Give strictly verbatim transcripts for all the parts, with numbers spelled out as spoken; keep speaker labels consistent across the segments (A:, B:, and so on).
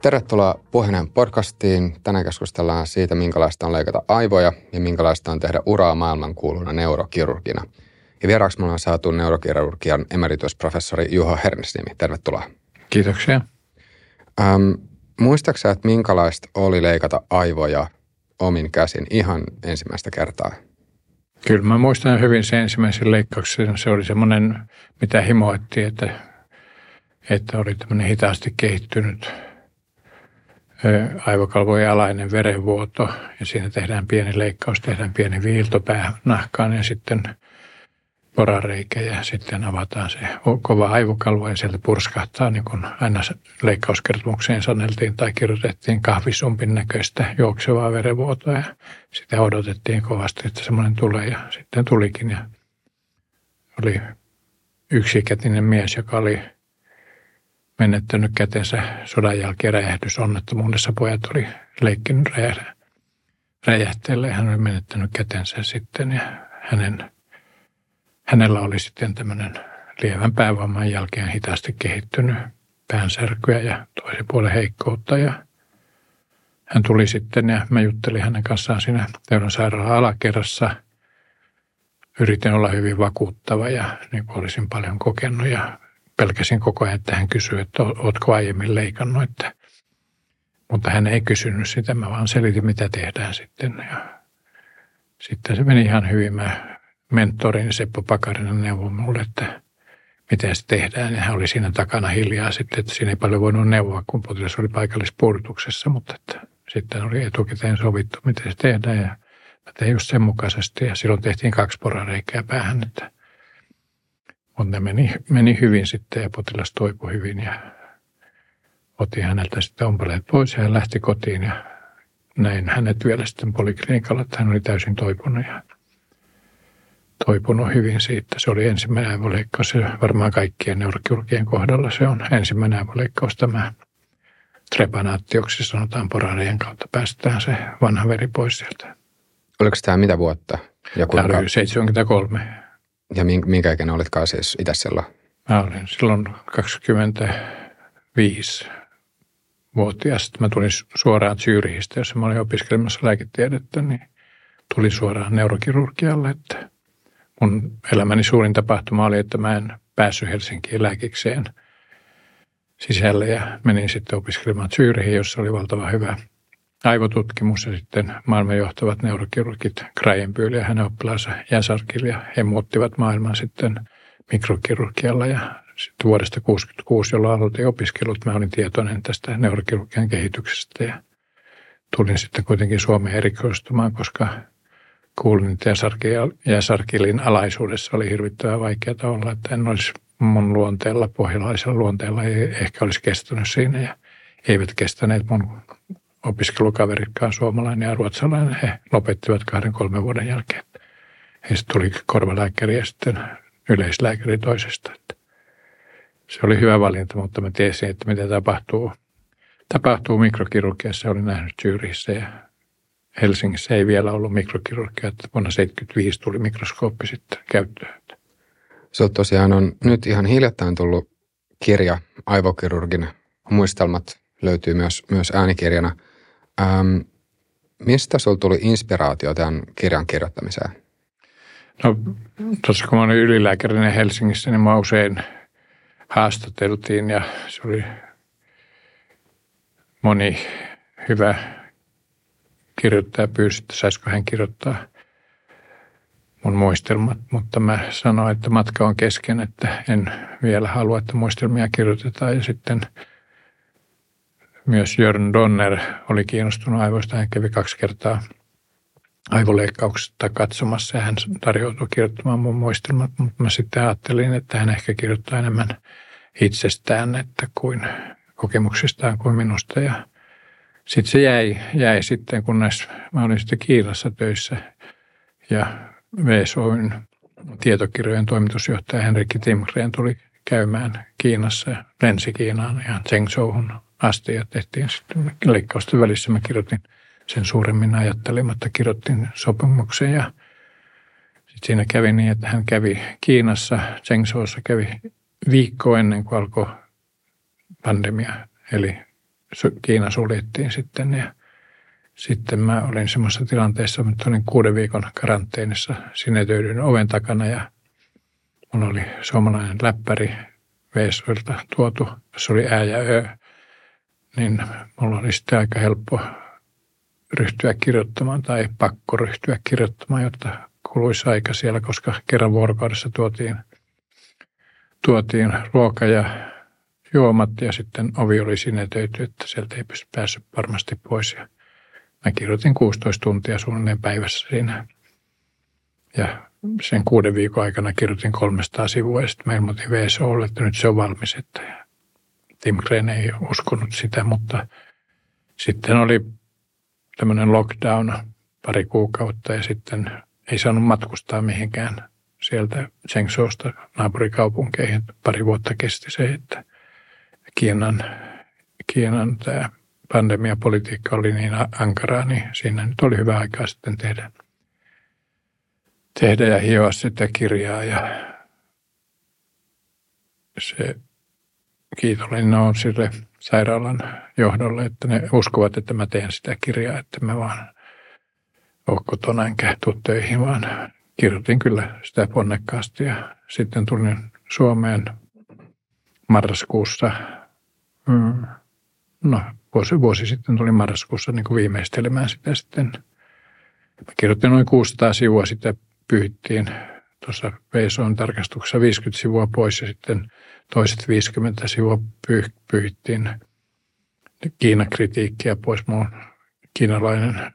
A: Tervetuloa Puhenen podcastiin. Tänään keskustellaan siitä, minkälaista on leikata aivoja ja minkälaista on tehdä uraa maailmankuuluna neurokirurgina. Ja vieraaksi me ollaan saatu neurokirurgian emeritusprofessori Juho Hernesniemi. Tervetuloa.
B: Kiitoksia.
A: Ähm, muistaaksä, että minkälaista oli leikata aivoja omin käsin ihan ensimmäistä kertaa?
B: Kyllä mä muistan hyvin sen ensimmäisen leikkauksen. Se oli semmoinen, mitä himoittiin, että, että oli tämmöinen hitaasti kehittynyt aivokalvojen alainen verenvuoto ja siinä tehdään pieni leikkaus, tehdään pieni viilto päänahkaan ja sitten porareikä ja sitten avataan se kova aivokalvo ja sieltä purskahtaa, niin kuin aina leikkauskertomukseen saneltiin tai kirjoitettiin, kahvisumpin näköistä juoksevaa verenvuotoa ja sitä odotettiin kovasti, että semmoinen tulee ja sitten tulikin ja oli yksikätinen mies, joka oli menettänyt kätensä sodan jälkeen räjähdysonnettomuudessa. Pojat oli leikkinyt räjähteelle ja hän oli menettänyt kätensä sitten ja hänen, hänellä oli sitten tämmöinen lievän päävamman jälkeen hitaasti kehittynyt päänsärkyä ja toisen puolen heikkoutta ja hän tuli sitten ja mä juttelin hänen kanssaan siinä Teuron sairaalan alakerrassa. Yritin olla hyvin vakuuttava ja niin kuin olisin paljon kokenut ja pelkäsin koko ajan, että hän kysyi, että ootko aiemmin leikannut. Että, mutta hän ei kysynyt sitä, mä vaan selitin, mitä tehdään sitten. Ja sitten se meni ihan hyvin. Mä mentorin Seppo Pakarinen neuvoi mulle, että miten se tehdään. Ja hän oli siinä takana hiljaa sitten, että siinä ei paljon voinut neuvoa, kun potilas oli paikallispurtuksessa. Mutta että sitten oli etukäteen sovittu, miten se tehdään. Ja mä tein just sen mukaisesti. Ja silloin tehtiin kaksi porareikää päähän, että mutta ne meni, meni hyvin sitten ja potilas toipui hyvin ja otin häneltä sitten ompaleet pois ja hän lähti kotiin ja näin hänet vielä sitten poliklinikalla, että hän oli täysin toipunut ja toipunut hyvin siitä. Se oli ensimmäinen aivoleikkaus ja varmaan kaikkien neurokirurgien kohdalla se on ensimmäinen aivoleikkaus tämä trepanaattioksi sanotaan porareiden kautta päästään se vanha veri pois sieltä.
A: Oliko tämä mitä vuotta? Ja
B: tämä oli seitsemänkymmentäkolme.
A: Ja minkä ikäinen olitkaan siis itse silloin?
B: Mä olin silloin kaksikymmentäviisi-vuotias. Mä tulin suoraan Zürihistä, jossa mä olin opiskelemassa lääketiedettä, niin tulin suoraan neurokirurgialle. Että mun elämäni suurin tapahtuma oli, että mä en päässyt Helsinkiin lääkikseen sisälle ja menin sitten opiskelemaan Zürihiin, jossa oli valtava hyvä aivotutkimus ja sitten maailman johtavat neurokirurgit Krajenbühl ja hänen oppilaansa Jäsarkil ja he muuttivat maailman sitten mikrokirurgialla ja sitten vuodesta kuusikymmentäkuusi, jolloin aloitin opiskelut, mä olin tietoinen tästä neurokirurgian kehityksestä ja tulin sitten kuitenkin Suomeen erikoistumaan, koska kuulin, että Jäsarkilin alaisuudessa oli hirvittävän vaikeaa olla, että en olisi mun luonteella, pohjalaisella luonteella ei ehkä olisi kestänyt siinä ja eivät kestäneet mun opiskelukaveritkaan suomalainen ja ruotsalainen, he lopettivat kahden kolmen vuoden jälkeen. Heistä tuli korvalääkäri ja sitten yleislääkäri toisesta. Se oli hyvä valinta, mutta mä tiesin, että mitä tapahtuu. Tapahtuu mikrokirurgiassa, olin nähnyt Zürihissä ja Helsingissä ei vielä ollut mikrokirurgia, että vuonna seitsemänkymmentäviisi tuli mikroskooppi sitten käyttöön.
A: Sulta tosiaan on nyt ihan hiljattain tullut kirja Aivokirurgin muistelmat, löytyy myös, myös äänikirjana. Ähm, mistä sinulla tuli inspiraatio tämän kirjan kirjoittamiseen?
B: No tuossa kun mä olin ylilääkärinä Helsingissä, niin mä usein haastateltiin ja se oli moni hyvä kirjoittaja pyysi, että saisiko hän kirjoittaa mun muistelmat, mutta mä sanoin, että matka on kesken, että en vielä halua, että muistelmia kirjoitetaan ja sitten myös Jörn Donner oli kiinnostunut aivoista. Hän kävi kaksi kertaa aivoleikkauksesta katsomassa ja hän tarjoutui kirjoittamaan mun muistelmat, mutta mä sitten ajattelin, että hän ehkä kirjoittaa enemmän itsestään että kuin kokemuksistaan kuin minusta. Ja sitten se jäi, jäi sitten, kunnes mä olin sitten Kiinassa töissä ja V S O:n tietokirjojen toimitusjohtaja Henrikki Timgren tuli käymään Kiinassa ja lensi Kiinaan ihan Zhengzhouhun asti ja tehtiin sitten leikkausten välissä. Mä kirjoitin sen suuremmin ajattelematta, kirjoitin sopimuksen ja sitten siinä kävi niin, että hän kävi Kiinassa, Zhengzhoussa kävi viikko ennen kuin alkoi pandemia. Eli Kiina suljettiin sitten ja sitten mä olin semmoisessa tilanteessa, että olin kuuden viikon karanteenissa sinetöidyn oven takana ja mulla oli suomalainen läppäri V S O:lta tuotu, jossa oli ää ja ö, niin mulla oli sitten aika helppo ryhtyä kirjoittamaan tai pakko ryhtyä kirjoittamaan, jotta kuluisi aika siellä, koska kerran vuorokaudessa tuotiin, tuotiin ruoka ja juomat ja sitten ovi oli sinetöity, että sieltä ei päässyt varmasti pois. Ja mä kirjoitin kuusitoista tuntia suunnilleen päivässä siinä. Ja sen kuuden viikon aikana kirjoitin kolmesataa sivua ja sitten mä ilmoitin V S O:lle, että nyt se on valmis. Että Tim Gren ei uskonut sitä, mutta sitten oli tämmöinen lockdown pari kuukautta ja sitten ei saanut matkustaa mihinkään sieltä Zhengzhousta naapurikaupunkeihin. Pari vuotta kesti se, että Kiinan, Kiinan tämä pandemiapolitiikka oli niin ankaraa, niin siinä nyt oli hyvä aikaa sitten tehdä, tehdä ja hioa sitä kirjaa. Ja se kiitollinen on sille sairaalan johdolle, että ne uskovat, että mä teen sitä kirjaa, että mä vaan ole kotona enkä tuu töihin, vaan kirjoitin kyllä sitä ponnekkaasti ja sitten tulin Suomeen marraskuussa. No, vuosi, vuosi sitten tulin marraskuussa niin kuin viimeistelemään sitä sitten. Mä kirjoitin noin kuusisataa sivua, sitä pyyhittiin tuossa V S O:n tarkastuksessa viisikymmentä sivua pois ja sitten toiset viisikymmentä sivua pyy- pyyhittiin Kiina-kritiikkiä pois. Mun kiinalainen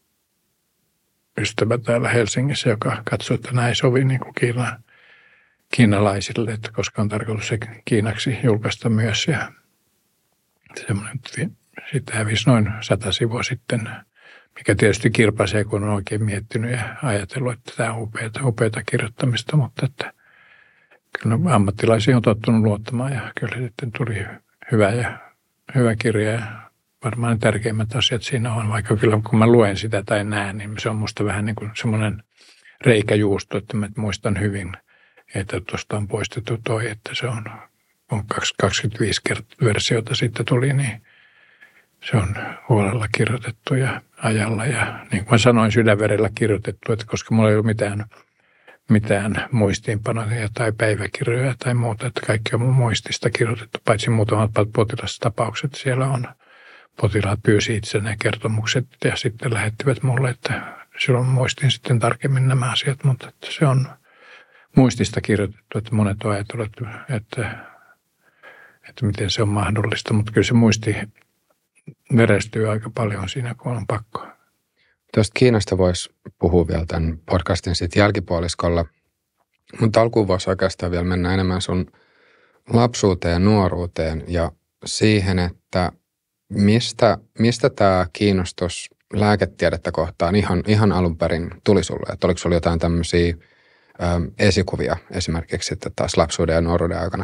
B: ystävä täällä Helsingissä, joka katsoi, että näin sovi niin kuin Kiina, kiinalaisille, että koska on tarkoitus se kiinaksi julkaista myös. Ja semmoinen, siitä hävisi noin sata sivua sitten, mikä tietysti kirpaisee, kun on oikein miettinyt ja ajatellut, että tämä on upeata, upeata kirjoittamista, mutta että kyllä ammattilaisia on tottunut luottamaan ja kyllä sitten tuli hyvä ja hyvä kirja ja varmaan ne tärkeimmät asiat siinä on, vaikka kyllä kun mä luen sitä tai näen, niin se on musta vähän niin kuin semmoinen reikäjuusto, että mä muistan hyvin, että tuosta on poistettu toi, että se on, on kaksikymmentäviisi versiota sitten tuli, niin se on huolella kirjoitettu ja ajalla ja niin kuin mä sanoin, sydänverellä kirjoitettu, että koska mulla ei ole mitään, mitään muistiinpanoja tai päiväkirjoja tai muuta, että kaikki on mun muistista kirjoitettu, paitsi muutamat potilastapaukset siellä on. Potilaat pyysi itse ne kertomukset ja sitten lähettivät mulle, että silloin muistin sitten tarkemmin nämä asiat, mutta että se on muistista kirjoitettu, että monet on ajatellut, että, että miten se on mahdollista, mutta kyllä se muisti verestyy aika paljon siinä, kun on pakko.
A: Tuosta Kiinasta voisi puhua vielä tämän podcastin sitten jälkipuoliskolla, mutta alkuun voisi oikeastaan vielä mennä enemmän sun lapsuuteen ja nuoruuteen ja siihen, että mistä, mistä tämä kiinnostus lääketiedettä kohtaan ihan, ihan alun perin tuli sulle? Että oliko sulla jotain tämmöisiä ö, esikuvia esimerkiksi että taas lapsuuden ja nuoruuden aikana?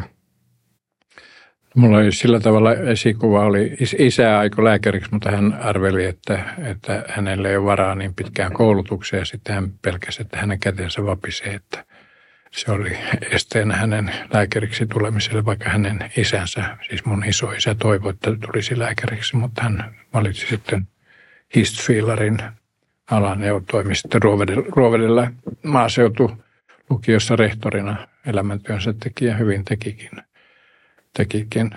B: Mulla oli sillä tavalla esikuva, oli isä aikoi lääkäriksi, mutta hän arveli, että, että hänelle ei ole varaa niin pitkään koulutukseen ja sitten hän pelkäsi, että hänen kätensä vapisee, että se oli esteenä hänen lääkäriksi tulemiselle, vaikka hänen isänsä, siis mun isoisä toivoi, että tulisi lääkäriksi, mutta hän valitsi sitten Histfielarin alan ja toimi sitten Ruovedellä maaseutulukiossa rehtorina elämäntyönsä teki ja hyvin tekikin. tekikin.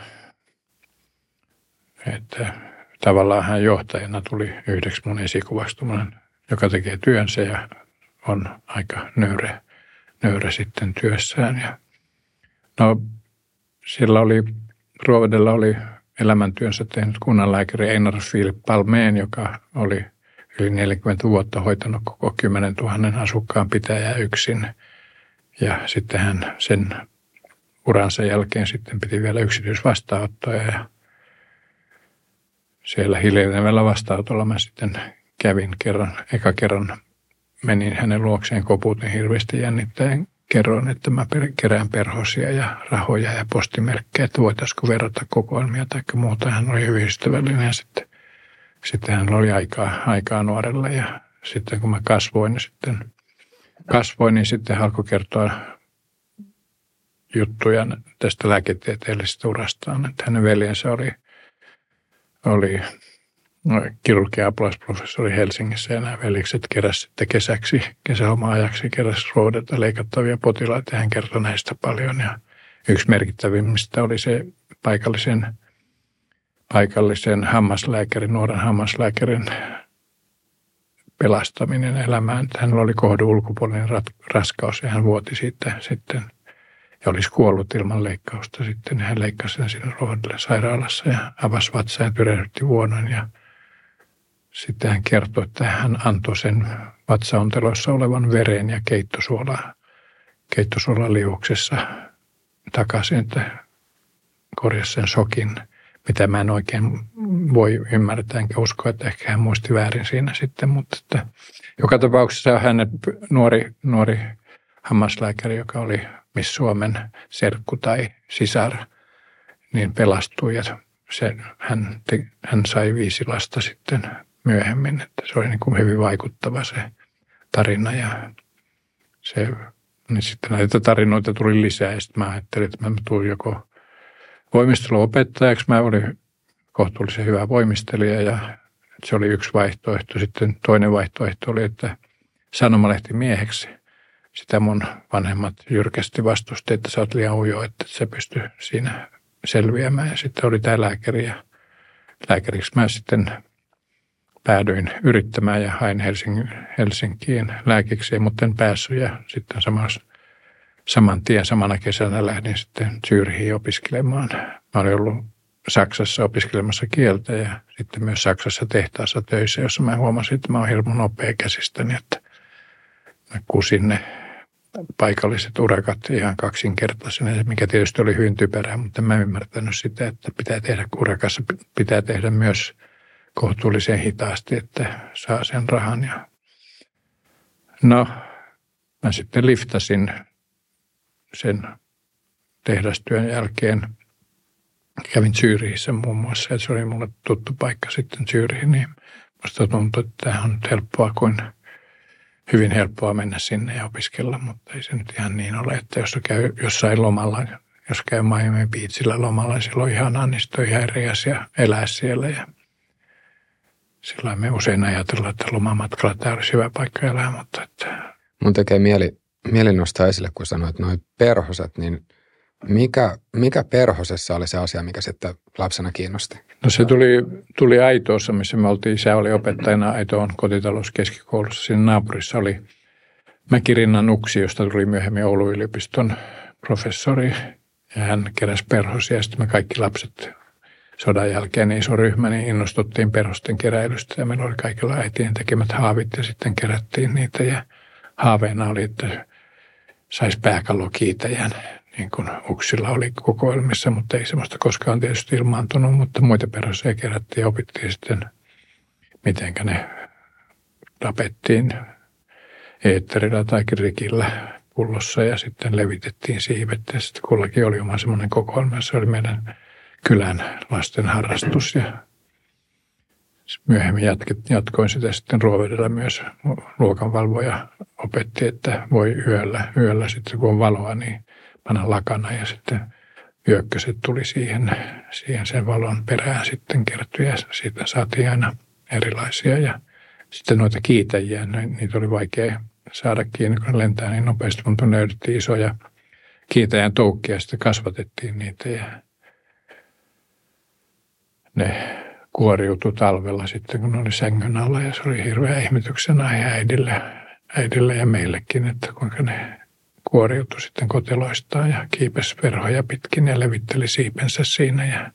B: Että tavallaan hän johtajana tuli yhdeksi mun esikuvaksi, joka tekee työnsä ja on aika nöyrä. nöyrä sitten työssään. Ja no, sillä oli, Ruovedellä oli elämäntyönsä tehnyt kunnanlääkäri Einar Philip Palmén, joka oli yli neljäkymmentä vuotta hoitanut koko kymmenen tuhannen asukkaan pitäjää yksin. Ja sitten hän sen uransa jälkeen sitten piti vielä yksityisvastaanottoja ja siellä hiljenevällä vastaanotolla mä sitten kävin kerran, eka kerran menin hänen luokseen, koputin hirveästi jännittäen. Kerroin, että mä kerään perhosia ja rahoja ja postimerkkejä, että voitaisiinko verrata kokoelmia tai muuta. Hän oli hyvin ystävällinen ja sitten, sitten hän oli aikaa, aikaa nuorella. Ja sitten kun mä kasvoin, niin sitten, kasvoin, niin sitten hän alkoi kertoa juttuja tästä lääketieteellisestä urastaan. Että hänen veljensä oli oli kirurgian apulaisprofessori Helsingissä ja nämä veljekset keräsivät sitten kesäksi, kesäloma-ajaksi keräsivät ruodelta leikattavia potilaita ja hän kertoi näistä paljon. Ja yksi merkittävimmistä oli se paikallisen, paikallisen hammaslääkärin, nuoren hammaslääkärin pelastaminen elämään. Hänellä oli kohdun ulkopuolinen raskaus ja hän vuoti siitä sitten ja olisi kuollut ilman leikkausta sitten. Hän leikkasi sen siinä Rohdelle sairaalassa ja avasi vatsaa ja tyrehdytti vuonon ja sitten hän kertoi, että hän antoi sen vatsaontelossa olevan veren ja keittosuolaa, keittosuolaliuoksessa takaisin, että korjasi sen sokin, mitä mä en oikein voi ymmärtää, enkä usko, että ehkä hän muisti väärin siinä sitten, mutta että joka tapauksessa hänen nuori, nuori hammaslääkäri, joka oli Miss Suomen serkku tai sisar, niin pelastui ja se, hän, te, hän sai viisi lasta sitten myöhemmin, että se oli niin kuin hyvin vaikuttava se tarina ja se, niin sitten näitä tarinoita tuli lisää ja sitten mä ajattelin, että mä tulin joko voimisteluopettajaksi, mä olin kohtuullisen hyvä voimistelija ja se oli yksi vaihtoehto. Sitten toinen vaihtoehto oli, että sanomalehtimieheksi. Sitä mun vanhemmat jyrkästi vastusti, että sä oot liian ujo, että sä pysty siinä selviämään. Ja sitten oli tämä lääkäri ja lääkäriksi mä sitten päädyin yrittämään ja hain Helsingin, Helsinkiin lääkiksi, mutta en päässyt. Ja sitten samassa, saman tien samana kesänä lähdin sitten Zürichiin opiskelemaan. Mä olin ollut Saksassa opiskelemassa kieltä ja sitten myös Saksassa tehtaassa töissä, jossa mä huomasin, että mä oon hirveän nopea käsistäni, että mä kusin ne paikalliset urakat ihan kaksinkertaisena, mikä tietysti oli hyvin typerää, mutta mä en ymmärtänyt sitä, että pitää tehdä urakassa, pitää tehdä myös kohtuullisen hitaasti, että saa sen rahan. Ja no, mä sitten liftasin sen tehdastyön jälkeen. Kävin Zürichissä muun muassa, että se oli mulle tuttu paikka sitten Zürichiin, niin musta tuntui, että tämä on helppoa kuin hyvin helppoa mennä sinne ja opiskella, mutta ei se nyt ihan niin ole, että jos käy jossain lomalla, jos käy Miami Beachillä lomalla, niin silloin ihanaa, niin sitten on ihan eri asia elää siellä. Ja silloin me usein ajatellaan, että lomamatkalla tämä olisi hyvä paikka elää, mutta että...
A: Mun tekee mieli, mieli nostaa esille, kun sanoit noin perhoset, niin mikä, mikä perhosessa oli se asia, mikä sitten lapsena kiinnosti?
B: No se tuli, tuli Aitoossa, missä me oltiin. Isä oli opettajana Aitoon kotitalouskeskikoulussa. Siinä naapurissa oli Mäkirinnan Uksi, josta tuli myöhemmin Oulun yliopiston professori. Ja hän keräsi perhosia ja sitten me kaikki lapset sodan jälkeen, niin iso ryhmä, niin innostuttiin perhosten keräilystä. Ja meillä oli kaikilla äitien tekemät haavit ja sitten kerättiin niitä. Ja haaveena oli, että saisi pääkallokiitäjän. Niin kuin Uksilla oli kokoelmissa, mutta ei semmoista koskaan tietysti ilmaantunut, mutta muita perhosia kerättiin ja opittiin sitten, miten ne tapettiin eetterillä tai rikillä pullossa ja sitten levitettiin siivet ja sitten kullakin oli oma semmoinen kokoelma. Se oli meidän kylän lasten harrastus ja myöhemmin jatkoin sitä sitten Ruovedellä myös luokanvalvoja opetti, että voi yöllä, yöllä sitten kun on valoa, niin panna lakana ja sitten yökköset tuli siihen, siihen sen valon perään sitten kertyi ja siitä saatiin aina erilaisia. Ja sitten noita kiitäjiä, niitä oli vaikea saada kiinni, kun ne lentää niin nopeasti, mutta löydettiin isoja kiitäjän toukkia ja sitten kasvatettiin niitä ja ne kuoriutui talvella sitten, kun ne oli sängyn alla ja se oli hirveä ihmetyksen aihe äidille, äidille ja meillekin, että kuinka ne kuoriutui sitten koteloistaan ja kiipesi verhoja pitkin ja levitteli siipensä siinä. Ja...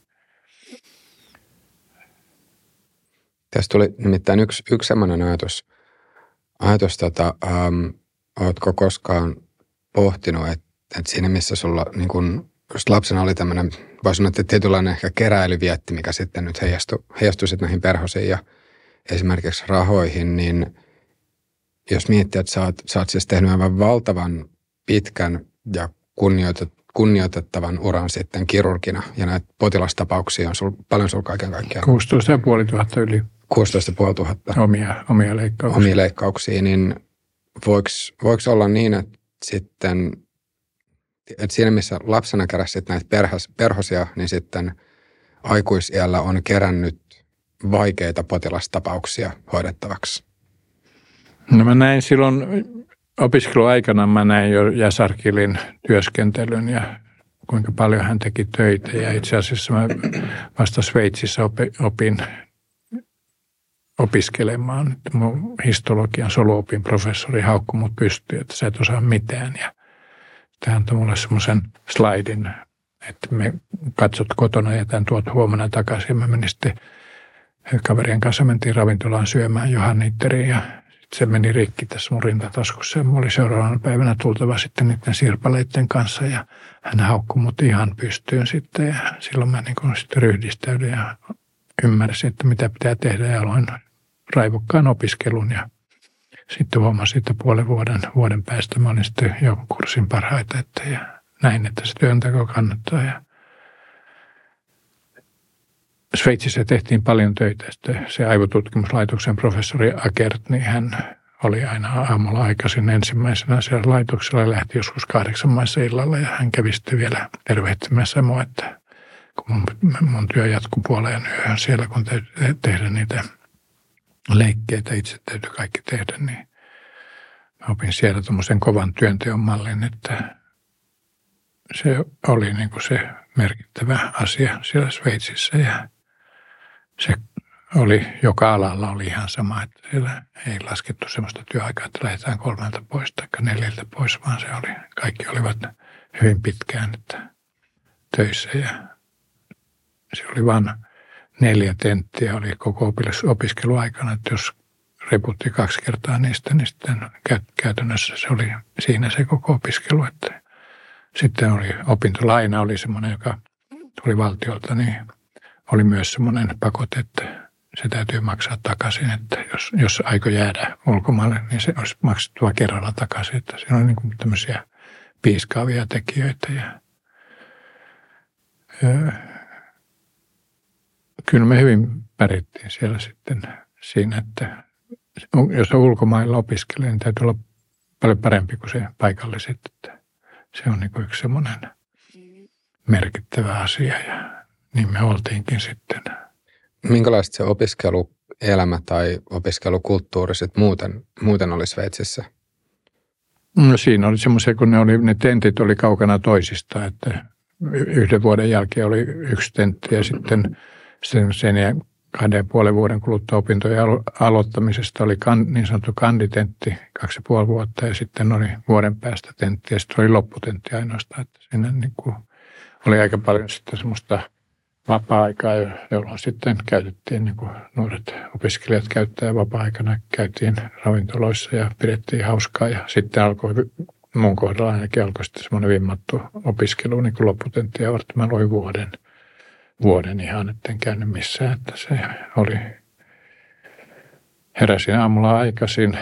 A: Tässä tuli nimittäin yksi, yksi sellainen ajatus. ajatus tota, ähm, ootko koskaan pohtinut, että, että siinä missä sulla niin kun, just lapsena oli tämmöinen, voi sanoa, että tietynlainen ehkä keräilyvietti, mikä sitten nyt heijastui, heijastui sitten näihin perhosiin ja esimerkiksi rahoihin, niin jos miettii, että sä oot, sä oot siis tehnyt aivan valtavan pitkän ja kunnioitet, kunnioitettavan uran sitten kirurgina. Ja näitä potilastapauksia on sul, paljon sul kaiken kaikkiaan.
B: kuusitoista ja puoli tuhatta yli.
A: kuusitoista ja puoli tuhatta.
B: Omia, omia leikkauksia.
A: Omia leikkauksia, niin voiko, voiko olla niin, että sitten, että siinä missä lapsena keräsit näitä perhos, perhosia, niin sitten aikuisiällä on kerännyt vaikeita potilastapauksia hoidettavaksi?
B: No mä näin silloin opiskeluaikana, mä näin jo Jasarkilin työskentelyn ja kuinka paljon hän teki töitä. Ja itse asiassa mä vasta Sveitsissä opin opiskelemaan. Mun histologian soluopin professori haukkui mut pystyyn, että sä et osaa mitään. Ja tämä antoi mulle semmoisen slaidin, että me katsot kotona ja tämän tuot huomenna takaisin. Ja mä menin sitten kaverien kanssa, mentiin ravintolaan syömään Johannitteriin ja se meni rikki tässä mun rintataskussa. Ja mulla oli seuraavana päivänä tultava sitten niiden sirpaleiden kanssa ja hän haukkui mut ihan pystyyn sitten. Ja silloin mä niin kuin sitten ryhdistäydyin ja ymmärsin, että mitä pitää tehdä ja aloin raivokkaan opiskelun. Ja sitten huomasin, että puolen vuoden, vuoden päästä mä olin sitten jo kurssin parhaita, että ja näin, että se työnteko kannattaa. Ja Sveitsissä tehtiin paljon töitä. Sitten se aivotutkimuslaitoksen professori Akert, niin hän oli aina aamulla aikaisin ensimmäisenä siellä laitoksella ja lähti joskus kahdeksan maissa illalla. Ja hän kävi sitten vielä tervehtimässä mua, että kun mun, mun työ jatkuu puoleen yöhön siellä, kun täytyy tehdä niitä leikkeitä, itse täytyy kaikki tehdä, niin mä opin siellä tuommoisen kovan työnteon mallin, että se oli niin kuin se merkittävä asia siellä Sveitsissä ja se oli, joka alalla oli ihan sama, että siellä ei laskettu sellaista työaikaa, että lähdetään kolmelta pois tai neljältä pois, vaan se oli, kaikki olivat hyvin pitkään että töissä ja se oli vain neljä tenttiä oli koko opiskeluaikana, että jos reputti kaksi kertaa niistä, niin sitten käytännössä se oli siinä se koko opiskelu, että sitten oli opintolaina, oli semmoinen, joka tuli valtiolta, niin oli myös semmoinen pakote, että se täytyy maksaa takaisin, että jos, jos aikoi jäädä ulkomaille, niin se olisi maksettua kerralla takaisin, että siinä oli niin kuin tämmöisiä piiskaavia tekijöitä. Ja, ja, kyllä me hyvin pärjättiin siellä sitten siinä, että jos on ulkomailla opiskelee, niin täytyy olla paljon parempi kuin se paikalliset, että se on niin kuin yksi semmoinen merkittävä asia ja niin me oltiinkin sitten.
A: Minkälaista se opiskeluelämä tai opiskelukulttuuri sitten muuten, muuten oli Sveitsissä?
B: No siinä oli semmoisia, kun ne, oli, ne tentit oli kaukana toisista, että yhden vuoden jälkeen oli yksi tentti ja sitten sen, sen ja kahden ja puolen vuoden kuluttua opintojen aloittamisesta oli kan, niin sanottu kanditentti kaksi ja puoli vuotta ja sitten oli vuoden päästä tentti ja sitten oli lopputentti ainoastaan. Että siinä niin kuin oli aika paljon sitten semmoista vapaa-aikaa, jolloin sitten käytettiin, niin kuin nuoret opiskelijat käyttää vapaa-aikana, käytiin ravintoloissa ja pidettiin hauskaa ja sitten alkoi, mun kohdalla ainakin alkoi sitten semmoinen vimmattu opiskelu niin kuin lopputenttiä varten. Mä loin vuoden. Vuoden ihan, etten käynyt missään, että se oli, heräsin aamulla aikaisin,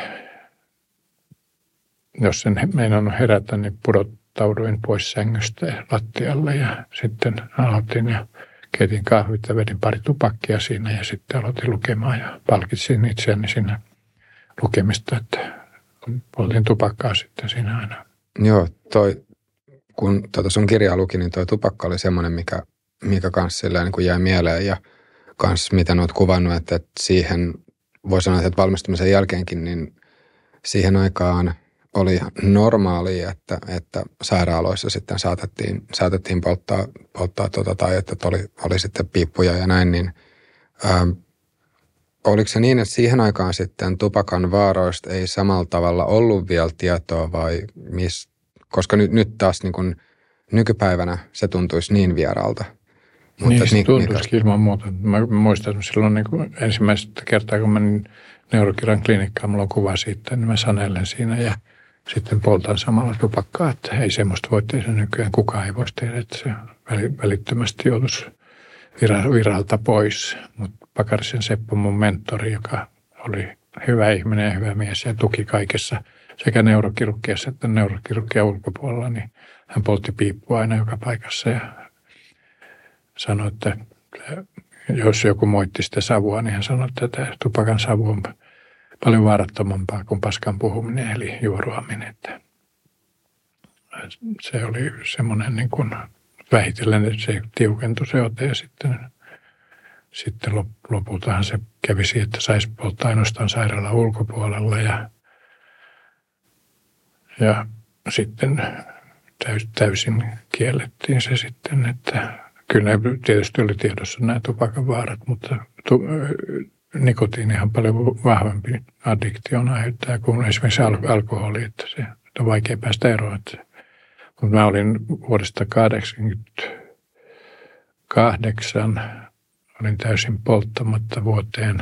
B: jos en meinannut herätä, niin pudottauduin pois sängystä lattialle ja sitten aloitin ja keitin kahvit ja vedin pari tupakkia siinä ja sitten aloitin lukemaan ja palkitsin itseäni siinä lukemista, että poltin tupakkaa sitten siinä aina.
A: Joo, toi, kun tuota sun kirjaa luki, niin toi tupakka oli semmoinen, mikä mikä kanssa silleen, niin kuin jäi mieleen ja kanssa miten olet kuvannut, että, että siihen voi sanoa, että valmistumisen jälkeenkin, niin siihen aikaan oli normaalia, että, että sairaaloissa sitten saatettiin, saatettiin polttaa, polttaa tuota, tai että oli, oli sitten piippuja ja näin, niin ää, oliko se niin, että siihen aikaan sitten tupakan vaaroista ei samalla tavalla ollut vielä tietoa vai mis, koska nyt, nyt taas niin kuin nykypäivänä se tuntuisi niin vieraalta.
B: Mutta niin se tuntuisikin ilman muuta. Mä muistan silloin niin kuin ensimmäistä kertaa, kun menin neurokirjan klinikkaan, mulla on kuva siitä, niin mä sanellen siinä ja sitten poltan samalla tupakkaa, että ei semmoista voi tehdä nykyään. Kukaan ei voisi tehdä, että se välittömästi joutuisi viralta pois. Mutta Pakarisen Seppo, mun mentori, joka oli hyvä ihminen ja hyvä mies ja tuki kaikessa sekä neurokirurgiassa että neurokirurgian ulkopuolella, niin hän poltti piippua aina joka paikassa ja sanoi, että jos joku moitti sitä savua, niin hän sanoi, että tämä tupakan savu on paljon vaarattomampaa kuin paskan puhuminen eli juoruaminen. Että se oli semmoinen niin kuin vähitellen, että se tiukentui se ote ja sitten sitten lopultahan se kävisi, että saisi polttaa ainoastaan sairaalan ulkopuolella ja, ja sitten täys, täysin kiellettiin se sitten, että kyllä tietysti oli tiedossa nämä tupakan vaarat, mutta tu, nikotiinihan paljon vahvempi addiktion aiheuttaa kuin esimerkiksi al- alkoholi, että se on vaikea päästä eroon. Mutta mä olin vuodesta kahdeksankymmentäkahdeksan, olin täysin polttamatta vuoteen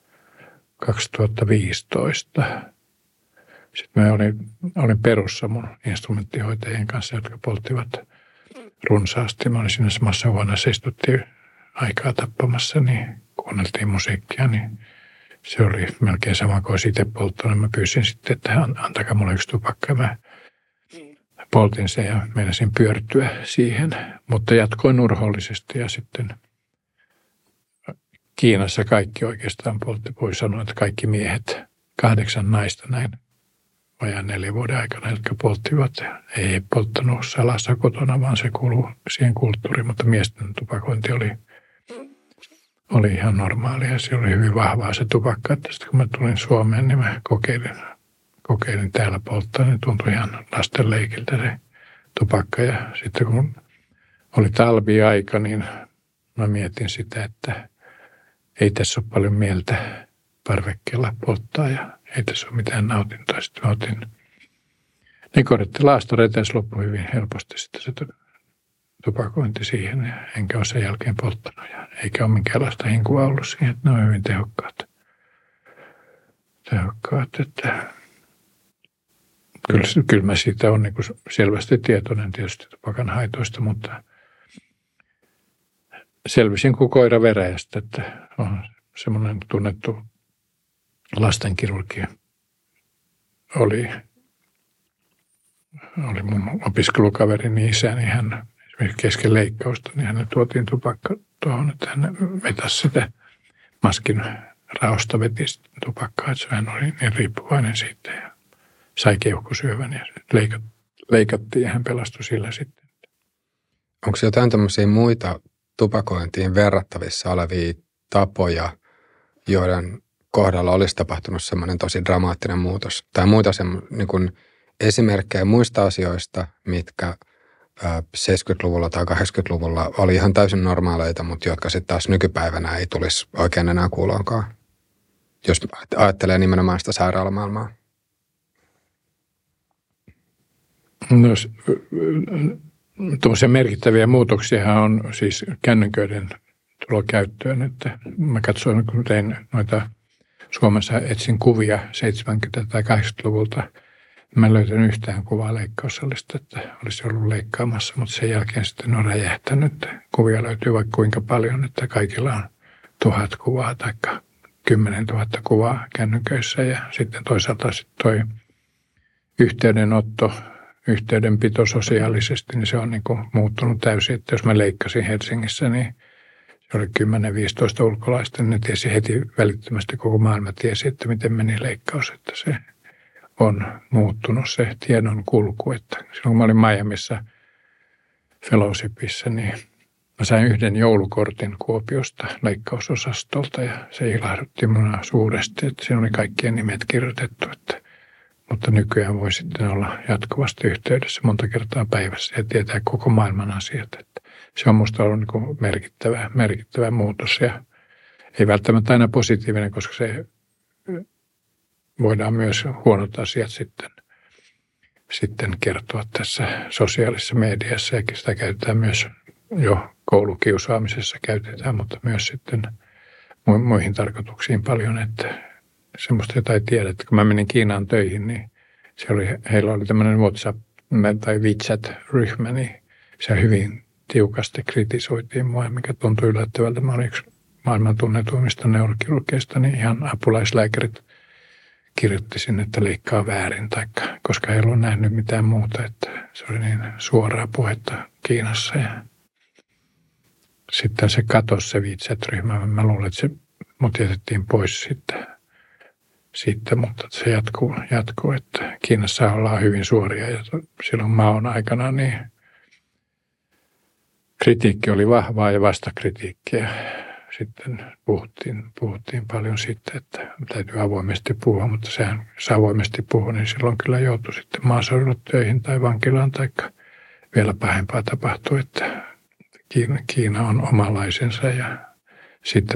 B: kaksituhattaviisitoista. Sitten mä olin, olin perussa mun instrumenttihoitajien kanssa, jotka polttivat runsaasti. Mä olin siinä samassa huoneessa, istuttiin aikaa tappamassa, niin kuunneltiin musiikkia, niin se oli melkein sama kuin olisi itse polttanut. Mä pyysin sitten, että antakaa mulle yksi tupakka. Mä poltin sen ja meinasin pyörtyä siihen, mutta jatkoin urhoollisesti ja sitten Kiinassa kaikki oikeastaan poltti. Voi sanoa, että kaikki miehet, kahdeksan naista näin vajaan neljän vuoden aikana, jotka polttivat. Ei polttanut salassa kotona, vaan se kuuluu siihen kulttuuriin, mutta miesten tupakointi oli, oli ihan normaalia. Se oli hyvin vahvaa se tupakka. Sitten kun mä tulin Suomeen, niin mä kokeilin, kokeilin täällä polttaa, niin tuntui ihan lasten leikiltä se tupakka. Ja sitten kun oli talviaika, niin mä mietin sitä, että ei tässä ole paljon mieltä parvekkeella polttaa ja ei tässä ole mitään nautintoa. Sitten mä otin nikorettilaastareita ja se loppui hyvin helposti sitten se tupakointi siihen. Ja enkä ole sen jälkeen polttanut ja eikä ole minkäänlaista hinkua ollut siihen, että ne on hyvin tehokkaat. Tehokkaat, että kyllä, kyllä mä siitä on niin kuin selvästi tietoinen tietysti tupakan haitoista, mutta selvisin kuin koira veräjästä, että on semmoinen tunnettu lastenkirurgi oli, oli mun opiskelukaverini isä, niin hän esimerkiksi kesken leikkausta, niin hänelle tuotiin tupakka tuohon, että hän vetäisi sitä maskin raosta, veti tupakkaa, että hän oli niin riippuvainen siitä ja sai keuhkosyövän ja leikattiin ja hän pelastui sillä sitten.
A: Onko jotain tämmöisiä muita tupakointiin verrattavissa olevia tapoja, joiden kohdalla olisi tapahtunut semmoinen tosi dramaattinen muutos? Tai muita niin kuin esimerkkejä muista asioista, mitkä seitsemänkymmentäluvulla tai kahdeksankymmentäluvulla oli ihan täysin normaaleita, mutta jotka sitten taas nykypäivänä ei tulisi oikein enää kuuloonkaan, jos ajattelee nimenomaan sitä sairaalamaailmaa.
B: No, tuommoisia merkittäviä muutoksia on siis kännyköiden tulo käyttöön, että mä katsoin, kun tein noita Suomessa, etsin kuvia seitsemänkymmentä- tai kahdeksankymmentäluvulta. Mä en löytänyt yhtään kuvaa leikkaussalista, että olisi ollut leikkaamassa, mutta sen jälkeen sitten on räjähtänyt. Kuvia löytyy vaikka kuinka paljon, että kaikilla on tuhat kuvaa tai kymmenen tuhatta kuvaa kännyköissä. Ja sitten toisaalta sitten toi yhteydenotto, yhteydenpito sosiaalisesti, niin se on niin kuin muuttunut täysin. Että jos mä leikkasin Helsingissä, niin se oli kymmenen viisitoista ulkolaista, niin ne tiesi heti välittömästi, koko maailma tiesi, että miten meni leikkaus, että se on muuttunut se tiedon kulku. Että silloin kun mä olin Miamiissa fellowshipissa, niin mä sain yhden joulukortin Kuopiosta leikkausosastolta ja se ilahdutti minua suuresti, että siinä oli kaikkien nimet kirjoitettu. Että, mutta nykyään voi sitten olla jatkuvasti yhteydessä monta kertaa päivässä ja tietää koko maailman asiat. Että se on musta ollut niin kuin merkittävä, merkittävä muutos ja ei välttämättä aina positiivinen, koska se voidaan myös huonot asiat sitten, sitten kertoa tässä sosiaalisessa mediassa ja sitä käytetään myös jo koulukiusaamisessa käytetään, mutta myös sitten muihin tarkoituksiin paljon, että semmoista jotain tiedät. Kun mä menin Kiinaan töihin, niin se oli, heillä oli tämmöinen WhatsApp tai WeChat-ryhmä, niin se hyvin tiukasti kritisoitiin mua, mikä tuntui yllättävältä. Mä olin yksi maailman tunnetuimmista neurokirurgeista, niin ihan apulaislääkärit kirjoitti sinne, että leikkaa väärin, taikka, koska ei ollut nähnyt mitään muuta, että se oli niin suoraa puhetta Kiinassa. Ja sitten se katosi se WeChat-ryhmä. Mä luulen, että se mut jätettiin pois sitten, sitten mutta se jatkuu, jatkuu, että Kiinassa ollaan hyvin suoria ja silloin Maon aikana niin kritiikki oli vahvaa ja vastakritiikkiä sitten puhuttiin, puhuttiin paljon siitä, että täytyy avoimesti puhua, mutta sehän, jos avoimesti puhuu, niin silloin kyllä joutui sitten maaseudulle töihin tai vankilaan, tai vielä pahempaa tapahtui, että Kiina, Kiina on omalaisensa ja sitten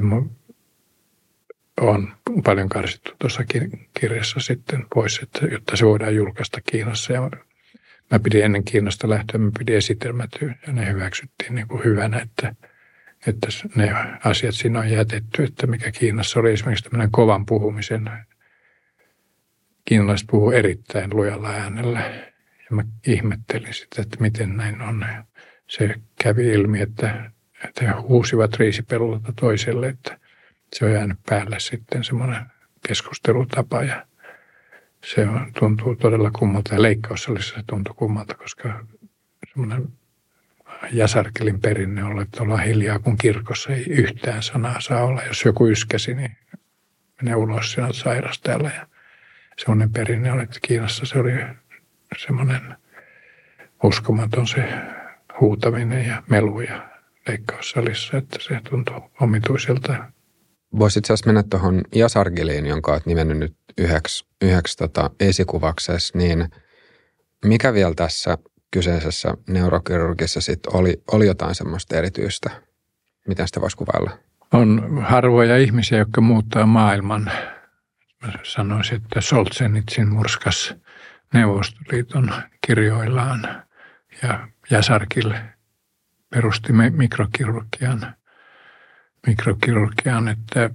B: on paljon karsittu tuossa kirjassa sitten pois, että, jotta se voidaan julkaista Kiinassa. Ja mä pidin ennen Kiinasta lähtöä, mä pidin esitelmät ja ne hyväksyttiin niin kuin hyvänä, että, että ne asiat siinä on jätetty, että mikä Kiinassa oli esimerkiksi tämmöinen kovan puhumisen. Kiinalaiset puhuu erittäin lujalla äänellä ja mä ihmettelin sitä, että miten näin on. Se kävi ilmi, että, että he huusivat riisipellolta toiselle, että se on jäänyt päälle sitten semmoinen keskustelutapa ja se on, tuntuu todella kummalta. Ja leikkaussalissa se tuntui kummalta, koska semmoinen Jasarkelin perinne on, että ollaan hiljaa, kun kirkossa ei yhtään sanaa saa olla. Jos joku yskäsi, niin menee ulos sinä sairastajalla. Ja semmoinen perinne oli, että Kiinassa se oli semmoinen uskomaton se huutaminen ja melu ja leikkaussalissa, että se tuntui omituiselta.
A: Voisit itse asiassa mennä tuohon Jasargeliin, jonka olet nimennyt nyt yhdeksi, yhdeksi tota esikuvaksesi, niin mikä vielä tässä kyseisessä neurokirurgissa sitten oli, oli jotain semmoista erityistä? Miten sitä voisi kuvailla?
B: On harvoja ihmisiä, jotka muuttaa maailman. Mä sanoisin, että Solzhenitsyn murskas Neuvostoliiton kirjoillaan ja Jasargil perusti mikrokirurgian. mikrokirurgiaan, että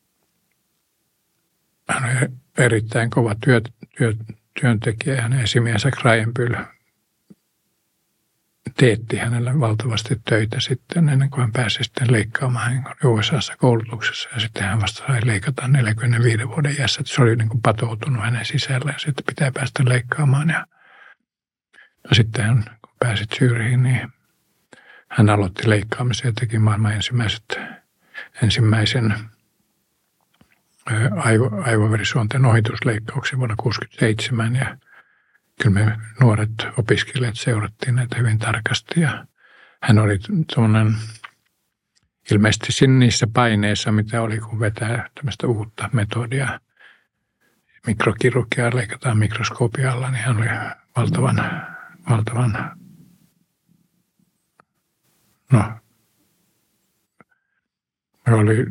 B: hän on erittäin kova työ, työ, työntekijä. Hänen esimiehensä Krajenpyl teetti hänellä valtavasti töitä sitten ennen kuin hän pääsi sitten leikkaamaan. Hän oli U S A:ssa koulutuksessa ja sitten hän vasta sai leikata neljänkymmenenviiden vuoden iässä. Se oli niin kuin patoutunut hänen sisällä ja sitten pitää päästä leikkaamaan. Ja no sitten hän, kun pääsit Syyriin, niin hän aloitti leikkaamisen ja teki maailman ensimmäiset ensimmäisen aivo, aivoverisuonten ohitusleikkauksen vuonna tuhatyhdeksänsataakuusikymmentäseitsemän ja kyllä me nuoret opiskelijat seurattiin näitä hyvin tarkasti ja hän oli tuollainen ilmeisesti niissä paineissa, mitä oli kun vetää tämmöistä uutta metodia. Mikrokirurgiaa leikataan mikroskoopialla, niin hän oli valtavan, valtavan no Me, oli,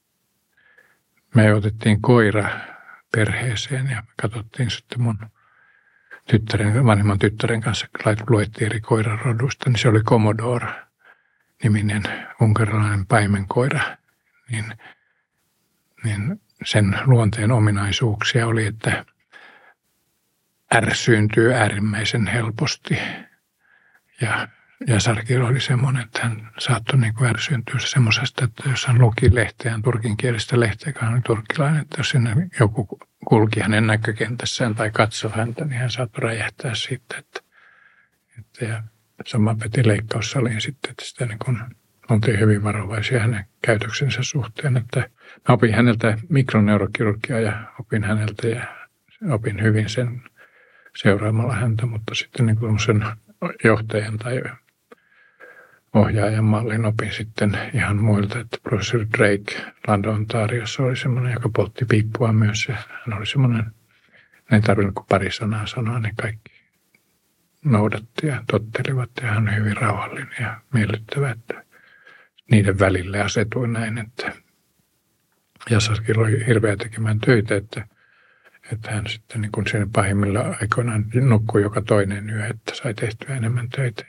B: me otettiin koira perheeseen ja katsottiin sitten mun tyttären, vanhemman tyttären kanssa, luettiin eri koiran rodusta, niin se oli Commodore-niminen unkarilainen paimenkoira. Niin, niin sen luonteen ominaisuuksia oli, että ärsyyntyy äärimmäisen helposti ja Jasargil oli semmoinen, että hän saattoi niin kuin ärsyyntyä semmoisesta, että jos hän luki lehteään, turkinkielistä lehteä, kun hän oli turkkilainen, että jos sinne joku kulki hänen näkökentässään tai katsoi häntä, niin hän saattoi räjähtää siitä. Että, että ja sama peti leikkaussaliin sitten, että sitä niin kuin oltiin hyvin varovaisia hänen käytöksensä suhteen. Että mä opin häneltä mikroneurokirurgiaa ja opin häneltä ja opin hyvin sen seuraamalla häntä, mutta sitten niin kuin sen johtajan tai ohjaajan mallin opin sitten ihan muilta, että professori Drake Lando Ontariossa oli semmoinen, joka poltti piippua myös. Ja hän oli semmoinen, ne ei tarvinnut kuin pari sanaa sanoa, niin kaikki noudatti ja tottelivat. Ja hän oli hyvin rauhallinen ja miellyttävä, että niiden välille asetuin näin, että Jasargil oli hirveä tekemään töitä, että, että hän sitten niin kuin siinä pahimmilla aikoinaan nukkui joka toinen yö, että sai tehtyä enemmän töitä.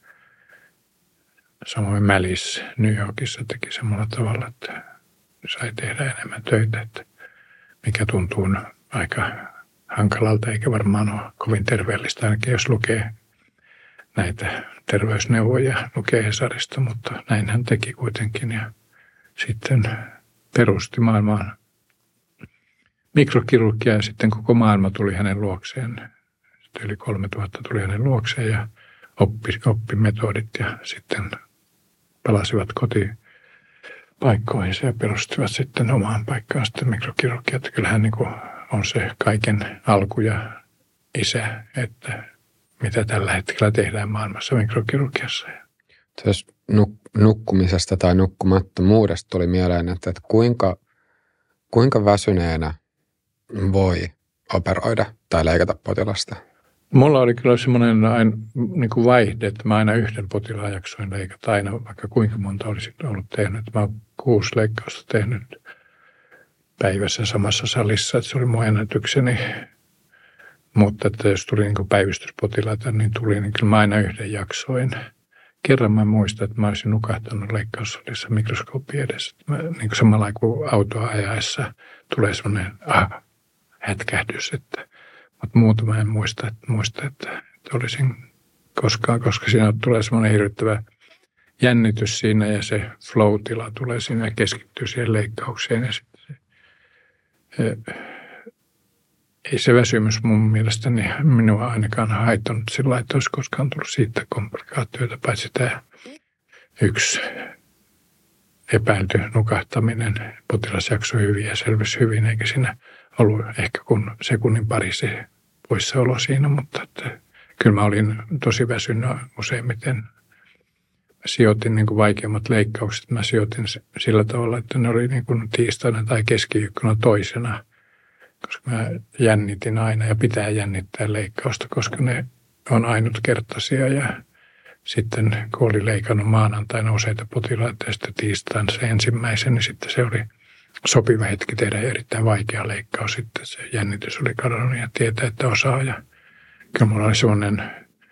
B: Samoin Mälis New Yorkissa teki samalla tavalla, että sai tehdä enemmän töitä, että mikä tuntuu aika hankalalta, eikä varmaan ole kovin terveellistä, ainakin jos lukee näitä terveysneuvoja, lukee Hesarista, mutta näin hän teki kuitenkin ja sitten perusti maailmaan mikrokirurgia ja sitten koko maailma tuli hänen luokseen. Sitten yli kolmetuhatta tuli hänen luokseen ja oppi, oppi metodit ja sitten palasivat kotipaikkoihinsa ja perustivat sitten omaan paikkaan sitten mikrokirurgia. Että kyllähän niin kuin on se kaiken alku ja isä, että mitä tällä hetkellä tehdään maailmassa mikrokirurgiassa.
A: Tuossa nuk- nukkumisesta tai nukkumattomuudesta tuli mieleen, että, että kuinka, kuinka väsyneenä voi operoida tai leikata potilasta?
B: Mulla oli kyllä semmoinen aina, niin kuin vaihde, että mä aina yhden potilaan jaksoin leikata aina, vaikka kuinka monta olisi ollut tehnyt. Mä oon kuusi leikkausta tehnyt päivässä samassa salissa, että se oli mun ennätykseni. Mutta että jos tuli niin kuin päivystyspotilaita, niin tuli, niin kyllä mä aina yhden jaksoin. Kerran mä muistan, että mä olisin nukahtanut leikkaussalissa mikroskooppi edessä. Mä, niin kuin samalla kuin autoa ajaessa tulee semmoinen ah, hätkähdys, että mutta muuta mä en muista, että, muista, että, että olisin koskaan, koska siinä tulee semmoinen hirvittävä jännitys siinä ja se flow-tila tulee siinä ja keskittyy siihen leikkaukseen. Ja sitten se, e, ei se väsymys mun mielestäni minua ainakaan haittanut sillä, että olisi koskaan tullut siitä komplikaatioita, paitsi tämä yksi epäilty nukahtaminen. Potilas jaksoi hyvin ja selvisi hyvin, eikä siinä ollut ehkä kun sekunnin pari se poissaolo siinä, mutta että, kyllä mä olin tosi väsynyt useimmiten. Mä sijoitin niin kuin vaikeimmat leikkaukset. Mä sijoitin sillä tavalla, että ne oli niin kuin tiistaina tai keskiviikkona toisena, koska mä jännitin aina ja pitää jännittää leikkausta, koska ne on ainutkertaisia. Ja sitten kun oli leikannut maanantaina useita potilaita ja sitten tiistaina se ensimmäisen, niin sitten se oli sopiva hetki tehdä erittäin vaikea leikkaus. Sitten se jännitys oli kadonnut ja tietää, että osaa. Ja kyllä mulla oli sellainen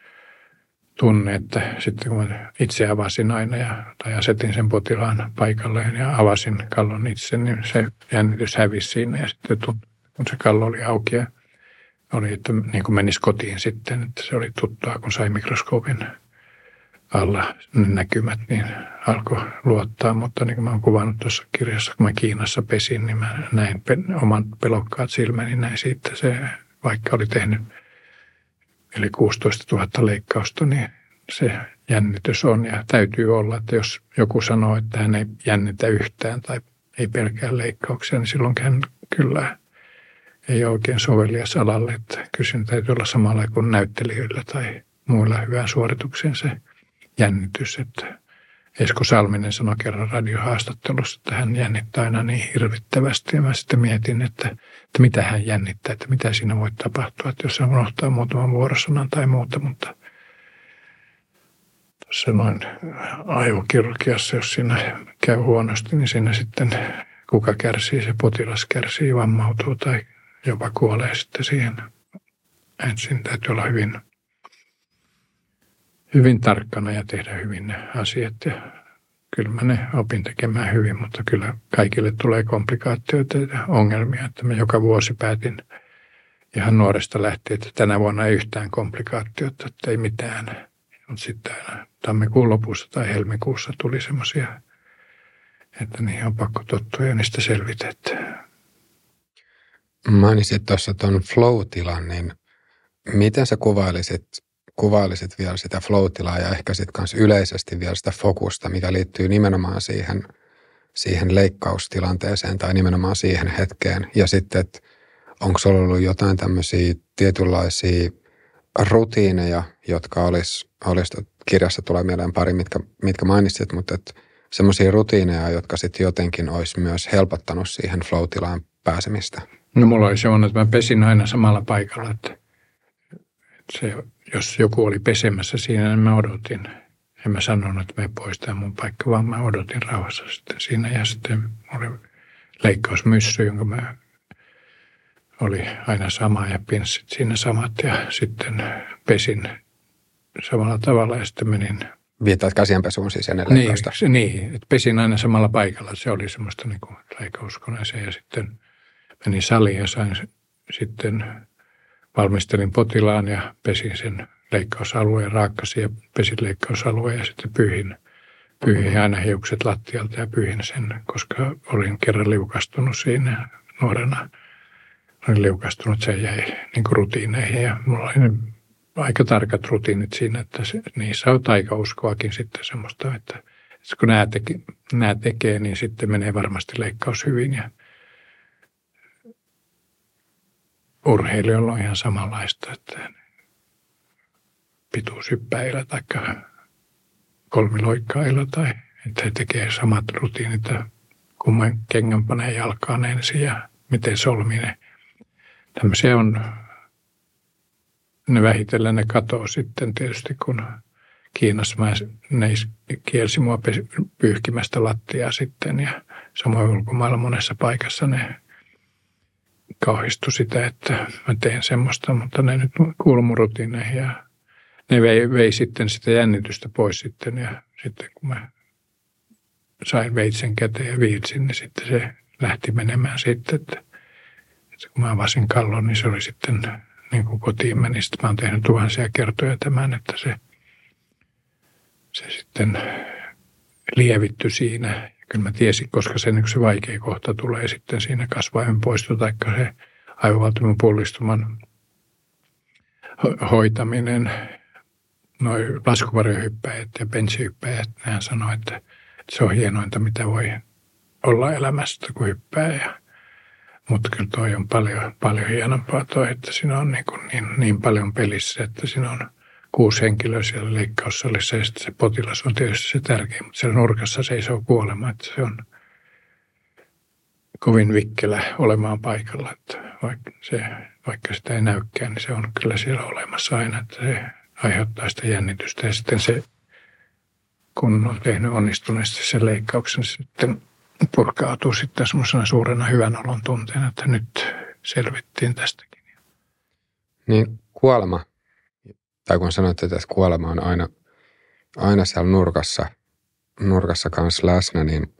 B: tunne, että sitten kun itse avasin aina ja, tai asetin sen potilaan paikalleen ja avasin kallon itse, niin se jännitys hävisi siinä. Ja sitten kun se kallo oli auki ja oli, että niin kuin menisi kotiin sitten, että se oli tuttua, kun sai mikroskoopin alla ne näkymät, niin alkoi luottaa. Mutta niin kuin mä oon kuvannut tuossa kirjassa, kun mä Kiinassa pesin, niin mä näin oman pelokkaat silmäni, näin siitä se, vaikka oli tehnyt yli kuusitoista tuhatta leikkausta, niin se jännitys on ja täytyy olla, että jos joku sanoo, että hän ei jännitä yhtään tai ei pelkää leikkauksia, niin silloin hän kyllä ei oikein sovelias alalle. Että kyllä täytyy olla samalla kuin näyttelijöillä tai muilla hyvään suoritukseen se jännitys. Että Esko Salminen sanoi kerran radiohaastattelussa, että hän jännittää aina niin hirvittävästi. Ja mä sitten mietin, että, että mitä hän jännittää, että mitä siinä voi tapahtua, että jos hän unohtaa muutaman vuorosanan tai muuta. Mutta tuossa noin aivokirurgiassa, jos siinä käy huonosti, niin siinä sitten kuka kärsii, se potilas kärsii, vammautuu tai jopa kuolee sitten siihen. Ensin täytyy olla hyvin hyvin tarkkana ja tehdä hyvin ne asiat. Ja kyllä mä ne opin tekemään hyvin, mutta kyllä kaikille tulee komplikaatioita ja ongelmia. Että mä joka vuosi päätin ihan nuoresta lähtien, että tänä vuonna ei yhtään komplikaatiota, että ei mitään. Mutta sitten tammikuun lopussa tai helmikuussa tuli semmoisia, että niihin on pakko tottua ja niistä selvitä.
A: Mainitsit tuossa tuon flow-tilan, niin miten sä kuvailisit kuvailisit vielä sitä flow-tilaa ja ehkä sitten myös yleisesti vielä sitä fokusta, mikä liittyy nimenomaan siihen, siihen leikkaustilanteeseen tai nimenomaan siihen hetkeen. Ja sitten, että onko sulla ollut jotain tämmöisiä tietynlaisia rutiineja, jotka olisi, olisi kirjassa tulee mieleen pari, mitkä, mitkä mainitsit, mutta semmoisia rutiineja, jotka sitten jotenkin olisi myös helpottanut siihen flow-tilaan pääsemistä.
B: No mulla oli semmoinen, että mä pesin aina samalla paikalla, että se, jos joku oli pesemässä siinä, niin mä odotin. En mä sanonut, että me pois tämä mun paikka, vaan mä odotin rauhassa sitten siinä. Ja sitten oli leikkausmyssy, jonka mä oli aina sama ja pinssit siinä samat. Ja sitten pesin samalla tavalla ja sitten menin.
A: Viittaat käsienpesuun siis ennen leikkausta?
B: Niin, niin, että pesin aina samalla paikalla. Se oli semmoista niin kuin leikkauskoneeseen ja sitten menin saliin ja sain sitten valmistelin potilaan ja pesin sen leikkausalueen, raakkasin ja pesin leikkausalueen ja sitten pyyhin, pyyhin aina hiukset lattialta ja pyyhin sen, koska olin kerran liukastunut siinä nuorena. Olin liukastunut, se jäi niin kuin rutiineihin ja mulla oli aika tarkat rutiinit siinä, että se, niissä on taikauskoakin sitten semmoista, että, että kun nämä, teke, nämä tekee, niin sitten menee varmasti leikkaus hyvin ja urheilijoilla on ihan samanlaista, että pituushyppäillä tai kolmiloikkailla tai että he tekevät samat rutiinit, kumman kengän panee jalkaan ensin ja miten solmii ne. Tämmöisiä on, ne vähitellen ne katoo sitten tietysti, kun Kiinassa mä, ne kielsi mua pyyhkimästä lattiaa sitten ja samoin ulkomailla monessa paikassa ne kauhistui sitä, että mä teen semmoista, mutta ne nyt kuului mun rutiineihin ja ne vei, vei sitten sitä jännitystä pois sitten ja sitten kun mä sain veitsen käteen ja viilsin, niin sitten se lähti menemään sitten, että, että kun mä avasin kallon, niin se oli sitten niin kuin kotiin meni. Sitten mä oon tehnyt tuhansia kertoja tämän, että se, se sitten lievittyi siinä. Ja kyllä mä tiesin, koska se, niin se vaikea kohta tulee sitten siinä kasvaimen poisto tai se aivovaltimon pullistuman ho- hoitaminen. Noi laskuvarjohyppäjät ja benchihyppäjät, nehän sanoo, että se on hienointa, mitä voi olla elämästä, kun hyppää. Ja, mutta kyllä toi on paljon, paljon hienompaa toi, että siinä on niin, kuin niin, niin paljon pelissä, että siinä on kuusi henkilöä siellä leikkaussalissa ja sitten se potilas on tietysti se tärkein, mutta siellä nurkassa seisoo kuolema, että se on kovin vikkelä olemaan paikalla, että vaikka, se, vaikka sitä ei näykään, niin se on kyllä siellä olemassa aina, että se aiheuttaa sitä jännitystä ja sitten se, kun on tehnyt onnistuneesti sen leikkauksen, se sitten purkautuu sitten semmoisena suurena hyvän olon tunteena, että nyt selvittiin tästäkin.
A: Niin kuolema, tai kun sanoitte, että kuolema on aina, aina siellä nurkassa, nurkassa kanssa läsnä, niin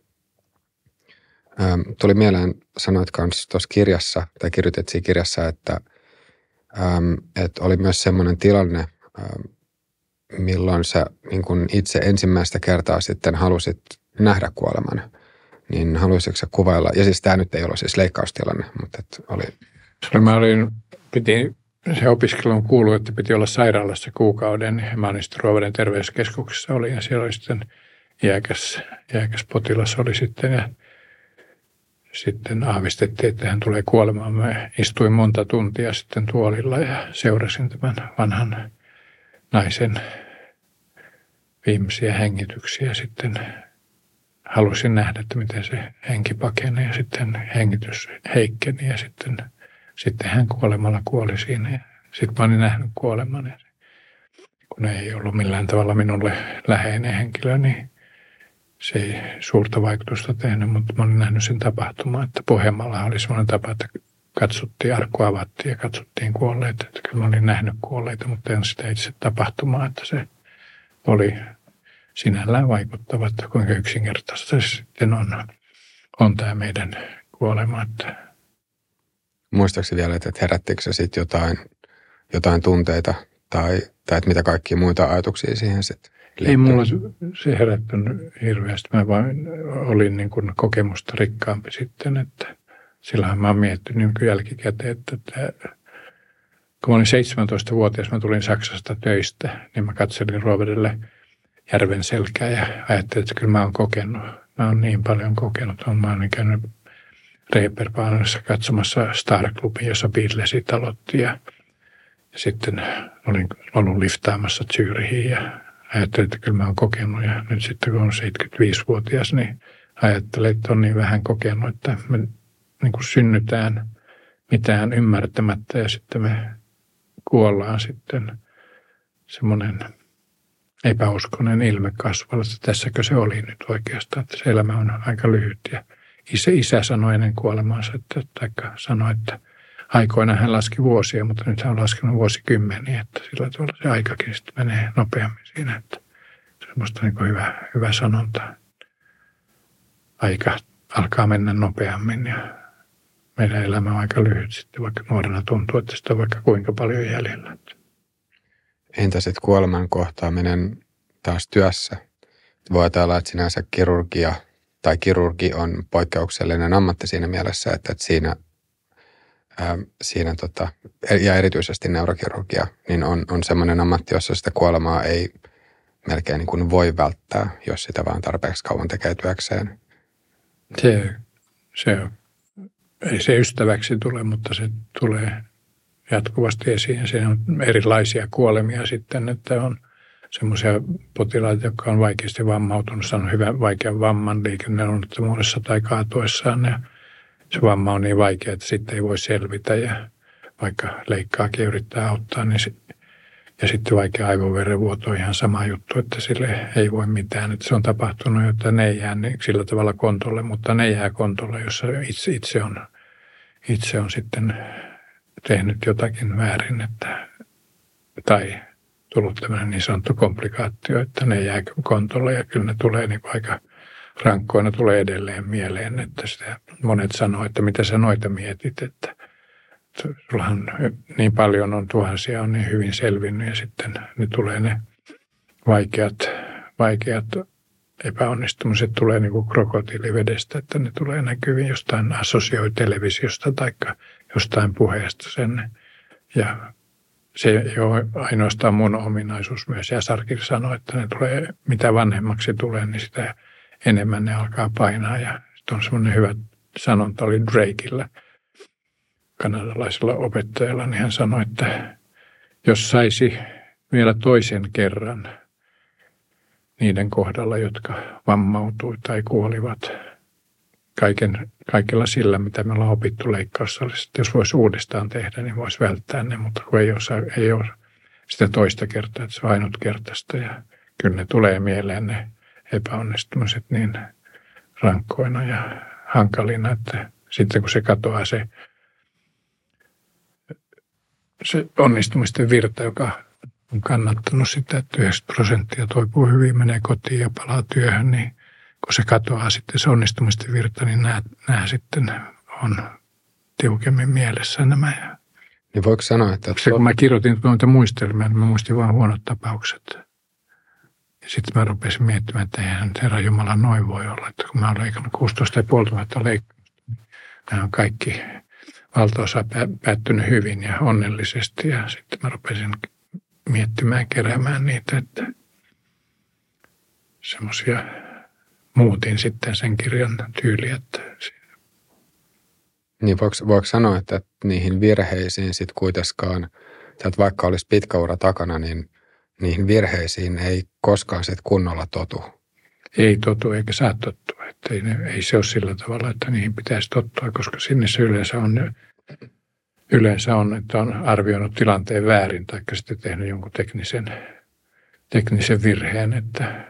A: äm, tuli mieleen, sanoit kanssa tuossa kirjassa, tai kirjoitit siinä kirjassa, että, äm, että oli myös semmoinen tilanne, äm, milloin sä niin kun itse ensimmäistä kertaa sitten halusit nähdä kuoleman, niin haluaisitko sä kuvailla, ja siis tämä nyt ei ollut siis leikkaustilanne, mutta et oli...
B: Mä olin, piti, se opiskeluun kuului, että piti olla sairaalassa kuukauden, ja mä olin sitten Ruoveden terveyskeskuksessa olin, ja siellä oli sitten iäkäs, iäkäs potilas oli sitten, ja sitten aavistettiin, että hän tulee kuolemaan. Mä istuin monta tuntia sitten tuolilla ja seurasin tämän vanhan naisen viimeisiä hengityksiä. Sitten halusin nähdä, että miten se henki pakenee ja sitten hengitys heikkeni ja sitten, sitten hän kuolemalla kuoli siinä. Ja sitten mä olin nähnyt kuoleman ja kun ei ollut millään tavalla minulle läheinen henkilö, niin se ei suurta vaikutusta tehnyt, mutta mä olin nähnyt sen tapahtumaan, että Pohjanmaalla oli sellainen tapa, että katsottiin, arkku avattiin ja katsottiin kuolleita. Että kyllä mä olin nähnyt kuolleita, mutta en sitä itse tapahtumaa, että se oli sinällään vaikuttava, että kuinka yksinkertaista se sitten on, on tämä meidän kuolema. Että
A: Muistaakseni vielä, että herättikö se sitten jotain, jotain tunteita tai, tai että mitä kaikkia muita ajatuksia siihen sitten?
B: Ei mulla se herättänyt hirveästi. Mä vain olin niin kuin kokemusta rikkaampi sitten, että sillähän mä oon miettinyt niin jälkikäteen, että, että kun mä olin seitsemäntoistavuotias, mä tulin Saksasta töistä, niin mä katselin Ruovedelle järven selkää ja ajattelin, että kyllä mä oon kokenut. Mä oon niin paljon kokenut. Mä oon käynyt Reeperbahninassa katsomassa Star Clubin, jossa Beatlesit aloitti ja, ja sitten olin ollut liftaamassa Zürichiin ja ajattelin, että kyllä mä oon kokenut ja nyt sitten kun on seitsemänkymmentäviisivuotias, niin ajattelin, että on niin vähän kokenut, että me niin kuin synnytään mitään ymmärtämättä ja sitten me kuollaan sitten semmoinen epäuskoinen ilme kasvalla, että tässäkö se oli nyt oikeastaan, että se elämä on aika lyhyt ja isä, isä sanoi ennen kuolemaansa, että, taikka sanoi, että aikoina hän laski vuosia, mutta nyt hän on laskenut vuosikymmeniä, että sillä tavalla se aikakin sitten menee nopeammin siinä, että semmoista niin kuin hyvä, hyvä sanonta. Aika alkaa mennä nopeammin ja meidän elämä on aika lyhyt sitten, vaikka nuorena tuntuu, että sitä on vaikka kuinka paljon jäljellä.
A: Entä sitten kuoleman kohtaaminen taas työssä? Voi ajatella, että sinänsä kirurgia tai kirurgi on poikkeuksellinen ammatti siinä mielessä, että, että siinä Siinä tota, ja erityisesti neurokirurgia, niin on, on semmoinen ammatti, jossa sitä kuolemaa ei melkein niin kuin voi välttää, jos sitä vaan tarpeeksi kauan tekee työkseen.
B: Se, se ei se ystäväksi tule, mutta se tulee jatkuvasti esiin. Se on erilaisia kuolemia sitten, että on semmoisia potilaita, jotka on vaikeasti vammautunut, saanut hyvän vaikean vamman liikenneonnettomuudessa tai kaatuessaan. Ja se vamma on niin vaikea, että sitten ei voi selvitä ja vaikka leikkaakin yrittää auttaa, niin sit, ja sitten vaikea aivoverenvuoto on ihan sama juttu, että sille ei voi mitään. Että se on tapahtunut, että ne ei jää sillä tavalla kontolle, mutta ne jää kontolle, jossa itse, itse, on, itse on sitten tehnyt jotakin väärin, että, tai tullut tämmöinen niin sanottu komplikaatio, että ne jää kontolle ja kyllä ne tulee niin aika rankkoina tulee edelleen mieleen, että sitä monet sanoo, että mitä sä noita mietit, että sullahan niin paljon on tuhansia, on niin hyvin selvinnyt ja sitten ne tulee ne vaikeat, vaikeat epäonnistumiset tulee niin kuin krokotiilivedestä, että ne tulee näkyviin jostain assosioi televisiosta tai jostain puheesta sen. Ja se ei ole ainoastaan mun ominaisuus myös. Ja Sarkir sanoi, että ne tulee, mitä vanhemmaksi tulee, niin sitä enemmän ne alkaa painaa. Ja sitten on semmoinen hyvä sanonta oli Drakeillä, kanadalaisella opettajalla, niin hän sanoi, että jos saisi vielä toisen kerran niiden kohdalla, jotka vammautui tai kuolivat kaiken, kaikella sillä, mitä me ollaan opittu leikkaussalissa. Jos voisi uudestaan tehdä, niin voisi välttää ne, mutta kun ei ole, ei ole sitä toista kertaa, että se on ainutkertaista. Ja kyllä ne tulee mieleen ne epäonnistumiset niin rankkoina ja hankalina, että sitten kun se katoaa se, se onnistumisten virta, joka on kannattanut sitä, että yhdeksänkymmentä prosenttia toipuu hyvin, menee kotiin ja palaa työhön, niin kun se katoaa sitten se onnistumisten virta, niin nämä, nämä sitten on tiukemmin mielessä nämä.
A: Niin voiko sanoa, että...
B: Se, kun mä kirjoitin noita muistelmia, niin mä muistin vain huonot tapaukset. Ja sitten mä rupesin miettimään, että eihän Herran Jumala noin voi olla, että kun mä olen leikannut kuusitoista pilkku viisi tuhatta leikkausta, niin nämä on kaikki valtaosa päättynyt hyvin ja onnellisesti. Ja sitten mä rupesin miettimään, keräämään niitä, että semmoisia muutin sitten sen kirjan tyyliä. Että
A: niin voiko, voiko sanoa, että niihin virheisiin sitten kuitenkaan, että vaikka olisi pitkä ura takana, niin niihin virheisiin ei koskaan sitten kunnolla totu?
B: Ei totu eikä saa tottua. Että ei, ne, ei se ole sillä tavalla, että niihin pitäisi tottua, koska sinne se yleensä on, yleensä on, että on arvioinut tilanteen väärin tai sitten tehnyt jonkun teknisen, teknisen virheen, että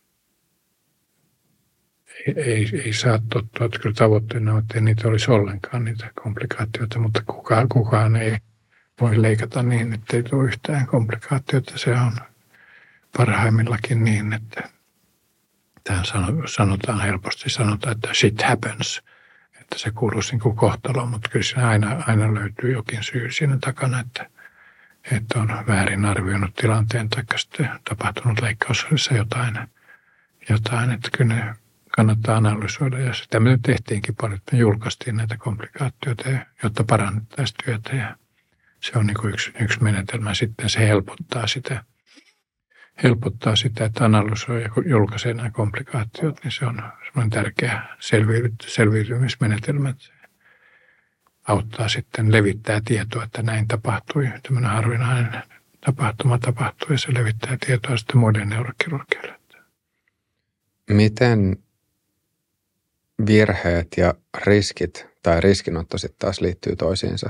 B: ei, ei, ei saa tottua. Että kyllä tavoitteena on, että ei niitä olisi ollenkaan niitä komplikaatioita, mutta kukaan, kukaan ei voi leikata niin, että ei tule yhtään komplikaatiota. Se on parhaimmillakin niin, että tähän sanotaan helposti, sanotaan, että shit happens, että se kuuluisi niin kuin kohtaloon, mutta kyllä siinä aina, aina löytyy jokin syy siinä takana, että, että on väärin arvioinut tilanteen tai sitten tapahtunut leikkaussalissa jotain, jotain, että kyllä ne kannattaa analysoida. Ja sitä me tehtiinkin paljon, että me julkaistiin näitä komplikaatioita, jotta parannettaisiin työtä ja se on niin kuin yksi, yksi menetelmä. Sitten se helpottaa sitä, helpottaa sitä, että analysoi ja julkaisee nämä komplikaatiot, niin se on semmoinen tärkeä selviytymismenetelmä. Että se auttaa sitten levittää tietoa, että näin tapahtui, tämmöinen harvinainen tapahtuma tapahtui ja se levittää tietoa sitten muiden neurokirurgille.
A: Miten virheet ja riskit tai riskinotto sitten taas liittyy toisiinsa?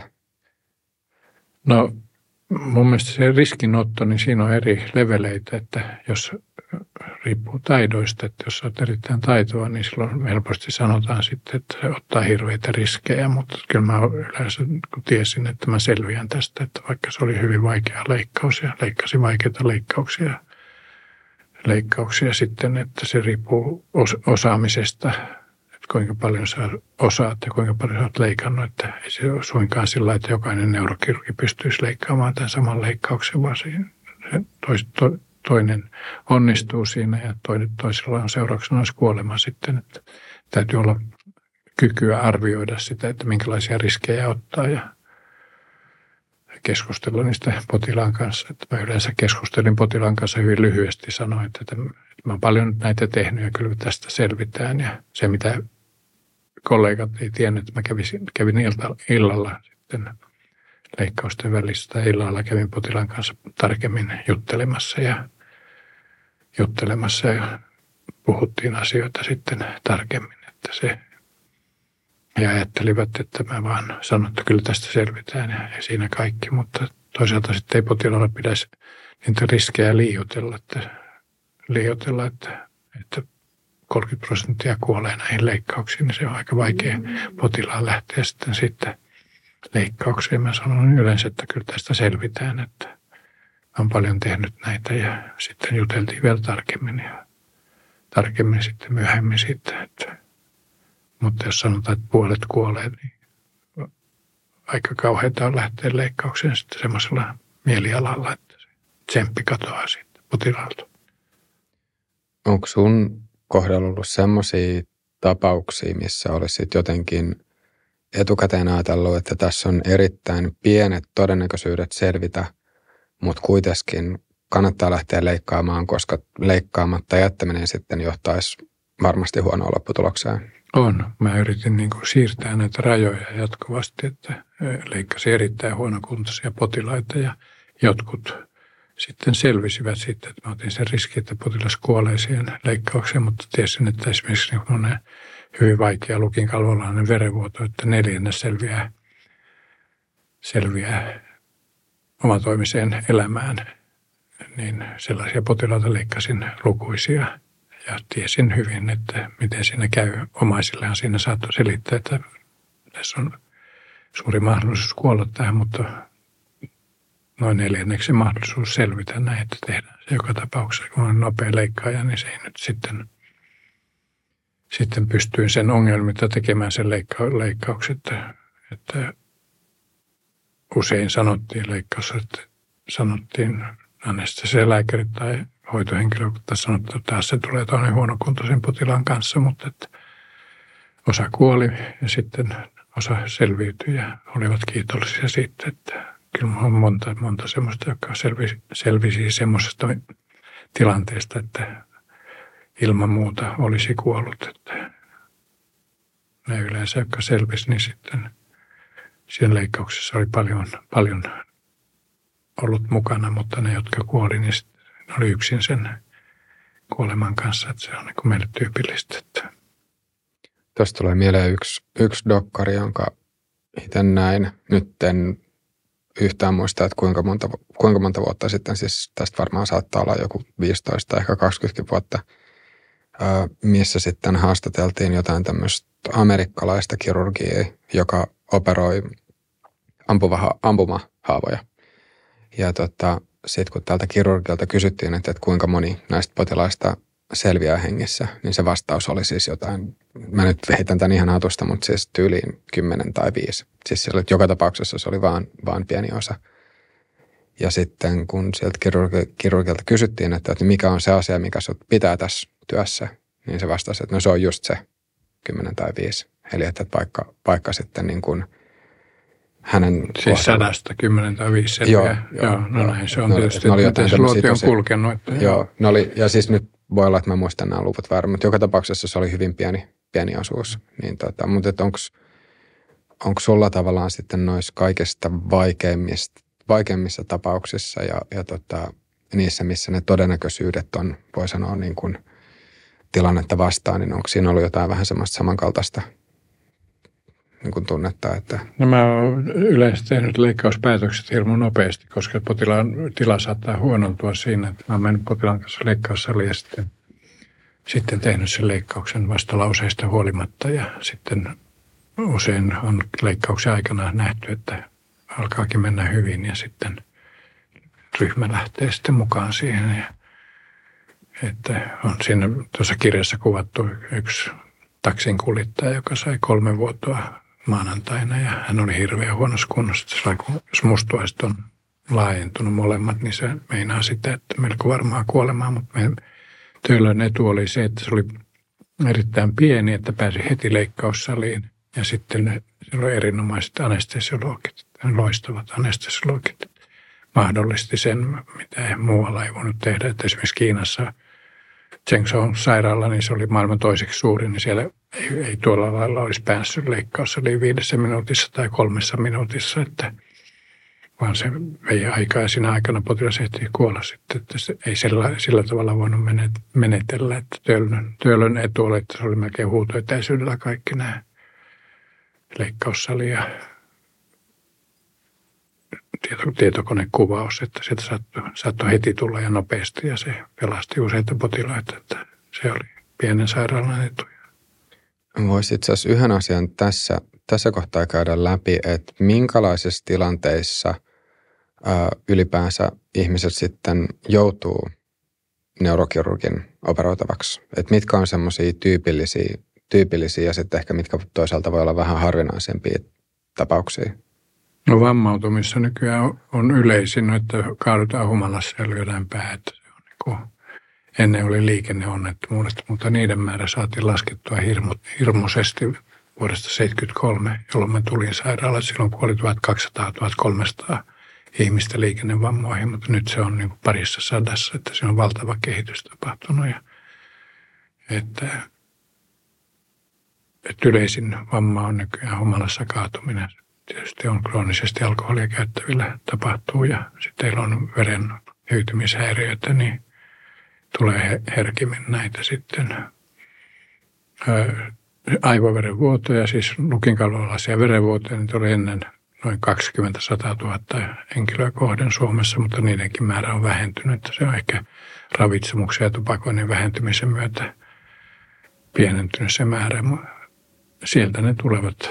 B: No mun mielestä se riskinotto, niin siinä on eri leveleitä, että jos riippuu taidoista, että jos olet erittäin taitoa, niin silloin helposti sanotaan sitten, että se ottaa hirveitä riskejä, mutta kyllä mä yleensä kun tiesin, että mä selviän tästä, että vaikka se oli hyvin vaikea leikkaus ja leikkasin vaikeita leikkauksia, leikkauksia sitten, että se riippuu osaamisesta, että kuinka paljon sä osaat ja kuinka paljon sä oot leikannut, että ei se ole suinkaan sillä, että jokainen neurokirurgi pystyisi leikkaamaan tämän saman leikkauksen, vaan se tois, to, toinen onnistuu siinä ja toinen, toisella on seurauksena olisi kuolema sitten, että täytyy olla kykyä arvioida sitä, että minkälaisia riskejä ottaa ja keskustella niistä potilaan kanssa. Että mä yleensä keskustelin potilaan kanssa hyvin lyhyesti, sanoin, että mä oon paljon näitä tehnyt ja kyllä tästä selvitään. Ja se, mitä kollegat ei tiennyt, että mä kävin, kävin ilta, illalla sitten leikkausten välissä tai illalla kävin potilaan kanssa tarkemmin juttelemassa ja juttelemassa ja puhuttiin asioita sitten tarkemmin, että se he ajattelivat, että mä vaan sanon, että kyllä tästä selvitään ja siinä kaikki, mutta toisaalta sitten ei potilaalla pitäisi niitä riskejä liioitella, että, liioitella, että, että kolmekymmentä prosenttia kuolee näihin leikkauksiin, niin se on aika vaikea potilaan lähteä sitten, sitten leikkaukseen. Mä sanon yleensä, että kyllä tästä selvitään, että olen paljon tehnyt näitä ja sitten juteltiin vielä tarkemmin ja tarkemmin sitten myöhemmin siitä, että mutta jos sanotaan, että puolet kuolee, niin aika kauheita on lähteä leikkaukseen sitten semmoisella mielialalla, että se tsemppi katoaa sitten potilaalta.
A: Onko sun kohdalla ollut semmoisia tapauksia, missä olisit jotenkin etukäteen ajatellut, että tässä on erittäin pienet todennäköisyydet selvitä, mutta kuitenkin kannattaa lähteä leikkaamaan, koska leikkaamatta jättäminen sitten johtaisi varmasti huonoa lopputulokseen?
B: On. Mä yritin niin kuin siirtää näitä rajoja jatkuvasti, että leikkasin erittäin huonokuntoisia potilaita ja jotkut sitten selvisivät siitä, että mä otin sen riski, että potilas kuolee siihen leikkaukseen, mutta tiesin, että esimerkiksi niin hyvin vaikea lukinkalvolainen verenvuoto, että neljännes selviää, selviää omatoimiseen elämään, niin sellaisia potilaita leikkasin lukuisia. Ja tiesin hyvin, että miten siinä käy. Omaisillehan siinä saattoi selittää, että tässä on suuri mahdollisuus kuolla tähän, mutta noin neljänneksen mahdollisuus selvitä näin, että tehdään se joka tapauksessa. Kun on nopea leikkaaja, niin se ei nyt sitten, sitten pystyin sen ongelmita tekemään sen leikka- leikkauksen. Että, että usein sanottiin leikkaus, että sanottiin anestesialääkärit tai hoitohenkilökunta sanoi, että taas se tulee toinen huonokuntoisen potilaan kanssa, mutta että osa kuoli ja sitten osa selviytyi ja olivat kiitollisia siitä, että kyllä on monta, monta semmoista, joka selvisi, selvisi semmoisesta tilanteesta, että ilman muuta olisi kuollut. Että ne yleensä, jotka selvisi, niin sitten siinä leikkauksessa oli paljon, paljon ollut mukana, mutta ne, jotka kuoli, niin sitten oli yksin sen kuoleman kanssa, että se on niin kuin meille tyypillistä. Että.
A: Tuosta tulee mieleen yksi, yksi dokkari, jonka itse näin. Nyt en yhtään muista, että kuinka monta, kuinka monta vuotta sitten, siis tästä varmaan saattaa olla joku viisitoista, ehkä kaksikymmentä vuotta, missä sitten haastateltiin jotain tämmöistä amerikkalaista kirurgia, joka operoi ampuva, ampumahaavoja. Ja tota, sitten kun tältä kirurgilta kysyttiin, että, että kuinka moni näistä potilaista selviää hengissä, niin se vastaus oli siis jotain, mä nyt heitän tämän ihan hatusta, mutta siis tyyliin kymmenen tai viisi. Siis siellä, joka tapauksessa se oli vaan, vaan pieni osa. Ja sitten kun sieltä kirurgi, kirurgilta kysyttiin, että, että mikä on se asia, mikä sut pitää tässä työssä, niin se vastasi, että no se on just se kymmenen tai viisi. Eli että paikka, paikka sitten niin kuin hänen
B: siis sadasta kymmenen tai viisi selviä.
A: Joo, joo,
B: joo, no
A: joo.
B: näin se on
A: no,
B: tietysti,
A: no,
B: että se luoti on kulkenut. Että
A: joo, joo. No oli, ja siis nyt voi olla, että mä muistan nämä luvut väärin, mutta joka tapauksessa se oli hyvin pieni, pieni osuus. Niin tota, mutta onko sulla tavallaan sitten noissa kaikista vaikeimmista, vaikeimmissa tapauksissa ja, ja tota, niissä, missä ne todennäköisyydet on, voi sanoa niin kuin tilannetta vastaan, niin onko siinä ollut jotain vähän semmoista samankaltaista niin kuin tunnetta, että.
B: No mä oon yleensä tehnyt leikkauspäätökset hirveän nopeasti, koska potilaan tila saattaa huonontua siinä, että mä oon mennyt potilaan kanssa leikkaussaliin ja sitten, sitten tehnyt sen leikkauksen vastalauseista huolimatta ja sitten usein on leikkauksen aikana nähty, että alkaakin mennä hyvin ja sitten ryhmä lähtee sitten mukaan siihen. Ja, että on siinä tuossa kirjassa kuvattu yksi taksin kuljettaja, joka sai kolme vuotoa maanantaina ja hän oli hirveän huonossa kunnossa. Jos mustuaiset on laajentunut molemmat, niin se meinaa sitä, että melko varmaan kuolemaan, mutta meidän töölön etu oli se, että se oli erittäin pieni, että pääsi heti leikkaussaliin ja sitten siellä oli erinomaiset anestesiologit, loistavat anestesiologit. Mahdollisti sen, mitä muualla ei voinut tehdä, että esimerkiksi Kiinassa Zhengzhou sairaala, niin se oli maailman toiseksi suurin, niin siellä ei, ei tuolla lailla olisi päässyt leikkaussaliin viidessä minuutissa tai kolmessa minuutissa, että vaan se vei aikaa ja siinä aikana potilas ehtii kuolla sitten. Että se ei sillä, sillä tavalla voinut menetellä, että Töölön, Töölön etu oli, että se oli melkein huutoetäisyydellä kaikki nämä leikkaussali ja tieto, tietokonekuvaus, että sieltä saattoi, saattoi heti tulla ja nopeasti ja se pelasti useita potilaita, että se oli pienen sairaalan etu.
A: Voisi itse asiassa yhden asian tässä, tässä kohtaa käydä läpi, että minkälaisissa tilanteissa ää, ylipäänsä ihmiset sitten joutuu neurokirurgin operoitavaksi. Että mitkä on semmoisia tyypillisiä, tyypillisiä ja sitten ehkä mitkä toisaalta voi olla vähän harvinaisempia tapauksia.
B: No vammautumissa nykyään on yleisin, että kaadutaan humalassa ja lyödään päätä. Se on niin kuin, ennen oli liikenneonnettomuudet, mutta niiden määrä saatiin laskettua hirmu, hirmuisesti vuodesta seitsemänkymmentäkolme, jolloin mä tulin sairaalaan. Silloin kuoli tuhatkaksisataa tuhatkolmesataa ihmistä liikennevammoihin, mutta nyt se on niin kuin parissa sadassa, että siinä on valtava kehitys tapahtunut. Ja, että, että yleisin vamma on nykyään humalassa kaatuminen. Tietysti on kroonisesti alkoholia käyttävillä tapahtuu ja sitten teillä on veren hyytymishäiriöitä, niin tulee herkimmin näitä sitten aivoverenvuotoja, siis lukinkalvolaisia verenvuotoja, niitä oli ennen noin kaksikymmentä sata tuhatta henkilöä kohden Suomessa, mutta niidenkin määrä on vähentynyt. Se on ehkä ravitsemuksen ja tupakoinnin vähentymisen myötä pienentynyt se määrä. Sieltä ne tulevat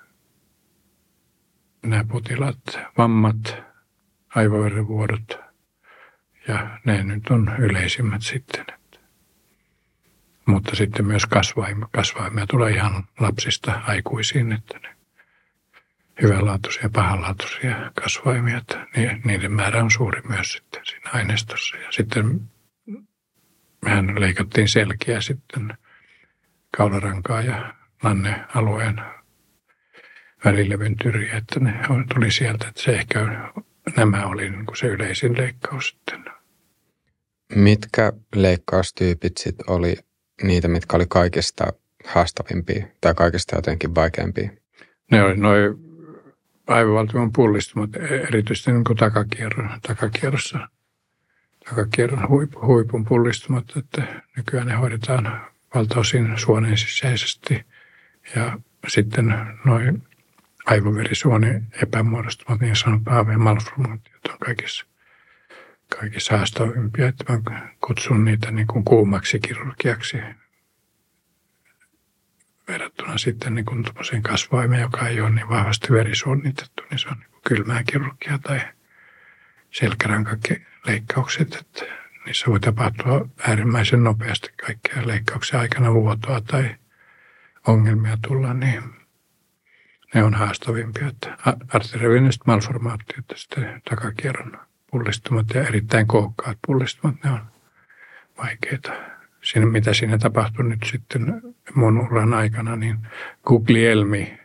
B: nämä potilaat, vammat, aivoverenvuodot ja ne nyt on yleisimmät sitten. Mutta sitten myös kasvaimia, kasvaimia tulee ihan lapsista aikuisiin, että ne hyvänlaatuisia ja pahanlaatuisia kasvaimia, että niiden määrä on suuri myös sitten siinä aineistossa. Ja sitten mehän leikattiin selkiä sitten kaularankaa ja nannealueen välilevyn tyriä, että ne tuli sieltä, että se ehkä nämä oli niin kuin se yleisin leikkaus sitten.
A: Mitkä leikkaustyypit sitten oli niitä, mitkä oli kaikista haastavimpia tai kaikista jotenkin vaikeampia?
B: Ne oli noin aivovaltimon pullistumat, erityisesti niin kuin takakierron, takakierrossa, takakierron huipu, huipun pullistumat, että nykyään ne hoidetaan valtaosin suonen sisäisesti ja sitten noin aivoverisuonen epämuodostumat, niin sanottu A V-malformaatiot on kaikissa, kaikissa haastavimpia, että mä kutsun niitä niin kuin kuumaksi kirurgiaksi verrattuna sitten niin kuin kasvaimeen, joka ei ole niin vahvasti verisuonitettu, niin se on niin kuin kylmää kirurgia tai selkärankaleikkaukset, että niissä voi tapahtua äärimmäisen nopeasti kaikkea leikkauksen aikana vuotoa tai ongelmia tulla, niin ne on haastavimpia, että arterioveeniset malformaatiot ja sitten takakierron pullistumat ja erittäin kookkaat pullistumat, ne on vaikeita. Siinä, mitä siinä tapahtui nyt sitten mun uran aikana, niin Guglielmi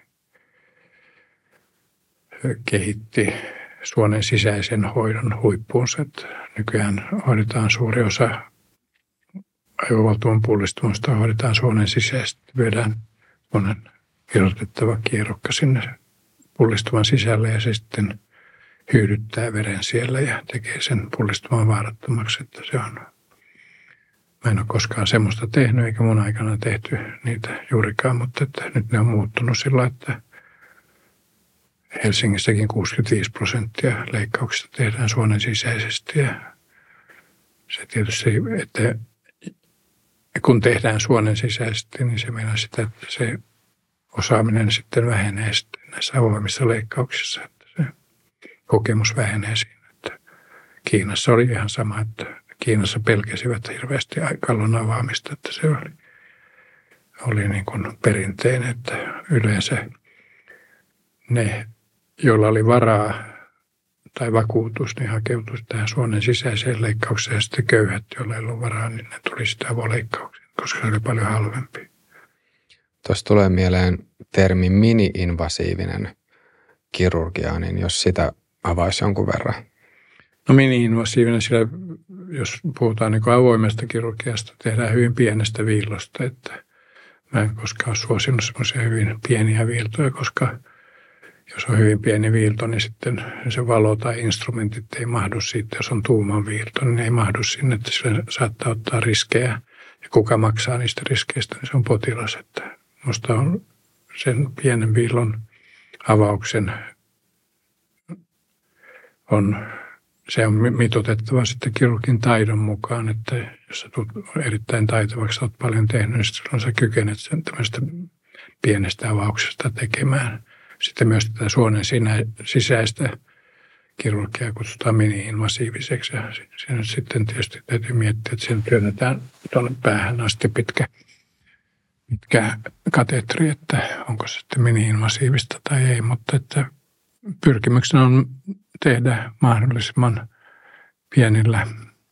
B: kehitti suonen sisäisen hoidon huippuunsa. Nykyään hoidetaan suuri osa aivovaltuun pullistumusta, hoidetaan suonen sisäisesti, viedään suonen irrotettava kierrokka sinne pullistuman sisälle ja se sitten hyydyttää veren siellä ja tekee sen pullistuman vaarattomaksi, että se on. Mä en ole koskaan semmoista tehnyt, eikä mun aikana tehty niitä juurikaan, mutta että nyt ne on muuttunut sillä, että Helsingissäkin kuusikymmentäviisi prosenttia leikkauksista tehdään suonen sisäisesti. Ja se tietysti, että kun tehdään suonen sisäisesti, niin se meinaa sitä, että se osaaminen sitten vähenee sitten näissä avoimissa leikkauksissa, että se kokemus vähenee siinä. Että Kiinassa oli ihan sama, että Kiinassa pelkäsivät hirveästi kallon avaamista, että se oli, oli niin kuin perinteinen, että yleensä ne, joilla oli varaa tai vakuutus, niin hakeutuisi tähän suonen sisäiseen leikkaukseen ja sitten köyhät, joilla ei ollut varaa, niin ne tuli sitä avoleikkaukseen, koska se oli paljon halvempi.
A: Tuossa tulee mieleen termi mini-invasiivinen kirurgia, niin jos sitä avaisi jonkun verran.
B: No mini-invasiivinen, sillä jos puhutaan niin kuin avoimesta kirurgiasta, tehdään hyvin pienestä viillosta, että mä en koskaan ole suosinut semmoisia hyvin pieniä viiltoja, koska jos on hyvin pieni viilto, niin sitten se valo tai instrumentit ei mahdu siitä. Jos on tuuman viilto, niin ei mahdu sinne, että sillä saattaa ottaa riskejä. Ja kuka maksaa niistä riskeistä, niin se on potilas. Että musta on sen pienen viilon avauksen on, se on mitoitettava sitten kirurgin taidon mukaan, että jos sä tulet erittäin taitavaksi, olet paljon tehnyt, niin silloin sä kykenet sen tämmöistä pienestä avauksesta tekemään. Sitten myös tätä suonen sisäistä kirurgiaa kutsutaan mini-invasiiviseksi. Ja siinä sitten tietysti täytyy miettiä, että siinä työnnetään tuonne päähän asti pitkä, pitkä katetri, että onko se sitten mini-invasiivista tai ei. Mutta että pyrkimyksenä on tehdä mahdollisimman pienillä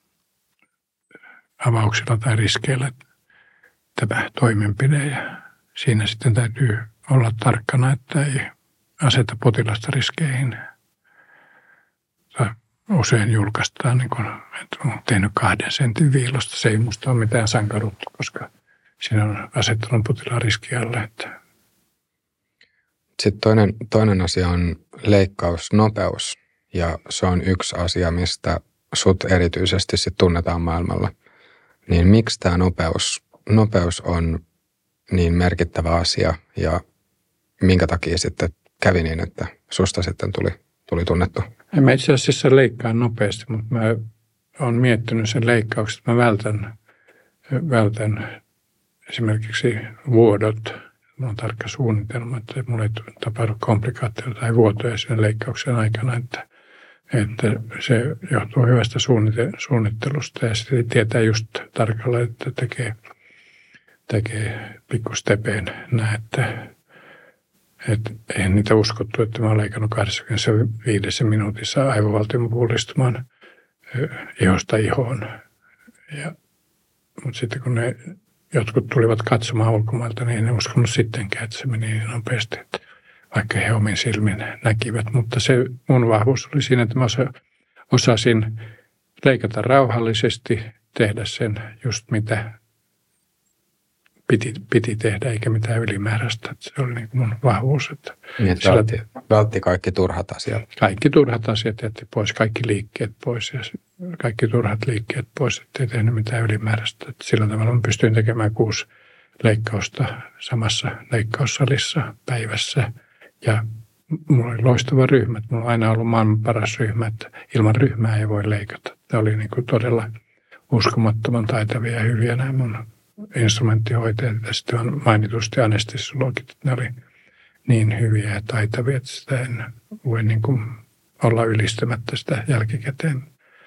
B: avauksilla tai riskeillä tämä toimenpide. Ja siinä sitten täytyy olla tarkkana, että ei aseta potilasta riskeihin. Usein julkaistaan, niin kun, että olen tehnyt kahden sentin viilosta. Se ei musta ole mitään sankaruutta, koska siinä on asettanut potilaan riskialle. Että.
A: Sitten toinen, toinen asia on leikkausnopeus. Ja se on yksi asia, mistä sut erityisesti sit tunnetaan maailmalla. Niin miksi tämä nopeus, nopeus on niin merkittävä asia ja minkä takia sitten kävi niin, että susta sitten tuli, tuli tunnettu?
B: En mä itse asiassa leikkaan nopeasti, mutta mä oon miettinyt sen leikkauksen. Mä vältän, vältän esimerkiksi vuodot. Mulla on tarkka suunnitelma, että mulla ei tapahdu komplikaatioita tai vuotoja sen leikkauksen aikana, että, että se johtuu hyvästä suunnittelusta ja sitten tietää just tarkalla, että tekee, tekee pikkustepeen näin, että että eihän niitä uskottu, että mä olen leikannut kaksikymmentäviisi minuutissa aivovaltion pullistumaan ihosta ihoon. Ja, mutta sitten kun ne jotkut tulivat katsomaan ulkomailta, niin en uskonut sittenkään, että se meni niin nopeasti, että vaikka he omin silmin näkivät. Mutta se mun vahvuus oli siinä, että mä osasin leikata rauhallisesti, tehdä sen just mitä Piti, piti tehdä, eikä mitään ylimääräistä. Se oli niin kuin mun vahvuus. Että
A: niin, että vältti, vältti kaikki turhat asiat.
B: Kaikki turhat asiat jätti pois, kaikki liikkeet pois ja kaikki turhat liikkeet pois, ettei tehnyt mitään ylimääräistä. Että sillä tavalla mä pystyin tekemään kuusi leikkausta samassa leikkaussalissa päivässä. Ja mulla oli loistava ryhmä. Mulla on aina ollut maailman paras ryhmä, että ilman ryhmää ei voi leikata. Tämä oli niin kuin todella uskomattoman taitavia ja hyviä nämä mun instrumenttihoitajat ja sitten on mainitusti anestesiologit, ne oli niin hyviä ja taitavia, että sitä en voi niin kuin olla ylistämättä sitä jälkikäteen.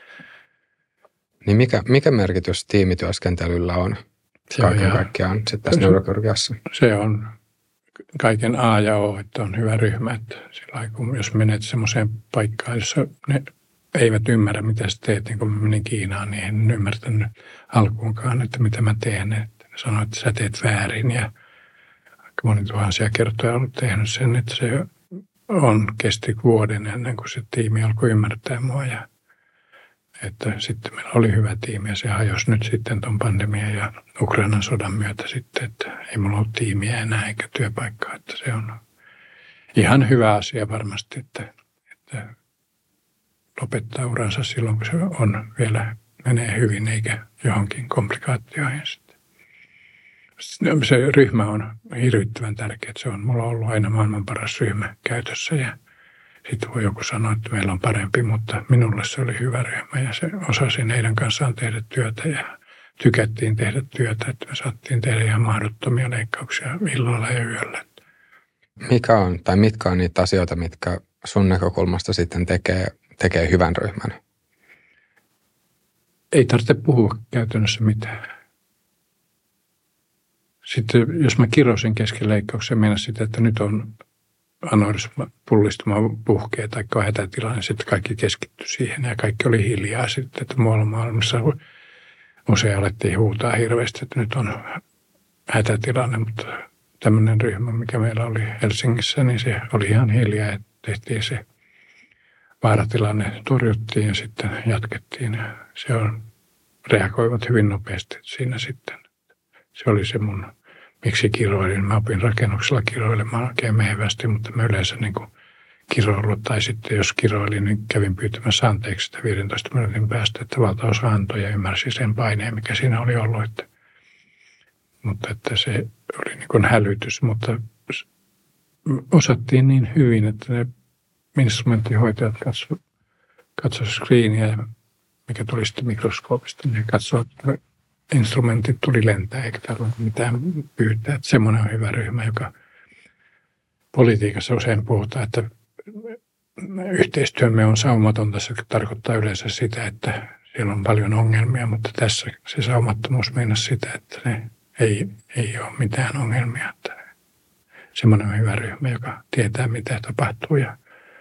A: Niin mikä, mikä merkitys tiimityöskentelyllä on se kaiken on kaikkiaan sitten tässä neurokirurgiassa?
B: Se on kaiken A ja O, että on hyvä ryhmä. Että sillä kun jos menet semmoiseen paikkaan, jossa ne eivät ymmärrä, mitä sä teet. Niin kun mä menin Kiinaan, niin en ymmärtänyt alkuunkaan, että mitä mä teen. Että ne sanoi, että sä teet väärin. Ja aika moni tuhansia kertoja ollut tehnyt sen, että se on kesti vuoden ennen kuin se tiimi alkoi ymmärtää mua. Ja että sitten meillä oli hyvä tiimi ja se hajosi nyt sitten tuon pandemian ja Ukrainan sodan myötä sitten, että ei mulla ole tiimiä enää eikä työpaikkaa. Että se on ihan hyvä asia varmasti, että, että lopettaa uransa silloin, kun se on vielä menee hyvin, eikä johonkin komplikaatioihin sitten. Se ryhmä on hirvittävän tärkeä. Se on, mulla on ollut aina maailman paras ryhmä käytössä ja sitten voi joku sanoa, että meillä on parempi, mutta minulle se oli hyvä ryhmä ja se osasin heidän kanssaan tehdä työtä ja tykättiin tehdä työtä, että me saattiin tehdä ihan mahdottomia leikkauksia illalla ja yöllä.
A: Mikä on, tai mitkä on niitä asioita, mitkä sun näkökulmasta sitten tekee tekee hyvän ryhmän?
B: Ei tarvitse puhua käytännössä mitään. Sitten jos mä kirosin kesken leikkauksen mennä sitä, että nyt on aneurysma pullistuma puhkee tai on hätätilanne, niin sitten kaikki keskittyi siihen ja kaikki oli hiljaa sitten, että muualla maailmassa usein alettiin huutaa hirveästi, että nyt on hätätilanne, mutta tämmöinen ryhmä, mikä meillä oli Helsingissä, niin se oli ihan hiljaa ja tehtiin se vaaratilanne, torjuttiin ja sitten jatkettiin. Se on, reagoivat hyvin nopeasti siinä sitten. Se oli se mun, miksi kiroilin. Mä opin rakennuksella kiroilemaan oikein mehevästi, mutta mä yleensä niin kuin kiroillut, tai sitten jos kiroilin, niin kävin pyytämässä anteeksi sitä viidentoista minuutin päästä, että valtaosa antoi ja ymmärsi sen paineen, mikä siinä oli ollut. Että, mutta että se oli niin kuin hälytys, mutta osattiin niin hyvin, että ne instrumenttihoitajat katsoivat katso screeniä, mikä tuli sitten mikroskoopista, niin katsoivat, että instrumentit tuli lentää, eikä tarvinnut mitään pyytää. Että semmoinen on hyvä ryhmä, joka politiikassa usein puhutaan, että yhteistyömme on saumatonta. Se tarkoittaa yleensä sitä, että siellä on paljon ongelmia, mutta tässä se saumattomuus meinasi sitä, että ne ei, ei ole mitään ongelmia. Että semmoinen on hyvä ryhmä, joka tietää, mitä tapahtuu ja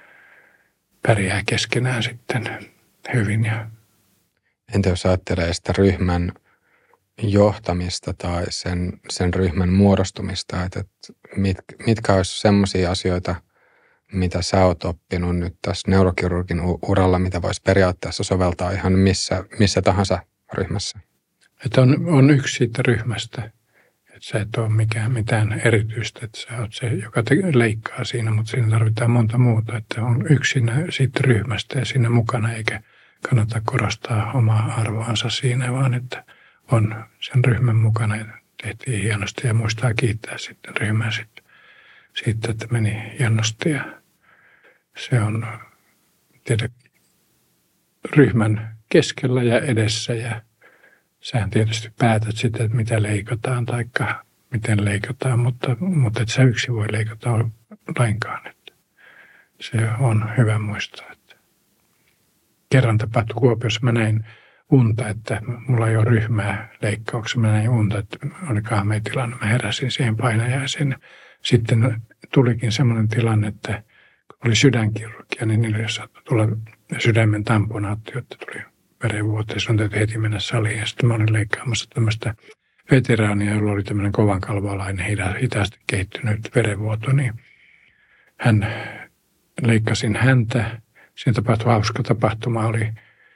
B: pärjää keskenään sitten hyvin.
A: Entä jos ajattelee sitä ryhmän johtamista tai sen, sen ryhmän muodostumista, että mit, mitkä olisi semmoisia asioita, mitä sä oot oppinut nyt tässä neurokirurgin uralla, mitä voisi periaatteessa soveltaa ihan missä, missä tahansa ryhmässä?
B: Että on, on yksi siitä ryhmästä, että sä et ole mikään, mitään erityistä, että sä oot se, joka te, leikkaa siinä, mutta siinä tarvitaan monta muuta, että on yksi siinä, siitä ryhmästä ja siinä mukana, eikä kannata korostaa omaa arvoansa siinä, vaan että on sen ryhmän mukana ja tehtiin hienosti ja muistaa kiittää sitten ryhmää sitten siitä, että meni hienosti ja se on tietenkin ryhmän keskellä ja edessä ja sähän tietysti päätät sitten, että mitä leikataan tai miten leikataan, mutta, mutta et sä yksin voi leikata lainkaan. Että se on hyvä muistaa. Että kerran tapahtui Kuopiossa, mä näin unta, että mulla ei ole ryhmää leikkauksessa. Mä näin unta, että oli kahmeitilanne. Mä heräsin siihen painajaisiin. Sitten tulikin semmoinen tilanne, että kun oli sydänkirurgia, niin niille saattoi tulla sydämen tamponaatti, jotta tuli verenvuoto. Sun täytyy heti mennä saliin. Ja sitten mä olin leikkaamassa tämmöistä veteraania, jolla oli tämmöinen kovan kalvolainen, hitaasti kehittynyt verenvuoto. Niin hän, leikkasin häntä. Siinä tapahtui hauska tapahtuma. Oli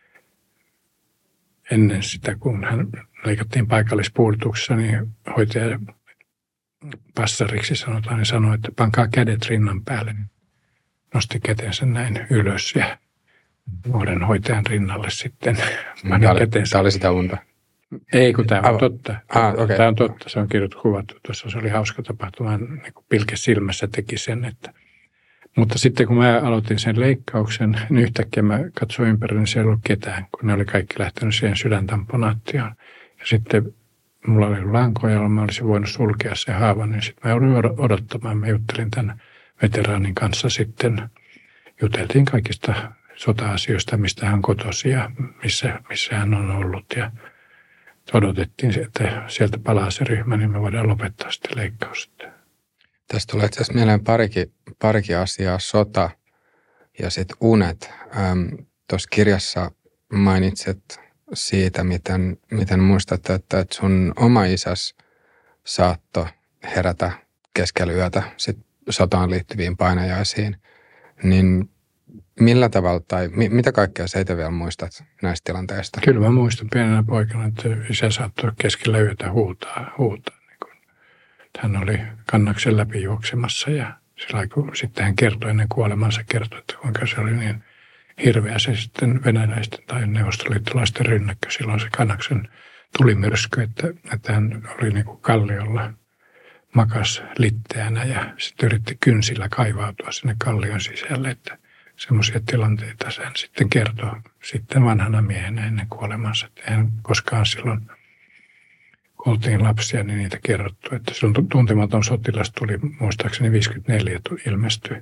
B: ennen sitä, kun hän leikattiin paikallispuudutuksessa, niin hoitaja passariksi sanotaan, niin sanoi, että pankaa kädet rinnan päälle. Niin nosti kätensä näin ylös ja nuoren hoitajan rinnalle sitten.
A: Tämä oli, tämä oli sitä unta?
B: Ei, kun tämä on Aivan. totta.
A: Ah, okay.
B: Tämä on totta, se on kirjoitettu kuvattu. Tuossa se oli hauska tapahtuma, hän niin pilke silmässä teki sen, että mutta sitten kun mä aloitin sen leikkauksen, niin yhtäkkiä mä katsoin ympärille, niin siellä ei ollut ketään, kun ne oli kaikki lähtenyt siihen sydäntamponaattiin. Ja sitten mulla oli lankoja, jolla mä olisin voinut sulkea sen haavan, niin sitten mä joudun odottamaan. Mä juttelin tämän veteraanin kanssa sitten. Juteltiin kaikista sota-asioista, mistä hän kotosi ja missä, missä hän on ollut. Ja odotettiin, että sieltä palaa se ryhmä, niin me voidaan lopettaa sitten leikkaus.
A: Tästä tulee itse asiassa mieleen parikin, parikin asiaa, sota ja sitten unet. Ähm, Tuossa kirjassa mainitset siitä, miten, miten muistat, että, että sun oma isäs saattoi herätä keskellä yötä sit sotaan liittyviin painajaisiin. Niin millä tavalla tai mi, mitä kaikkea sä itse vielä muistat näistä tilanteista?
B: Kyllä mä muistan pienenä poikana, että isä saattoi keskellä yötä huutaa. huutaa. Hän oli kannaksen läpi juoksemassa ja sillä kun sitten hän kertoi ennen kuolemansa, kertoi, että kuinka se oli niin hirveä se sitten venäläisten tai neuvostoliittolaisten rynnäkkö. Silloin se kannaksen tulimyrsky, että, että hän oli niin kuin kalliolla makas litteänä ja sitten yritti kynsillä kaivautua sinne kallion sisälle. Että semmoisia tilanteita hän sitten kertoi sitten vanhana miehenä ennen kuolemansa, että hän koskaan silloin kun oltiin lapsia, niin niitä kerrottu, että silloin tuntematon sotilas tuli, muistaakseni viisikymmentäneljä ilmestyi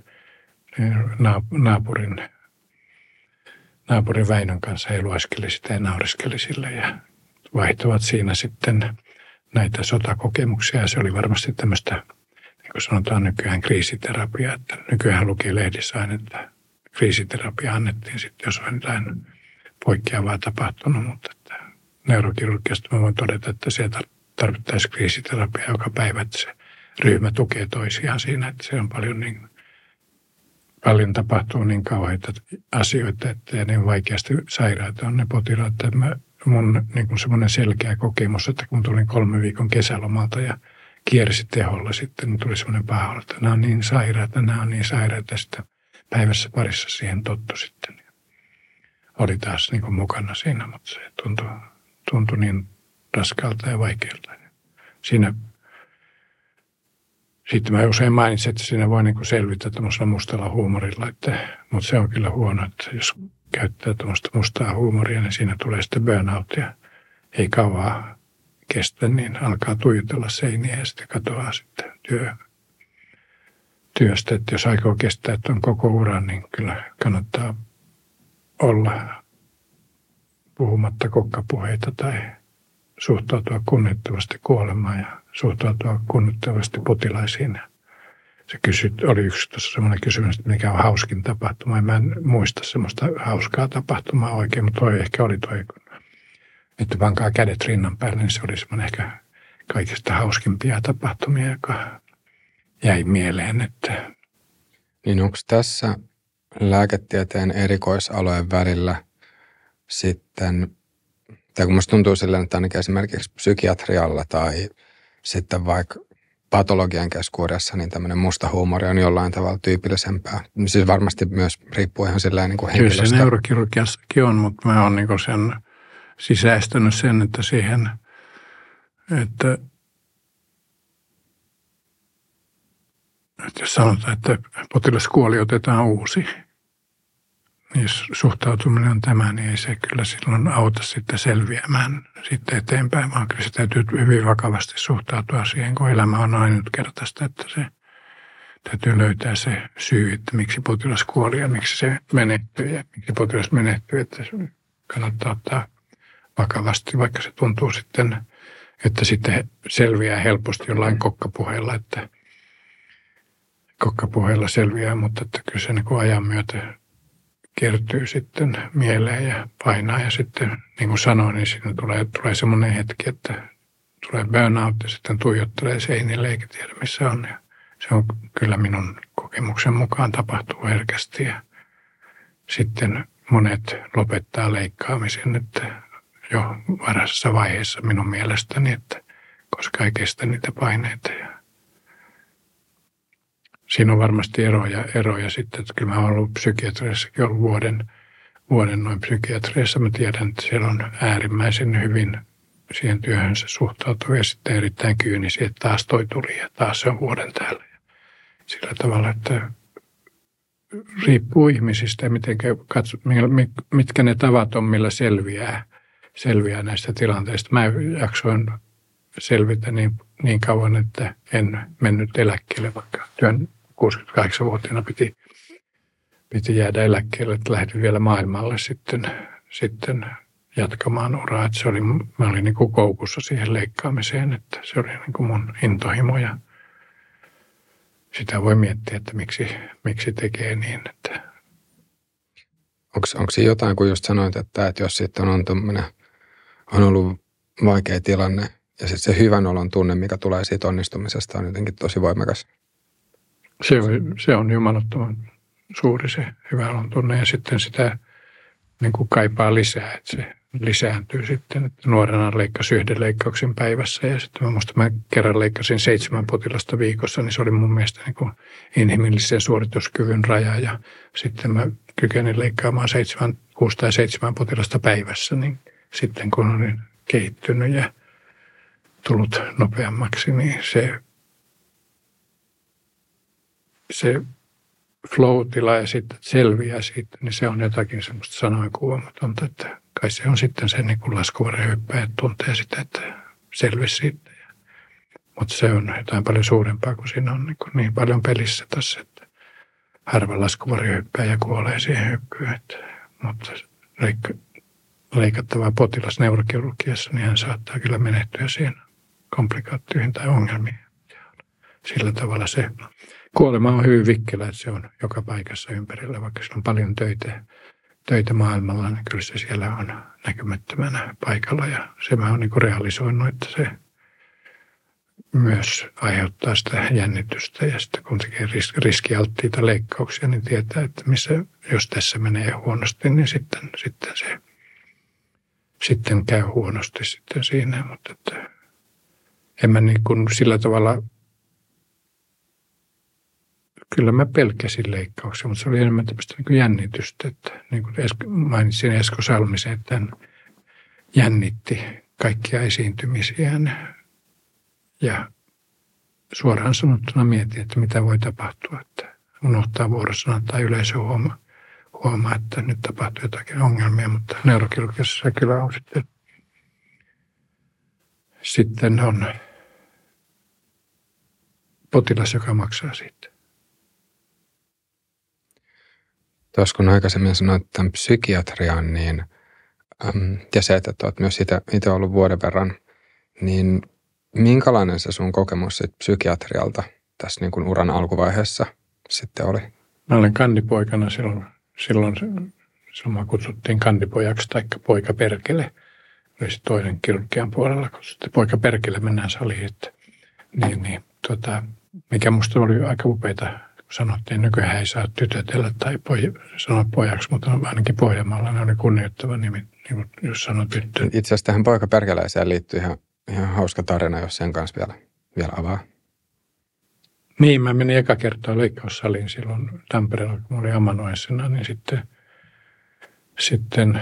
B: naapurin, naapurin Väinön kanssa. He lueskeli sitä ja nauriskeli sille ja vaihtoivat siinä sitten näitä sotakokemuksia. Ja se oli varmasti tämmöistä, niin kuin sanotaan nykyään, kriisiterapiaa. Että nykyään lukee lehdissä aina, että kriisiterapia annettiin sitten, jos on jotain poikkeavaa tapahtunut, mutta että neurokirurgiasta mä voin todeta, että sieltä tarvittaisiin kriisiterapiaa joka päivä, että se ryhmä tukee toisiaan siinä, että se on paljon niin, paljon tapahtuu niin kauheita asioita, että ja niin vaikeasti sairaita on ne potilaat. Mä, mun niin kuin semmoinen selkeä kokemus, että kun tulin kolme viikon kesälomalta ja kiersi teholla sitten, niin tuli semmoinen paha, että nämä on niin sairaita, nämä on niin sairaita. Sitten päivässä parissa siihen tottu sitten. Oli taas niin kuin mukana siinä, mutta se tuntui, tuntui niin raskaalta ja vaikealta. Siinä, sitten mä usein mainitsin, että siinä voi niin kuin selvitä tuollaisella mustalla huumorilla, että, mutta se on kyllä huono, että jos käyttää tuommoista mustaa huumoria, niin siinä tulee sitten burnout ja ei kauaa kestä, niin alkaa tuijotella seiniä ja sitten katoaa sitten työ, työstä. Että jos aikoo kestää tuon koko uran, niin kyllä kannattaa olla puhumatta kokkapuheita tai suhtautua kunnioittavasti kuolemaan ja suhtautua kunnioittavasti potilaisiin. Se kysyt, oli yksi tuossa semmoinen kysymys, että mikä on hauskin tapahtuma. Mä en muista semmoista hauskaa tapahtumaa oikein, mutta toi ehkä oli toi, että pankaa kädet rinnan päälle, niin se oli semmoinen ehkä kaikista hauskimpia tapahtumia, joka jäi mieleen. Että...
A: Niin onko tässä lääketieteen erikoisalojen välillä sitten, tai kun musta tuntuu silleen, että ainakin esimerkiksi psykiatrialla tai sitten vaikka patologian keskuudessa, niin tämmöinen musta huumori on jollain tavalla tyypillisempää. Siis varmasti myös riippuu ihan silleen niin kuin henkilöstä.
B: Kyllä se neurokirurgiassakin on, mutta mä oon niin kuin sen sisäistänyt sen, että siihen, että, että jos sanotaan, että potilaskuoli otetaan uusi, niin jos suhtautuminen on tämä, niin ei se kyllä silloin auta sitten selviämään sitten eteenpäin, vaan kyllä se täytyy hyvin vakavasti suhtautua siihen, kun elämä on ainutkertaista, että se täytyy löytää se syy, että miksi potilas kuoli ja miksi se menehtyy ja miksi potilas menehtyy, että kannattaa ottaa vakavasti, vaikka se tuntuu sitten, että sitten selviää helposti jollain kokkapuheella, että kokkapuheella selviää, mutta että kyllä se niin kuin ajan myötä kertyy sitten mieleen ja painaa. Ja sitten, niin kuin sanoin, niin siinä tulee, tulee semmoinen hetki, että tulee burnout ja sitten tuijottelee seinille eikä tiedä missä on. Ja se on kyllä minun kokemuksen mukaan tapahtuu herkästi. Ja sitten monet lopettaa leikkaamisen, että jo varhaisessa vaiheessa minun mielestäni, että koska ei kestä niitä paineita. Ja siinä on varmasti eroja, eroja sitten, että kyllä mä olen ollut psykiatriassakin ollut vuoden, vuoden noin psykiatriassa. Mä tiedän, että siellä on äärimmäisen hyvin siihen työhönsä suhtautuu ja sitten erittäin kyynisiä, että taas toi tuli ja taas se on vuoden täällä. Sillä tavalla, että riippuu ihmisistä ja miten katso, mitkä ne tavat on, millä selviää, selviää näistä tilanteista. Mä jaksoin selvitä niin, niin kauan, että en mennyt eläkkeelle, vaikka työn kuusikymmentäkahdeksanvuotiaana piti, piti jäädä eläkkeelle, että lähdin vielä maailmalle sitten, sitten jatkamaan uraa. Että se oli, mä olin niin kuin koukussa siihen leikkaamiseen, että se oli niin kuin mun intohimo ja sitä voi miettiä, että miksi, miksi tekee niin. Että...
A: Onko, onko siinä jotain, kun just sanoit, että, että jos sitten on, on ollut vaikea tilanne ja sitten se hyvän olon tunne, mikä tulee siitä onnistumisesta, on jotenkin tosi voimakas?
B: Se on, se on jumalattoman suuri se hyvän olon tunne ja sitten sitä niin kuin kaipaa lisää, että se lisääntyy sitten. Että nuorena leikkasi yhden leikkauksen päivässä ja sitten mä muistan, mä kerran leikkasin seitsemän potilasta viikossa, niin se oli mun mielestä niin kuin inhimillisen suorituskyvyn raja ja sitten mä kykenin leikkaamaan seitsemän, kuusi tai seitsemän potilasta päivässä, niin sitten kun olin kehittynyt ja tullut nopeammaksi, niin se, se flow-tila ja sitten selviää siitä, niin se on jotakin semmoista sanoinkuvaamatonta, että kai se on sitten se niin kuin laskuvarjohyppäjä, että tuntee sitä, että selvisi siitä. Mutta se on jotain paljon suurempaa, kun siinä on niin, kuin niin paljon pelissä tässä, että harva laskuvarjohyppäjä kuolee siihen hyppyyn. Että, mutta leik- leikattava potilas neurokirurgiassa, niin hän saattaa kyllä menehtyä siihen komplikaatioihin tai ongelmiin. Sillä tavalla se kuolema on hyvin vikkelä, että se on joka paikassa ympärillä, vaikka sillä on paljon töitä, töitä maailmalla, niin kyllä se siellä on näkymättömänä paikalla. Ja se mä oon niin kuin realisoinut, että se myös aiheuttaa sitä jännitystä. Ja sitten kun tekee riskialttiita leikkauksia, niin tietää, että missä, jos tässä menee huonosti, niin sitten, sitten se sitten käy huonosti sitten siinä. Mutta että en mä niin kuin sillä tavalla kyllä mä pelkäsin leikkauksia, mutta se oli enemmän tämmöistä niin kuin jännitystä. Että, niin kuin Esko, mainitsin Esko Salmisen, että hän jännitti kaikkia esiintymisiään. Ja suoraan sanottuna mietin, että mitä voi tapahtua. Että unohtaa vuorosanat tai yleisö huomaa, huomaa, että nyt tapahtuu jotakin ongelmia, mutta neurokirurgiassa kyllä on sitten, sitten on potilas, joka maksaa siitä.
A: Tuossa kun aikaisemmin sanoit tämän psykiatrian, niin äm, ja se, että olet myös itse ollut vuoden verran, niin minkälainen se sun kokemus sit psykiatrialta tässä niin kuin uran alkuvaiheessa sitten oli?
B: Mä olen kandipoikana silloin, silloin, silloin mä kutsuttiin kandipojaksi tai poika perkele. Oli se toinen kirurgian puolella, kun sitten poika perkele mennään saliin. Että, niin, niin, tota, mikä musta oli aika upeita, kun sanottiin, nykyään ei saa tytötellä tai poj, sanoa pojaksi, mutta ainakin Pohjanmaalla ne oli kunnioittava nimi, niin kuin jos sanoo tyttö.
A: Itse asiassa tähän poika perkeleeseen liittyy ihan Ihan hauska tarina, jos sen kanssa vielä, vielä avaa.
B: Niin, mä menin eka kertaa leikkaussaliin silloin Tampereella, kun mä olin amanuensina, niin sitten, sitten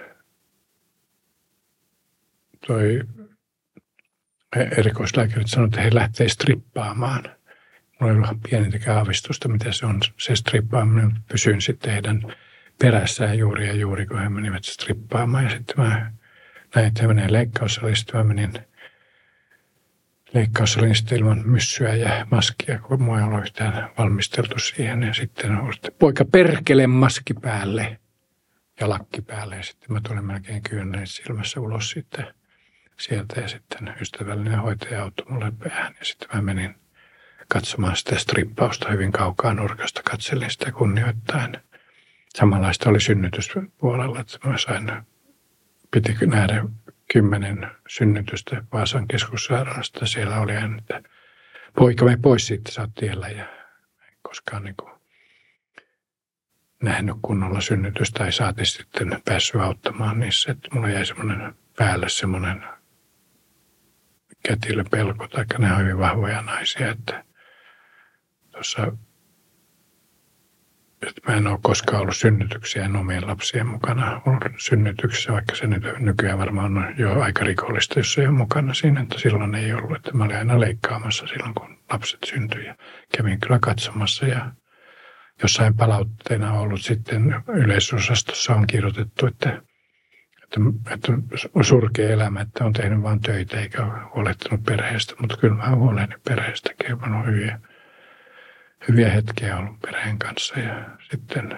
B: toi erikoislääkärit sanoi, että he lähtee strippaamaan. Mulla ei ollut pienintäkään aavistusta, mitä se on se strippaaminen. Pysyin sitten heidän perässään juuri ja juuri, kun he menivät strippaamaan. Ja sitten mä näin, että he menee leikkaussaliin. Sitten mä menin leikkaussaliin sitten ilman myssyä ja maskia, kun mua ei ollut yhtään valmisteltu siihen. Ja sitten oli sitten poika perkele maski päälle ja lakki päälle. Ja sitten mä tulin melkein kyyneleet silmässä ulos sitten sieltä. Ja sitten ystävällinen hoitaja auttoi mulle päähän. Ja sitten mä menin katsomaan sitä strippausta hyvin kaukaa nurkasta. Katselin sitä kunnioittaen. Samanlaista oli synnytyspuolella, että mä sain, piti nähdä kymmenen synnytystä Vaasan keskussairaalasta. Siellä oli aina, että poika mene pois siitä, sä oot tiellä. Ja en koskaan niin kuin nähnyt kunnolla synnytystä tai saati sitten päässyt auttamaan niissä. Että mulla jäi semmoinen päälle semmoinen kätilöpelko, tai ne on hyvin vahvoja naisia, että tuossa, että mä en ole koskaan ollut synnytyksiä en omien lapsien mukana ollut synnytyksissä, vaikka se nyt nykyään varmaan on jo aika rikollista, jos ei ole mukana siinä, että silloin ei ollut, että mä olin aina leikkaamassa silloin, kun lapset syntyi ja kävin kyllä katsomassa ja jossain palautteena on ollut sitten yleisosastossa on kirjoitettu, että, että, että on surkea elämä, että on tehnyt vain töitä eikä ole huolehtinut perheestä, mutta kyllä mä huolehdin perheestäkin, mä olen hyviä. Hyviä hetkiä ollut perheen kanssa ja sitten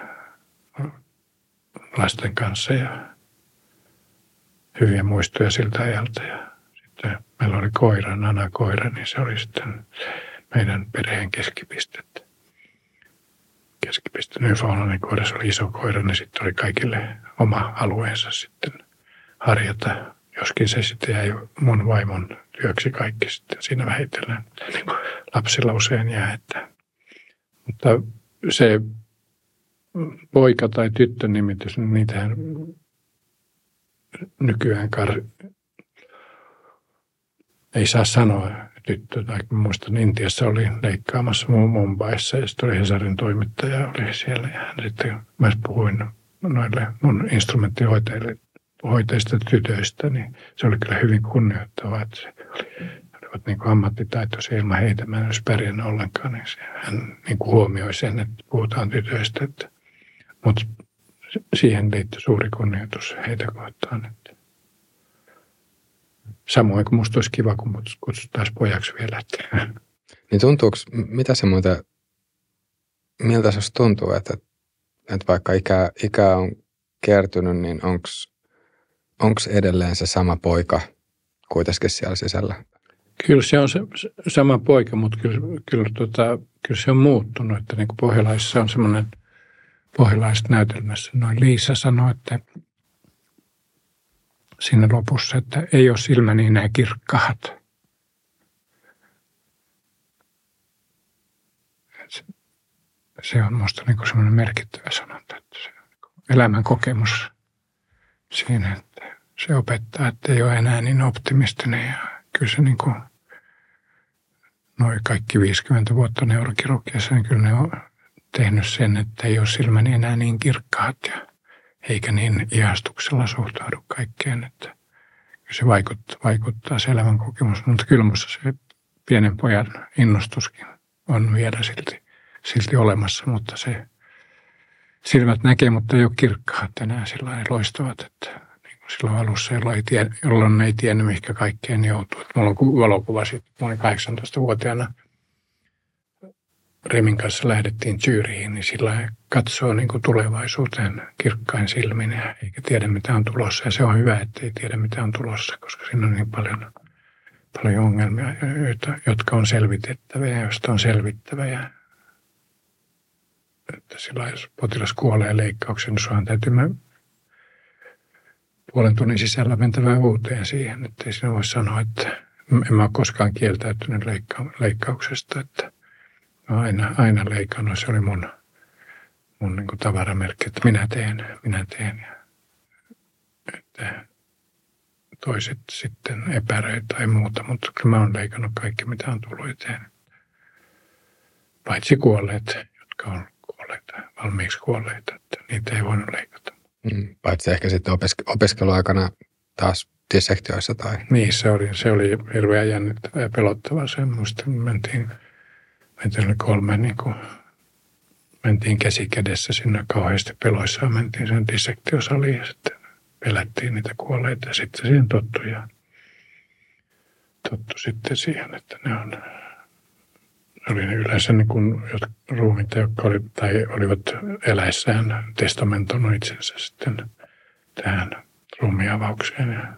B: lasten kanssa ja hyviä muistoja siltä ajalta. Ja sitten meillä oli koira, Nana koira, niin se oli sitten meidän perheen keskipiste. Keskipiste Newfoundlandin koirassa oli iso koira, niin sitten oli kaikille oma alueensa sitten harjata. Joskin se sitten jäi mun vaimon työksi kaikki sitten siinä vähitellen. Niin kuin lapsilla usein jää, että mutta se poika- tai tyttön nimitys, niin niitähän nykyään kar- ei saa sanoa tyttö. Tai muistan, Intiassa oli leikkaamassa Mumbaissa ja sitten oli Hesarin toimittaja oli siellä. Ja hän sitten, mä puhuin noille mun instrumenttihoitajille hoitajista tytöistä, niin se oli kyllä hyvin kunnioittavaa, että se oli olivat niin kuin ammattitaitoisia ilman heitä. Mä en olisi pärjännyt ollenkaan. Niin hän niin kuin huomioi sen, että puhutaan tytöistä. Että, mutta siihen liittyy suuri kunnioitus heitä kohtaan. Että. Samoin kuin musta olisi kiva, kun mut kutsuttaisiin pojaksi vielä. Että.
A: Niin tuntuuko, mitä se muuten, miltä se tuntuu, että, että vaikka ikä, ikä on kertynyt, niin onko edelleen se sama poika kuitenkin siellä sisällä?
B: Kyllä se on se sama poika, mutta kyllä, kyllä, tota, kyllä se on muuttunut. Että niin kuin Pohjalaisissa on semmoinen pohjalaiset näytelmässä. Noin Liisa sanoi, että siinä lopussa, että ei ole silmäni enää kirkkaat. Se, se on minusta niin kuin semmoinen merkittävä sanonta, että se on elämän kokemus siinä, että se opettaa, että ei ole enää niin optimistinen ja kyllä se niin kuin noin kaikki viisikymmentä vuotta neurokirurgiassa, niin kyllä ne on tehnyt sen, että ei ole silmäni enää niin kirkkaat ja eikä niin ihastuksella suhtaudu kaikkeen, että se vaikuttaa, vaikuttaa se elämänkokemus. Mutta kyllä minusta se pienen pojan innostuskin on vielä silti, silti olemassa, mutta se silmät näkee, mutta ei ole kirkkaat enää sillä lailla loistavat, että niin kuin silloin alussa, jolloin ei, tie, jolloin ei tiennyt, mihinkä kaikkeen joutuu. Että mulla on valokuva sitten, mä olin kahdeksantoistavuotiaana Remin kanssa lähdettiin Zürichiin, niin sillä katsoo niin kuin tulevaisuuteen kirkkain silmin ja eikä tiedä mitä on tulossa. Ja se on hyvä, että ei tiedä mitä on tulossa, koska siinä on niin paljon, paljon ongelmia, jotka on selvitettävä ja joista on selvittävä. Ja että sillä jos potilas kuolee leikkauksen, niin sunhan täytyy puolen tunnin sisällä mentävä uuteen siihen. Että ei siinä voi sanoa, että en mä ole koskaan kieltäytynyt leikka- leikkauksesta, että aina, aina leikannut. Se oli mun, mun niin kuin tavaramerkki, että minä teen, minä teen. Ja, että toiset sitten epäröi tai muuta, mutta kyllä mä oon leikannut kaikki, mitä on tullut eteen. Paitsi kuolleet, jotka on kuolleita, valmiiksi kuolleita, että niitä ei voinut leikata.
A: Mm, paitsi ehkä sitten opeske- opiskeluaikana taas dissektioissa tai...
B: Niin, se oli, se oli hirveän jännittävää ja pelottavaa. Se muista mentiin... Meitä oli kolme, niin kuin, mentiin käsi kädessä sinne kauheasti peloissaan, mentiin sen dissektiosaliin ja sitten pelättiin niitä kuolleita ja sitten siihen tottui ja tottu sitten siihen, että ne on, oli ne yleensä niin kuin ruumiita, jotka oli, tai olivat eläessään testamentonut itsensä sitten tähän ruumiavaukseen ja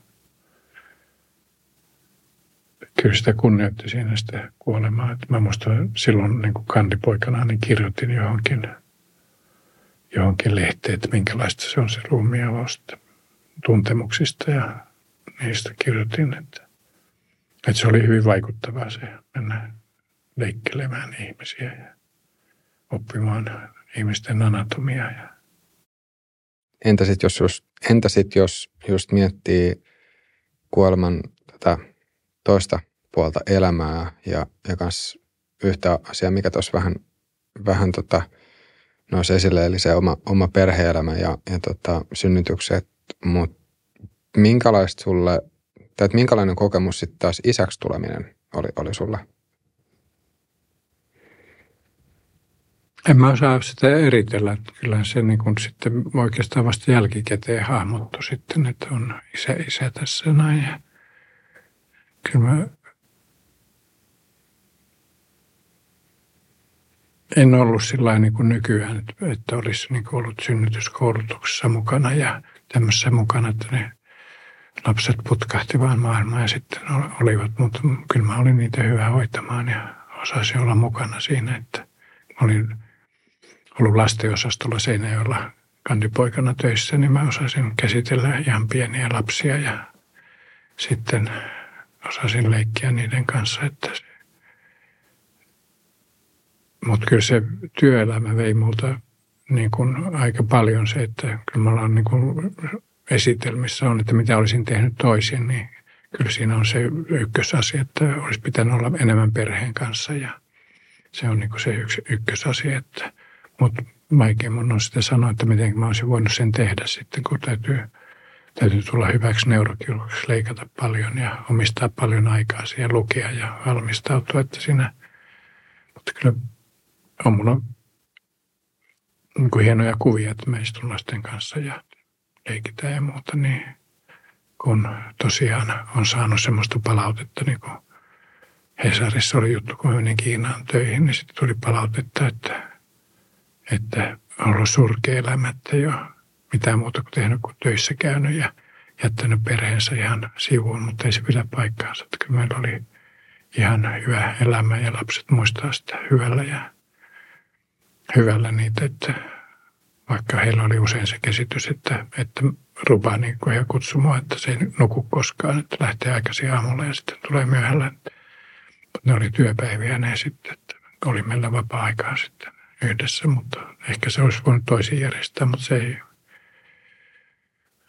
B: kyllä sitä kunnioitti siinä sitä kuolemaa. Että mä muistan silloin niin kuin kandipoikana niin kirjoitin johonkin, johonkin lehteen, että minkälaista se on se ruumiavaus tuntemuksista ja niistä kirjoitin, että, että se oli hyvin vaikuttavaa se mennä leikkelemään ihmisiä ja oppimaan ihmisten anatomiaa. Ja...
A: Entä sitten jos, just, entä sit, jos just miettii kuoleman tätä toista puolta elämää ja, ja kans yhtä asiaa, mikä tuossa vähän, vähän tota, nousi esille, eli se oma, oma perhe-elämä ja, ja tota, synnytykset, mutta minkälaista sulle, tai minkälainen kokemus sitten taas isäksi tuleminen oli, oli sulle?
B: En mä osaa sitä eritellä. Kyllä se niin kun sitten oikeastaan vasta jälkikäteen hahmottu sitten, että on isä, isä tässä näin. Ja kyllä mä en ollut sillä niin kuin nykyään, että, että olisi niin kuin ollut synnytyskoulutuksessa mukana ja tämmöisessä mukana, että ne lapset putkahti vaan maailmaan ja sitten olivat, mutta kyllä mä olin niitä hyvä hoitamaan ja osasin olla mukana siinä, että olin ollut lastenosastolla Seinäjoella kandipoikana töissä, niin mä osasin käsitellä ihan pieniä lapsia ja sitten osasin leikkiä niiden kanssa, että se... Mutta kyllä se työelämä vei multa niin kuin aika paljon se, että kyllä mä ollaan niin kuin esitelmissä on, että mitä olisin tehnyt toisin, niin kyllä siinä on se ykkösasia, että olisi pitänyt olla enemmän perheen kanssa ja se on niin kuin se yksi, ykkösasia, että mutta vaikea mun on sitä sanoa, että miten mä olisin voinut sen tehdä sitten, kun täytyy, täytyy tulla hyväksi neurokirurgiksi, leikata paljon ja omistaa paljon aikaa siihen lukea ja valmistautua, että siinä, mutta kyllä on mulla niin kuin hienoja kuvia, että mä istun lasten kanssa ja leikitään ja muuta, niin kun tosiaan on saanut semmoista palautetta, niin kuin Hesarissa oli juttu, kun menin Kiinaan töihin, niin sitten tuli palautetta, että, että on ollut surkea elämä, että ei ole mitään muuta kuin tehnyt kuin töissä käynyt ja jättänyt perheensä ihan sivuun, mutta ei se pidä paikkaansa. Että kyllä meillä oli ihan hyvä elämä ja lapset muistaa sitä hyvällä ja hyvällä niitä, että vaikka heillä oli usein se käsitys, että, että rupaa niin kuin he kutsui mua, että se ei nuku koskaan, että lähtee aikaisin aamulla ja sitten tulee myöhällä. Ne oli työpäiviä ne sitten, että oli meillä vapaa-aikaa sitten yhdessä, mutta ehkä se olisi voinut toisin järjestää, mutta se ei,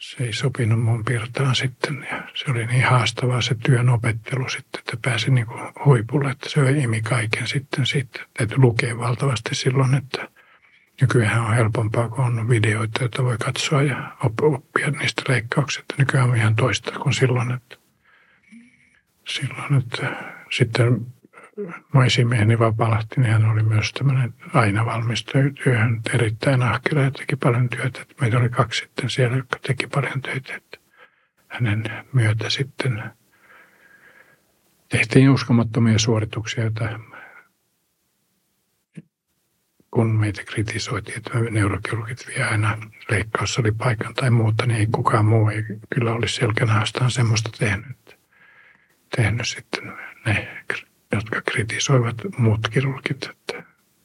B: se ei sopinut mun pirtaan sitten. Ja se oli niin haastavaa se työn opettelu sitten, että pääsin niin kuin huipulle, että se imi kaiken sitten siitä. Täytyy lukea valtavasti silloin, että nykyään on helpompaa, kun on videoita, joita voi katsoa ja oppia niistä leikkauksista. Nykyään on ihan toista kuin silloin, että silloin, että sitten mun esimieheni Vapalahti, niin hän oli myös tämmöinen aina valmis työhön, erittäin ahkera ja teki paljon työtä. Että meitä oli kaksi sitten siellä, jotka teki paljon töitä. Että hänen myötä sitten tehtiin uskomattomia suorituksia, joita kun meitä kritisoitiin, että neurokirurgit vie aina leikkaus oli paikan tai muuta, niin ei kukaan muu ei kyllä olisi selkänahastaan semmoista tehnyt. Tehnyt sitten ne, jotka kritisoivat muut kirurgit. Että.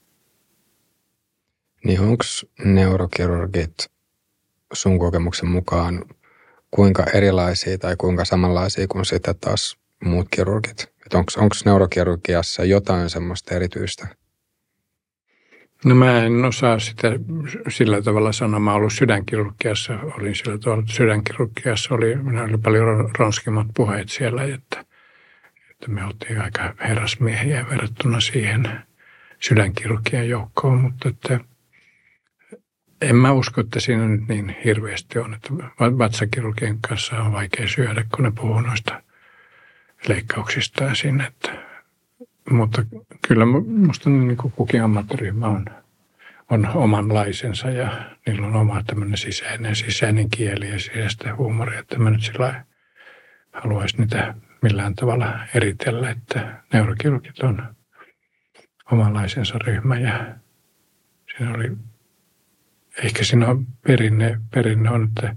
A: Niin onko neurokirurgit sun kokemuksen mukaan kuinka erilaisia tai kuinka samanlaisia kuin sitten taas muut kirurgit? Onko neurokirurgiassa jotain semmoista erityistä?
B: No mä en osaa sitä sillä tavalla sanoa. Mä ollut sydänkirurgiassa, olin sillä tavalla, että sydänkirurgiassa oli, minä oli paljon ronskimmat puheet siellä, että, että me oltiin aika herrasmiehiä verrattuna siihen sydänkirurgian joukkoon, mutta että en mä usko, että siinä nyt niin hirveästi on, että vatsakirurgien kanssa on vaikea syödä, kun ne puhuu noista leikkauksistaan siinä, että mutta kyllä minusta niin kuin kukin ammattiryhmä on, on omanlaisensa ja niillä on oma tämmöinen sisäinen, sisäinen kieli ja sisäistä huumoria. Että mä nyt sillä haluaisin niitä millään tavalla eritellä, että neurokirurgit on omanlaisensa ryhmä ja siinä oli, ehkä siinä on perinne, perinne on, että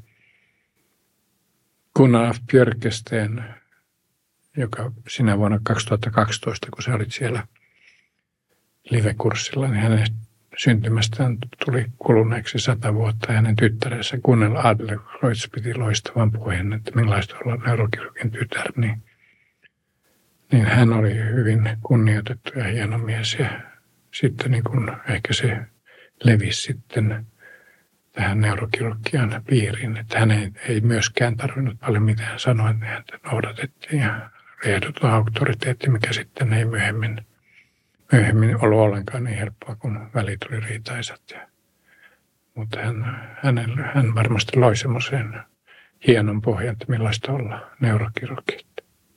B: Gunnar af Björkesteen, joka sinä vuonna kaksituhattakaksitoista, kun sä olit siellä live-kurssilla, niin hänen syntymästään tuli kuluneeksi sata vuotta. Ja hänen tyttärensä Gunnel Adlercreutz piti loistavan puheen, että millaista olla neurokirurgin tytär. Niin, niin hän oli hyvin kunnioitettu ja hieno mies. Ja sitten niin kun ehkä se levisi sitten tähän neurokirurgian piiriin, että hän ei, ei myöskään tarvinnut paljon mitään sanoa, että häntä noudatettiin ja ehdoton auktoriteetti, mikä sitten ei myöhemmin, myöhemmin ollut ollenkaan niin helppoa, kun välit oli riitaisat. Ja, mutta hän, hänelle, hän varmasti loi semmoisen hienon pohjan, että millaista olla neurokirurgi.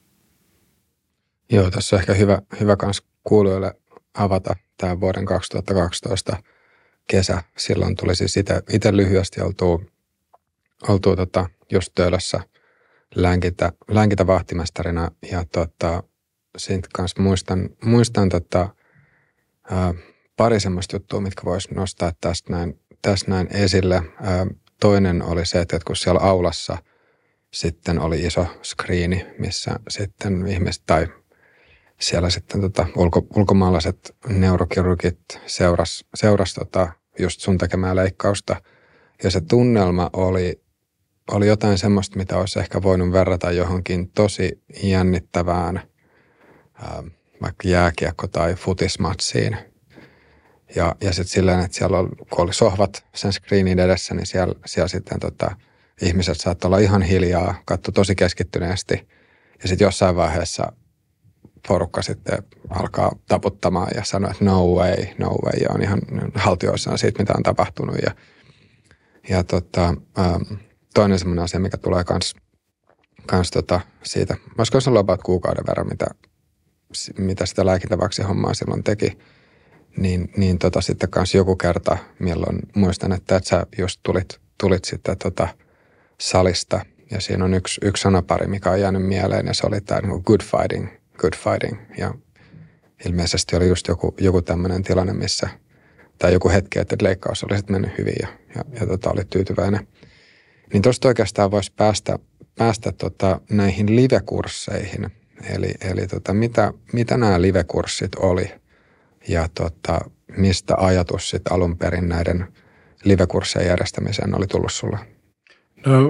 A: Joo, tässä on ehkä hyvä, hyvä kans kuulijoille avata tämä vuoden kaksituhattakaksitoista kesä. Silloin tuli siis itse lyhyesti oltua, oltua tota, just Töölössä länkintä, länkintä vahtimestarina ja tota, siitä kanssa muistan, muistan tota, ää, pari semmoista juttua, mitkä voisi nostaa tästä näin, tästä näin esille. Ää, toinen oli se, että kun siellä aulassa sitten oli iso skriini, missä sitten ihmiset tai siellä sitten tota, ulko, ulkomaalaiset neurokirurgit seuras, seuras tota, just sun tekemää leikkausta. Ja se tunnelma oli, oli jotain semmoista, mitä olisi ehkä voinut verrata johonkin tosi jännittävään ää, vaikka jääkiekko- tai futismatsiin. Ja, ja sitten silleen, että siellä oli, kun oli sohvat sen screenin edessä, niin siellä, siellä sitten tota, ihmiset saattoi olla ihan hiljaa, katso tosi keskittyneesti. Ja sitten jossain vaiheessa porukka sitten alkaa taputtamaan ja sanoa, että no way, no way, ja on ihan haltioissaan siitä, mitä on tapahtunut. Ja, ja tota, ähm, toinen semmoinen asia, mikä tulee kans, kans tota siitä, olisiko se ollut about kuukauden verran, mitä, mitä sitä lääkintävaksi hommaa silloin teki, niin, niin tota sitten kans joku kerta, milloin muistan, että, että sä just tulit, tulit sitten tota salista, ja siinä on yksi, yksi sanapari, mikä on jäänyt mieleen, ja se oli tämä good fighting, good fighting, ja ilmeisesti oli just joku, joku tämmöinen tilanne, missä, tai joku hetki, että leikkaus oli sitten mennyt hyvin, ja, ja, ja tota, oli tyytyväinen. Niin tuosta oikeastaan voisi päästä, päästä tota, näihin live-kursseihin, eli, eli tota, mitä, mitä nämä live-kurssit oli, ja tota, mistä ajatus sitten alun perin näiden live-kurssien järjestämiseen oli tullut sulle?
B: No,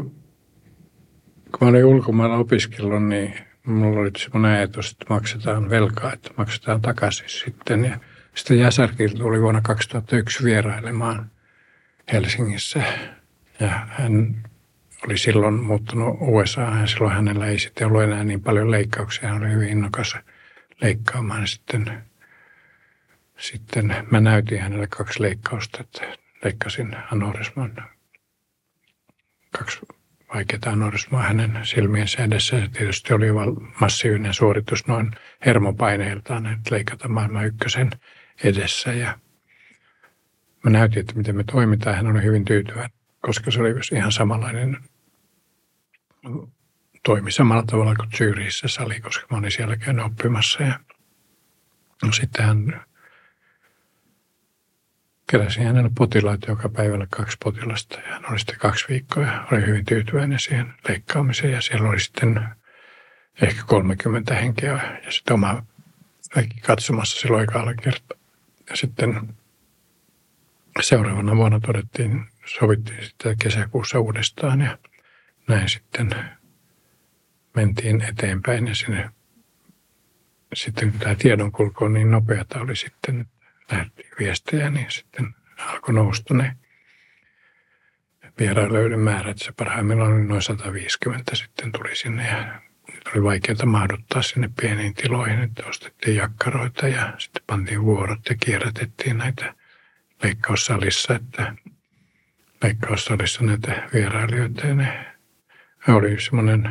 B: kun mä olin ulkomailla opiskellut, niin mulla oli semmoinen ajatus, että maksetaan velkaa, että maksetaan takaisin sitten. Ja sitten Jäsärkin tuli vuonna kaksituhattayksi vierailemaan Helsingissä. Ja hän oli silloin muuttunut U S A:han ja silloin hänellä ei sitten ollut enää niin paljon leikkauksia. Hän oli hyvin innokas leikkaamaan. Sitten, sitten mä näytin hänelle kaksi leikkausta, että leikkasin aneurisman, kaksi vaikeaa aneurismaa hänen silmiensä edessä. Se tietysti oli massiivinen suoritus noin hermopaineiltaan, että leikata maailman ykkösen edessä. Ja mä näytin, että miten me toimitaan. Hän oli hyvin tyytyväinen, koska se oli ihan samanlainen, toimi samalla tavalla kuin Zyrihissä sali, koska mä olin siellä käynyt oppimassa. Ja no sitten hän keräsi hänelle potilaita joka päivällä kaksi potilasta. Ja hän oli sitten kaksi viikkoa ja oli hyvin tyytyväinen siihen leikkaamiseen. Ja siellä oli sitten ehkä kolmekymmentä henkeä ja sitten oma väki katsomassa silloin ekalla kertaa. Ja sitten seuraavana vuonna todettiin, sovittiin sitten kesäkuussa uudestaan ja näin sitten mentiin eteenpäin ja sinne, sitten kun tämä tiedonkulku on niin nopeata oli sitten, lähdettiin viestejä, niin sitten alkoi nousta ne vierailijoiden määrät. Se parhaimmillaan oli noin sata viisikymmentä sitten tuli sinne ja nyt oli vaikeaa mahduttaa sinne pieniin tiloihin, että ostettiin jakkaroita ja sitten pantiin vuorot ja kierrätettiin näitä leikkaussalissa, että leikkaussalissa näitä vierailijoita ja ne oli semmoinen,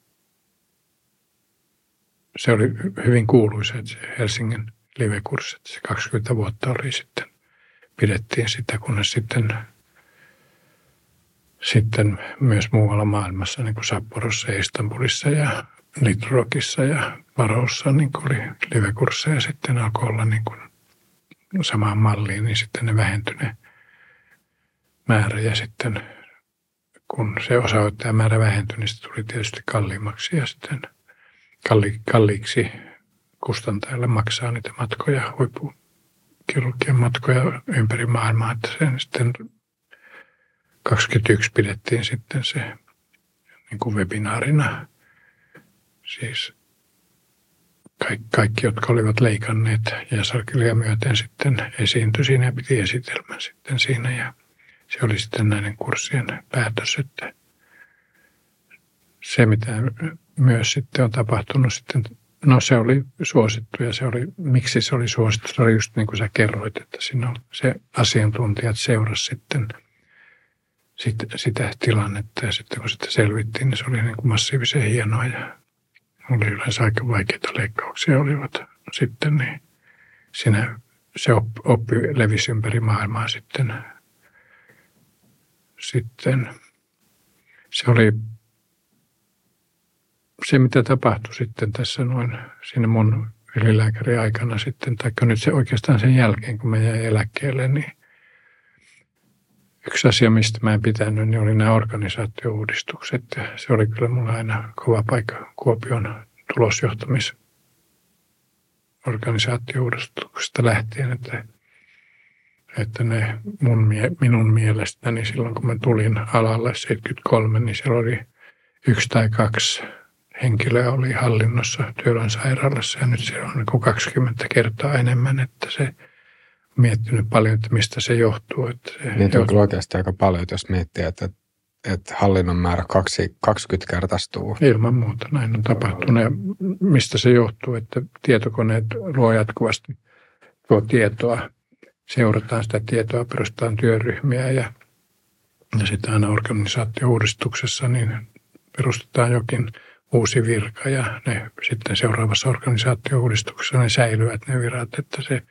B: se oli hyvin kuuluisa, että se Helsingin live-kurssi, että se kaksikymmentä vuotta oli sitten, pidettiin sitä, kunnes sitten, sitten myös muualla maailmassa, niin kuin Sapporossa ja Istanbulissa ja Litrokissa ja Varoussa niin kuin oli live-kursseja, sitten alkoi olla niin kuin samaan malliin, niin sitten ne vähentyi ne määrä ja sitten kun se osaottajamäärä vähentyi, niin se tuli tietysti kalliimmaksi ja sitten kalli, kalliiksi kustantajalle maksaa niitä matkoja, huippukirurgian matkoja ympäri maailmaa, että sen sitten kaksikymmentäyksi pidettiin sitten se niin kuin webinaarina, siis kaikki, kaikki, jotka olivat leikanneet Jesarkilia myöten sitten esiintyi siinä ja piti esitelmän sitten siinä ja se oli sitten näiden kurssien päätös, että se mitä myös sitten on tapahtunut sitten, no se oli suosittu ja se oli, miksi se oli suosittu, se oli just niin kuin sä kerroit, että siinä on se asiantuntijat seurasi sitten sit, sitä tilannetta ja sitten kun sitä selvittiin, niin se oli niin kuin massiivisen hienoa ja oli yleensä aika vaikeita leikkauksia olivat sitten, niin siinä se oppi levisi ympäri maailmaa sitten. Sitten se oli se, mitä tapahtui sitten tässä noin siinä mun ylilääkärin aikana sitten, taikka nyt se oikeastaan sen jälkeen, kun mä jäin eläkkeelle, niin yksi asia, mistä mä en pitänyt, niin oli nämä organisaatio-uudistukset. Ja se oli kyllä mulla aina kova paikka Kuopion tulosjohtamisorganisaatio-uudistuksesta lähtien, että että ne mun, minun mielestäni silloin, kun mä tulin alalle seitsemänkymmentäkolme, niin siellä oli yksi tai kaksi henkilöä oli hallinnossa Työlän sairaalassa ja nyt siellä on niin kaksikymmentä kertaa enemmän, että se on miettinyt paljon, että mistä se johtuu. Että se
A: niin on kyllä oikeasti aika paljon, jos miettii, että, että hallinnon määrä kaksi, kaksikymmentä kertaistuu.
B: Ilman muuta näin on tapahtunut ja mistä se johtuu, että tietokoneet luo jatkuvasti tuo tietoa. Seurataan sitä tietoa, perustetaan työryhmiä ja, ja sitten aina organisaatio-uudistuksessa niin perustetaan jokin uusi virka ja ne sitten seuraavassa organisaatio-uudistuksessa ne säilyvät ne virat, että se,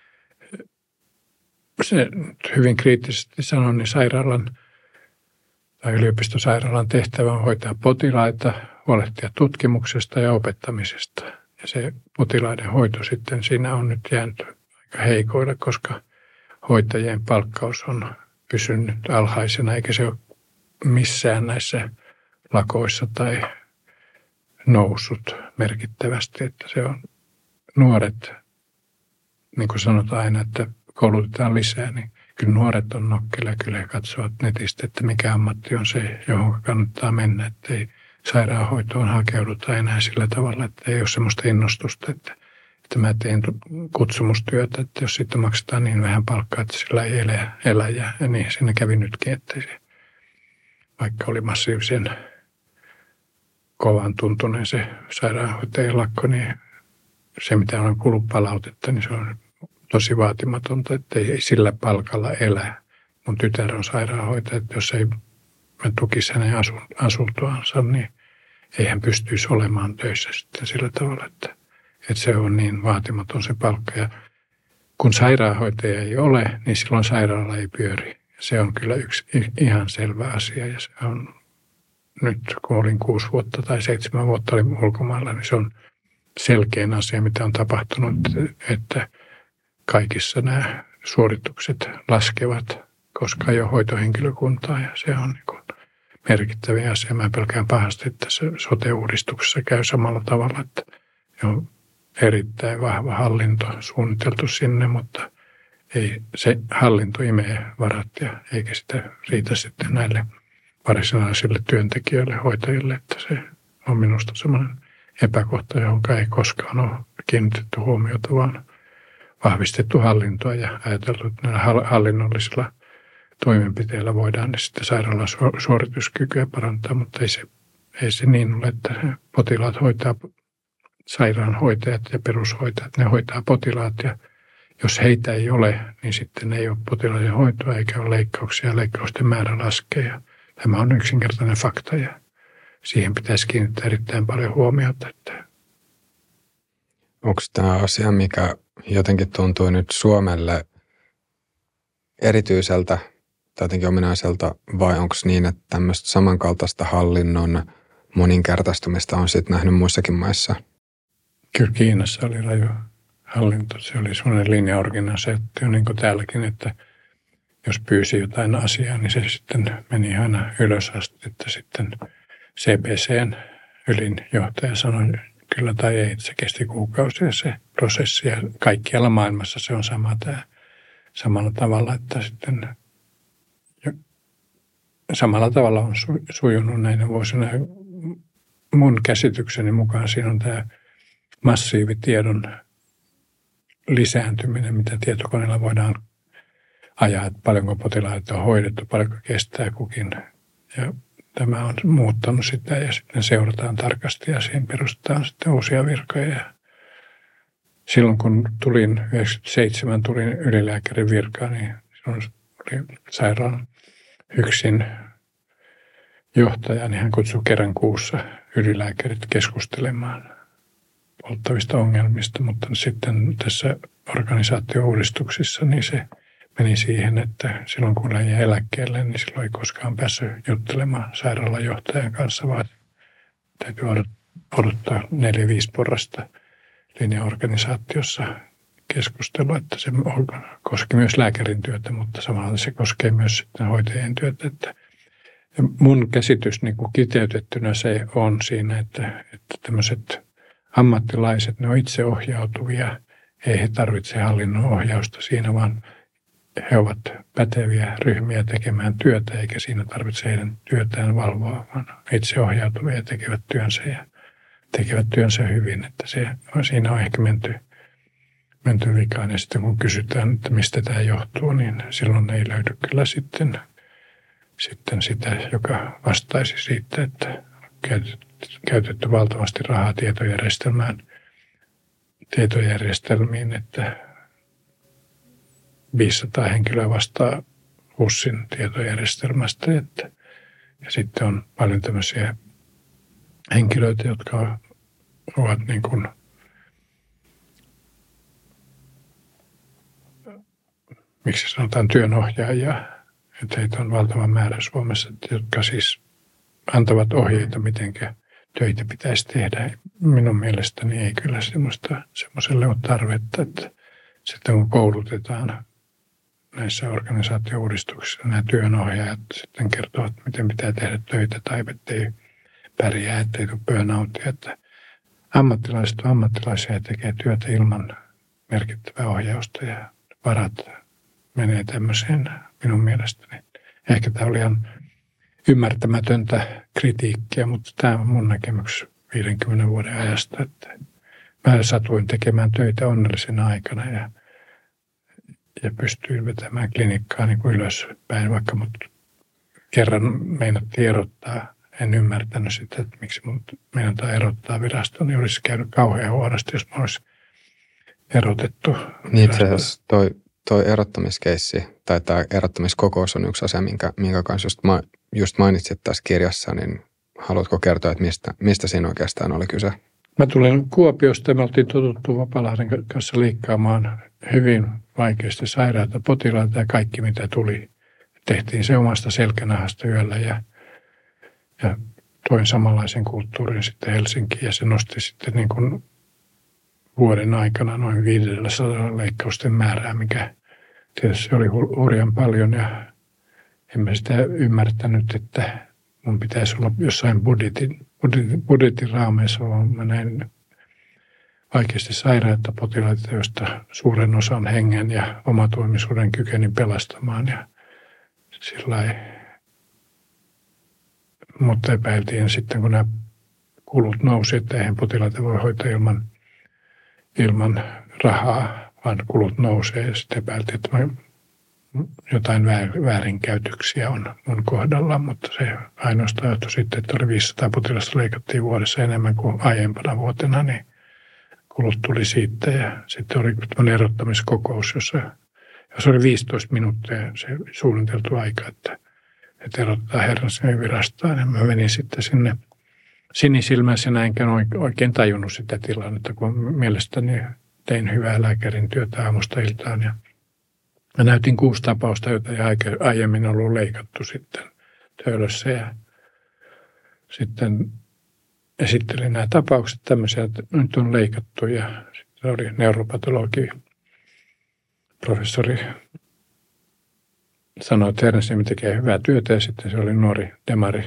B: se hyvin kriittisesti sanon, niin sairaalan tai yliopistosairaalan tehtävä on hoitaa potilaita, huolehtia tutkimuksesta ja opettamisesta. Ja se potilaiden hoito sitten siinä on nyt jäänyt aika heikoille, koska hoitajien palkkaus on pysynyt alhaisena, eikä se ole missään näissä lakoissa tai noussut merkittävästi. Että se on nuoret, niin kuin sanotaan aina, että koulutetaan lisää, niin kyllä nuoret on nokkela, kyllä he katsovat netistä, että mikä ammatti on se, johon kannattaa mennä, että ei sairaanhoitoon hakeuduta enää sillä tavalla, että ei ole semmoista innostusta, että että mä teen kutsumustyötä, että jos siitä maksetaan niin vähän palkkaa, että sillä ei elä, elä ja, ja niin siinä kävi nytkin, että se vaikka oli massiivisen kovan tuntuneen se sairaanhoitajan lakko, niin se mitä on kuullut palautetta, niin se on tosi vaatimatonta, että ei sillä palkalla elä. Mun tytär on sairaanhoitaja, että jos ei mä tukisi hänen asuntoansa, niin ei hän pystyisi olemaan töissä sitten sillä tavalla, että, että se on niin vaatimaton se palkka. Ja kun sairaanhoitaja ei ole, niin silloin sairaala ei pyöri. Se on kyllä yksi ihan selvä asia ja se on nyt, kun olin kuusi vuotta tai seitsemän vuotta olin ulkomailla, niin se on selkein asia, mitä on tapahtunut, että kaikissa nämä suoritukset laskevat, koska ei ole hoitohenkilökuntaa ja se on niin kuin merkittävä asia. Mä pelkään pahasti, että tässä sote-uudistuksessa käy samalla tavalla, että on erittäin vahva hallinto suunniteltu sinne, mutta ei se hallinto imee varat ja eikä sitä riitä sitten näille varsinaisille työntekijöille, hoitajille, että se on minusta semmoinen epäkohta, johon ei koskaan ole kiinnitetty huomiota, vaan vahvistettu hallintoa ja ajateltu, että näillä hallinnollisilla toimenpiteillä voidaan sitten sairaalan suorituskykyä parantaa, mutta ei se, ei se niin ole, että potilaat hoitaa, sairaanhoitajat ja perushoitajat, ne hoitaa potilaat ja jos heitä ei ole, niin sitten ei ole potilaiden hoitoa eikä ole leikkauksia ja leikkausten määrä laskee. Ja tämä on yksinkertainen fakta ja siihen pitäisi kiinnittää erittäin paljon huomiota. Että
A: onko tämä asia, mikä jotenkin tuntuu nyt Suomelle erityiseltä tai jotenkin ominaiselta, vai onko niin, että tämmöistä samankaltaista hallinnon moninkertaistumista on sitten nähnyt muissakin maissa?
B: Kyllä Kiinassa oli raju hallinto. Se oli sellainen linjaorganisaatio niin kuin täälläkin, että jos pyysi jotain asiaa, niin se sitten meni aina ylös asti, että sitten C B C:n ylin johtaja sanoi kyllä tai ei, että se kesti kuukausia se prosessi ja kaikkialla maailmassa se on sama tämä, samalla tavalla, että sitten samalla tavalla on sujunut näinä vuosina. Mun käsitykseni mukaan siinä on tämä massiivitiedon lisääntyminen, mitä tietokoneella voidaan ajaa, että paljonko potilaita on hoidettu, paljonko kestää kukin. Ja tämä on muuttanut sitä ja sitten seurataan tarkasti ja siihen perustetaan sitten uusia virkoja. Silloin kun tulin yhdeksänkymmentäseitsemän, tulin ylilääkärin virkaan, niin silloin oli sairaalan yksin johtaja, niin hän kutsui kerran kuussa ylilääkärit keskustelemaan polttavista ongelmista, mutta sitten tässä organisaatio-uudistuksissa niin se meni siihen, että silloin kun jäi eläkkeelle, niin silloin ei koskaan päässyt juttelemaan sairaalajohtajan kanssa, vaan täytyy odottaa neljä viisi porrasta linjaorganisaatiossa keskustelua, että se koski myös lääkärin työtä, mutta samalla se koskee myös sitten hoitajien työtä. Että mun käsitys niin kuin kiteytettynä se on siinä, että, että tämmöiset ammattilaiset, ne on itseohjautuvia, ei he tarvitse hallinnon ohjausta siinä, vaan he ovat päteviä ryhmiä tekemään työtä, eikä siinä tarvitse heidän työtään valvoa, vaan itseohjautuvia tekevät työnsä ja tekevät työnsä hyvin. Että se, siinä on ehkä menty, menty vikaan. Ja sitten kun kysytään, että mistä tämä johtuu, niin silloin ei löydy kyllä sitten, sitten sitä, joka vastaisi siitä, että käytetty, käytetty valtavasti rahaa tietojärjestelmään, tietojärjestelmiin, että viisisataa henkilöä vastaa HUSin tietojärjestelmästä. Että, ja sitten on paljon tämmöisiä henkilöitä, jotka ovat niin kuin miksi sanotaan työnohjaajia, että heitä on valtava määrä Suomessa, jotka siis antavat ohjeita, miten töitä pitäisi tehdä. Minun mielestäni ei kyllä semmoista, semmoiselle ole tarvetta, että sitten kun koulutetaan näissä organisaatio-uudistuksissa nämä työnohjaajat sitten kertovat, miten pitää tehdä töitä tai ettei pärjää, ettei tule burnoutia. Että ammattilaiset on ammattilaisia ja tekee työtä ilman merkittävää ohjausta ja varat menee tämmöiseen minun mielestäni. Ehkä tämä oli ihan ymmärtämätöntä kritiikkiä, mutta tämä on mun näkemys viidenkymmenen vuoden ajasta, että mä satuin tekemään töitä onnellisena aikana ja, ja pystyin vetämään klinikkaa niin kuin ylöspäin, vaikka mut kerran meinattiin erottaa. En ymmärtänyt sitä, että miksi minun meinataan erottaa virastoon, niin olisi käynyt kauhean huonosti, jos minä olisi erotettu.
A: Niin itse asiassa toi, toi erottamiskeissi tai tämä erottamiskokous on yksi asia, minkä, minkä kanssa just, ma, just mainitsit tässä kirjassa, niin haluatko kertoa, että mistä, mistä siinä oikeastaan oli kyse?
B: Mä tulen Kuopiosta ja me oltiin totuttu Vapalahden kanssa liikkaamaan hyvin vaikeasti sairaita potilaita ja kaikki mitä tuli. Tehtiin se omasta selkänahasta yöllä ja, ja toin samanlaisen kulttuurin sitten Helsinkiin ja se nosti sitten niin kuin vuoden aikana noin viisisataa leikkausten määrää, mikä tietysti oli hurjan paljon ja en mä sitä ymmärtänyt, että mun pitäisi olla jossain budjetin, budjetin, budjetin raameissa, vaan mä näin vaikeasti sairaita potilaita, joista suuren osan hengen ja omatoimisuuden kykenin pelastamaan ja sillä mutta epäiltiin sitten, kun nämä kulut nousi, että eihän potilaita voi hoitaa ilman, ilman rahaa, vaan kulut nousee ja sitten epäiltiin, että jotain väärinkäytöksiä on mun kohdalla, mutta se ainoastaan johtui sitten, että oli viisisataa potilasta leikattiin vuodessa enemmän kuin aiempana vuotena, niin kulut tuli siitä ja sitten oli tämmöinen erottamiskokous, jossa, jossa oli viisitoista minuuttia se suunniteltu aika, että, että erottaa Herransin virastaan ja mä menin sitten sinne sinisilmäisenä enkä oikein tajunnut sitä tilannetta, kun mielestäni tein hyvää lääkärin työtä aamusta iltaan ja mä näytin kuusi tapausta, joita ei aiemmin ollut leikattu sitten Töölössä ja sitten esittelin nämä tapaukset tämmöisiä, että nyt on leikattu ja sitten oli neuropatologi, professori sanoi, että Herranniemi tekee hyvää työtä ja sitten se oli nuori demari,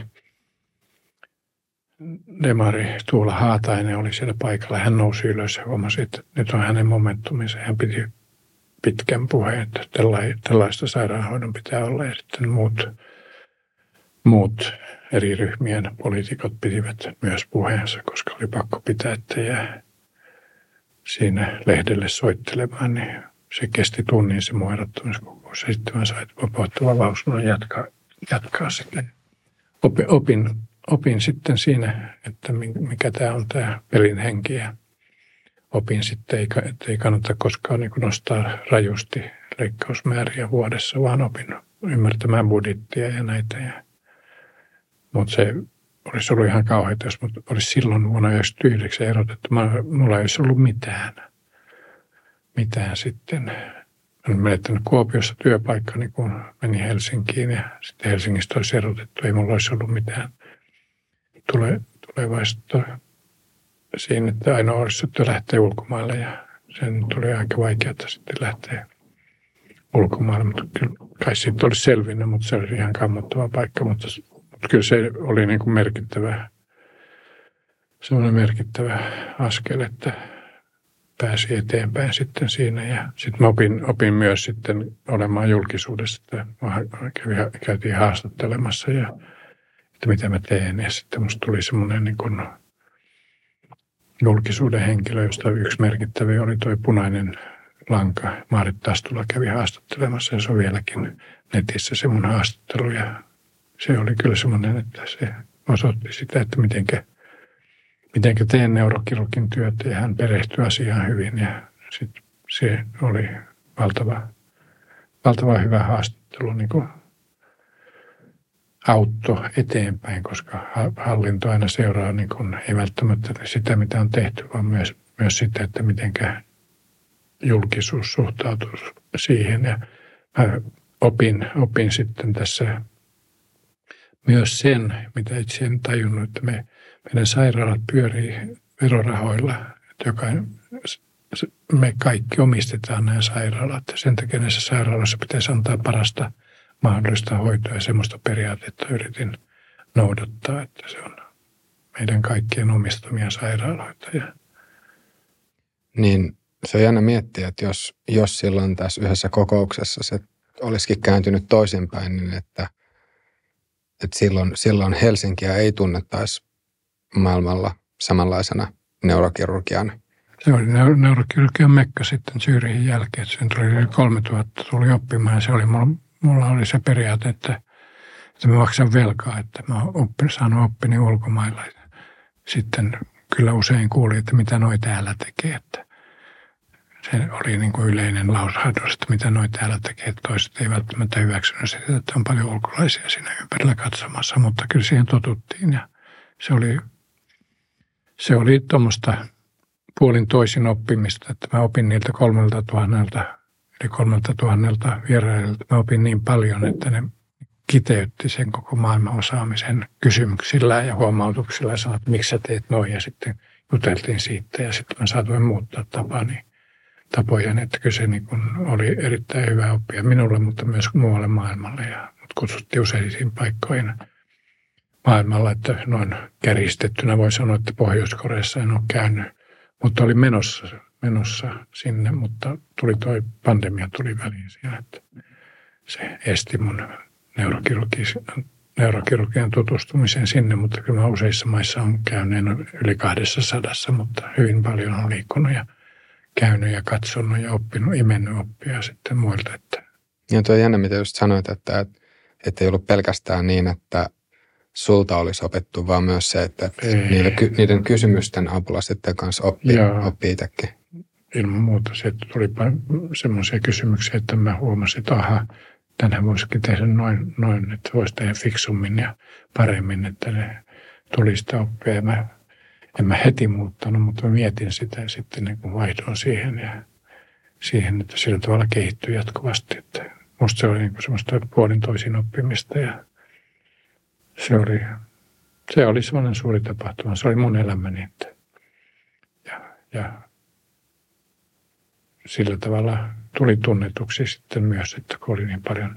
B: demari Tuula Haatainen oli siellä paikalla. Hän nousi ylös ja huomasi, että nyt on hänen momentuminsa. Hän piti pitkän puheen, että tällaista sairaanhoidon pitää olla ja sitten muut, muut eri ryhmien poliitikot pitivät myös puheensa, koska oli pakko pitää, että jää siinä lehdelle soittelemaan, niin se kesti tunnin se mun erottamiskokous. Ja sitten mä sain vapauttavan lausunnon jatkaa, jatkaa sitä. Opin, opin, opin sitten siinä, että mikä tämä on tämä pelin henki ja opin sitten, että ei kannata koskaan niin nostaa rajusti leikkausmääriä vuodessa, vaan opin ymmärtämään budjettia ja näitä. Ja, mutta se olisi ollut ihan kauheata, jos olisi silloin vuonna yhdeksänkymmentäyhdeksän erotettu. Mulla ei olisi ollut mitään. Mitään sitten. Olen menettänyt Kuopiossa työpaikkani, kun menin Helsinkiin ja sitten Helsingistä olisi erotettu. Ei mulla olisi ollut mitään tule, tulevaisuutta siinä, että ainoa olisi, että lähtee ulkomaille ja sen tuli aika vaikeaa sitten lähteä ulkomaille. Mutta kyllä kai siitä olisi selvinnyt, mutta se oli ihan kammottava paikka, mutta, mutta kyllä se oli niin kuin merkittävä, semmoinen merkittävä askel, että pääsi eteenpäin sitten siinä ja sitten mä opin, opin myös sitten olemaan julkisuudessa, että käytiin haastattelemassa ja että mitä mä teen ja sitten musta tuli semmoinen niin kuin julkisuuden henkilö, josta yksi merkittävä oli toi Punainen Lanka. Maarit Tastula kävi haastattelemassa ja se on vieläkin netissä se mun haastattelu ja se oli kyllä semmoinen, että se osoitti sitä, että mitenkä mitenkä teen neurokirurgin työtä ja hän perehtyi asiaan hyvin ja sitten se oli valtava, valtava hyvä haastattelu, niin kuin auttoi eteenpäin, koska hallinto aina seuraa niin kuin, ei välttämättä sitä, mitä on tehty, vaan myös, myös sitä, että mitenkä julkisuus suhtautuu siihen ja mä opin, opin sitten tässä myös sen, mitä itse en tajunnut, että me meidän sairaalat pyörii verorahoilla, että jokainen, me kaikki omistetaan nämä sairaalat. Sen takia näissä sairaaloissa pitäisi antaa parasta mahdollista hoitoa ja semmoista periaatetta yritin noudattaa, että se on meidän kaikkien omistamia sairaaloita.
A: Niin se on jännä miettiä, että jos, jos silloin tässä yhdessä kokouksessa se olisikin kääntynyt toisinpäin, niin että, että silloin, silloin Helsinkiä ei tunnettaisi maailmalla samanlaisena neurokirurgiana.
B: Se oli neurokirurgian mekka sitten Zürihin jälkeen. Sen tuli yli kolmetuhatta tuli oppimaan ja se oli, mulla, mulla oli se periaate, että että mä maksan velkaa, että mä oon oppi, saanut oppini ulkomailla. Sitten kyllä usein kuulin, että mitä noi täällä tekee, että se oli niin kuin yleinen lausahdus, että mitä noi täällä tekee, että toiset ei välttämättä hyväksynyt sitä, että on paljon ulkolaisia siinä ympärillä katsomassa, mutta kyllä siihen totuttiin ja se oli, se oli tuommoista puolin toisin oppimista, että mä opin niiltä kolmelta tuhannelta, eli kolmelta tuhannelta vierailijoilta, mä opin niin paljon, että ne kiteytti sen koko maailman osaamisen kysymyksillä ja huomautuksilla ja sanoi, että miksi sä teet noin ja sitten juteltiin siitä ja sitten mä saatoin muuttaa tapani. tapoja, että kyllä se niin kuin oli erittäin hyvä oppia minulle, mutta myös muualle maailmalle. Ja mut kutsuttiin useisiin paikkoihin maailmalla, että noin kärjistettynä voi sanoa, että Pohjois-Koreassa en ole käynyt, mutta oli menossa, menossa sinne, mutta tuli toi pandemia tuli väliin siinä, että se esti mun neurokirurgian tutustumisen sinne, mutta kyllä mä useissa maissa on käynyt yli kahdessa sadassa, mutta hyvin paljon on liikkunut ja käynyt ja katsonut ja oppinut, imennyt oppia sitten muilta. Että.
A: Ja tuo on jännä, mitä just sanoit, että, että ei ollut pelkästään niin, että sulta olisi opettu, vaan myös se, että niiden, niiden kysymysten avulla sitten kanssa oppii, oppii itsekin.
B: Ilman muuta se tuli semmoisia kysymyksiä, että mä huomasin, että aha, tänään voisikin tehdä noin, noin, että voisi tehdä fiksummin ja paremmin, että ne tuli sitä oppia. Ja mä, en mä heti muuttanut, mutta mä mietin sitä ja sitten niin kuin vaihdoin siihen ja siihen, että sillä tavalla kehittyy jatkuvasti. Että musta se oli niin kuin semmoista puolin toisin oppimista ja se oli, se oli semmoinen suuri tapahtuma. Se oli mun elämäni. Että, ja, ja sillä tavalla tuli tunnetuksi sitten myös, että kun oli niin paljon.